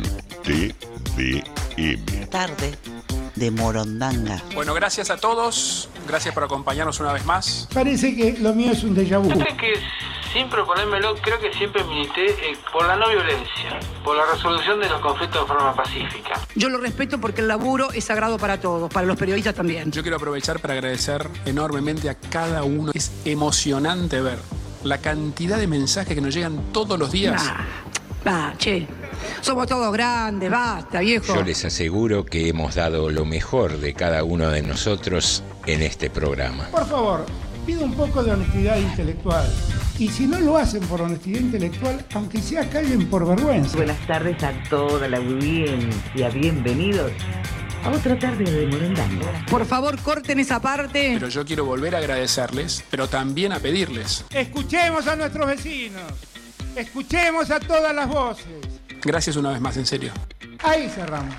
TDM.
Tarde de Morondanga.
Bueno, gracias a todos. Gracias por acompañarnos una vez más.
Parece que lo mío es un déjà vu.
Sin proponérmelo, creo que siempre milité por la no violencia, por la resolución de los conflictos de forma pacífica.
Yo lo respeto porque el laburo es sagrado para todos, para los periodistas también.
Yo quiero aprovechar para agradecer enormemente a cada uno. Es emocionante ver la cantidad de mensajes que nos llegan todos los días.
Che, somos todos grandes, basta, viejo.
Yo les aseguro que hemos dado lo mejor de cada uno de nosotros en este programa.
Por favor, pido un poco de honestidad intelectual. Y si no lo hacen por honestidad intelectual, aunque sea callen por vergüenza.
Buenas tardes a toda la audiencia, bienvenidos a otra tarde de Morondanga.
Por favor, corten esa parte.
Pero yo quiero volver a agradecerles, pero también a pedirles.
Escuchemos a nuestros vecinos. Escuchemos a todas las voces.
Gracias una vez más, en serio.
Ahí cerramos.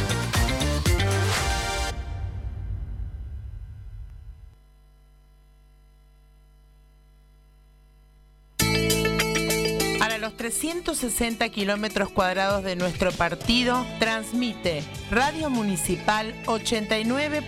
Para los 360 kilómetros cuadrados de nuestro partido, transmite Radio Municipal 89.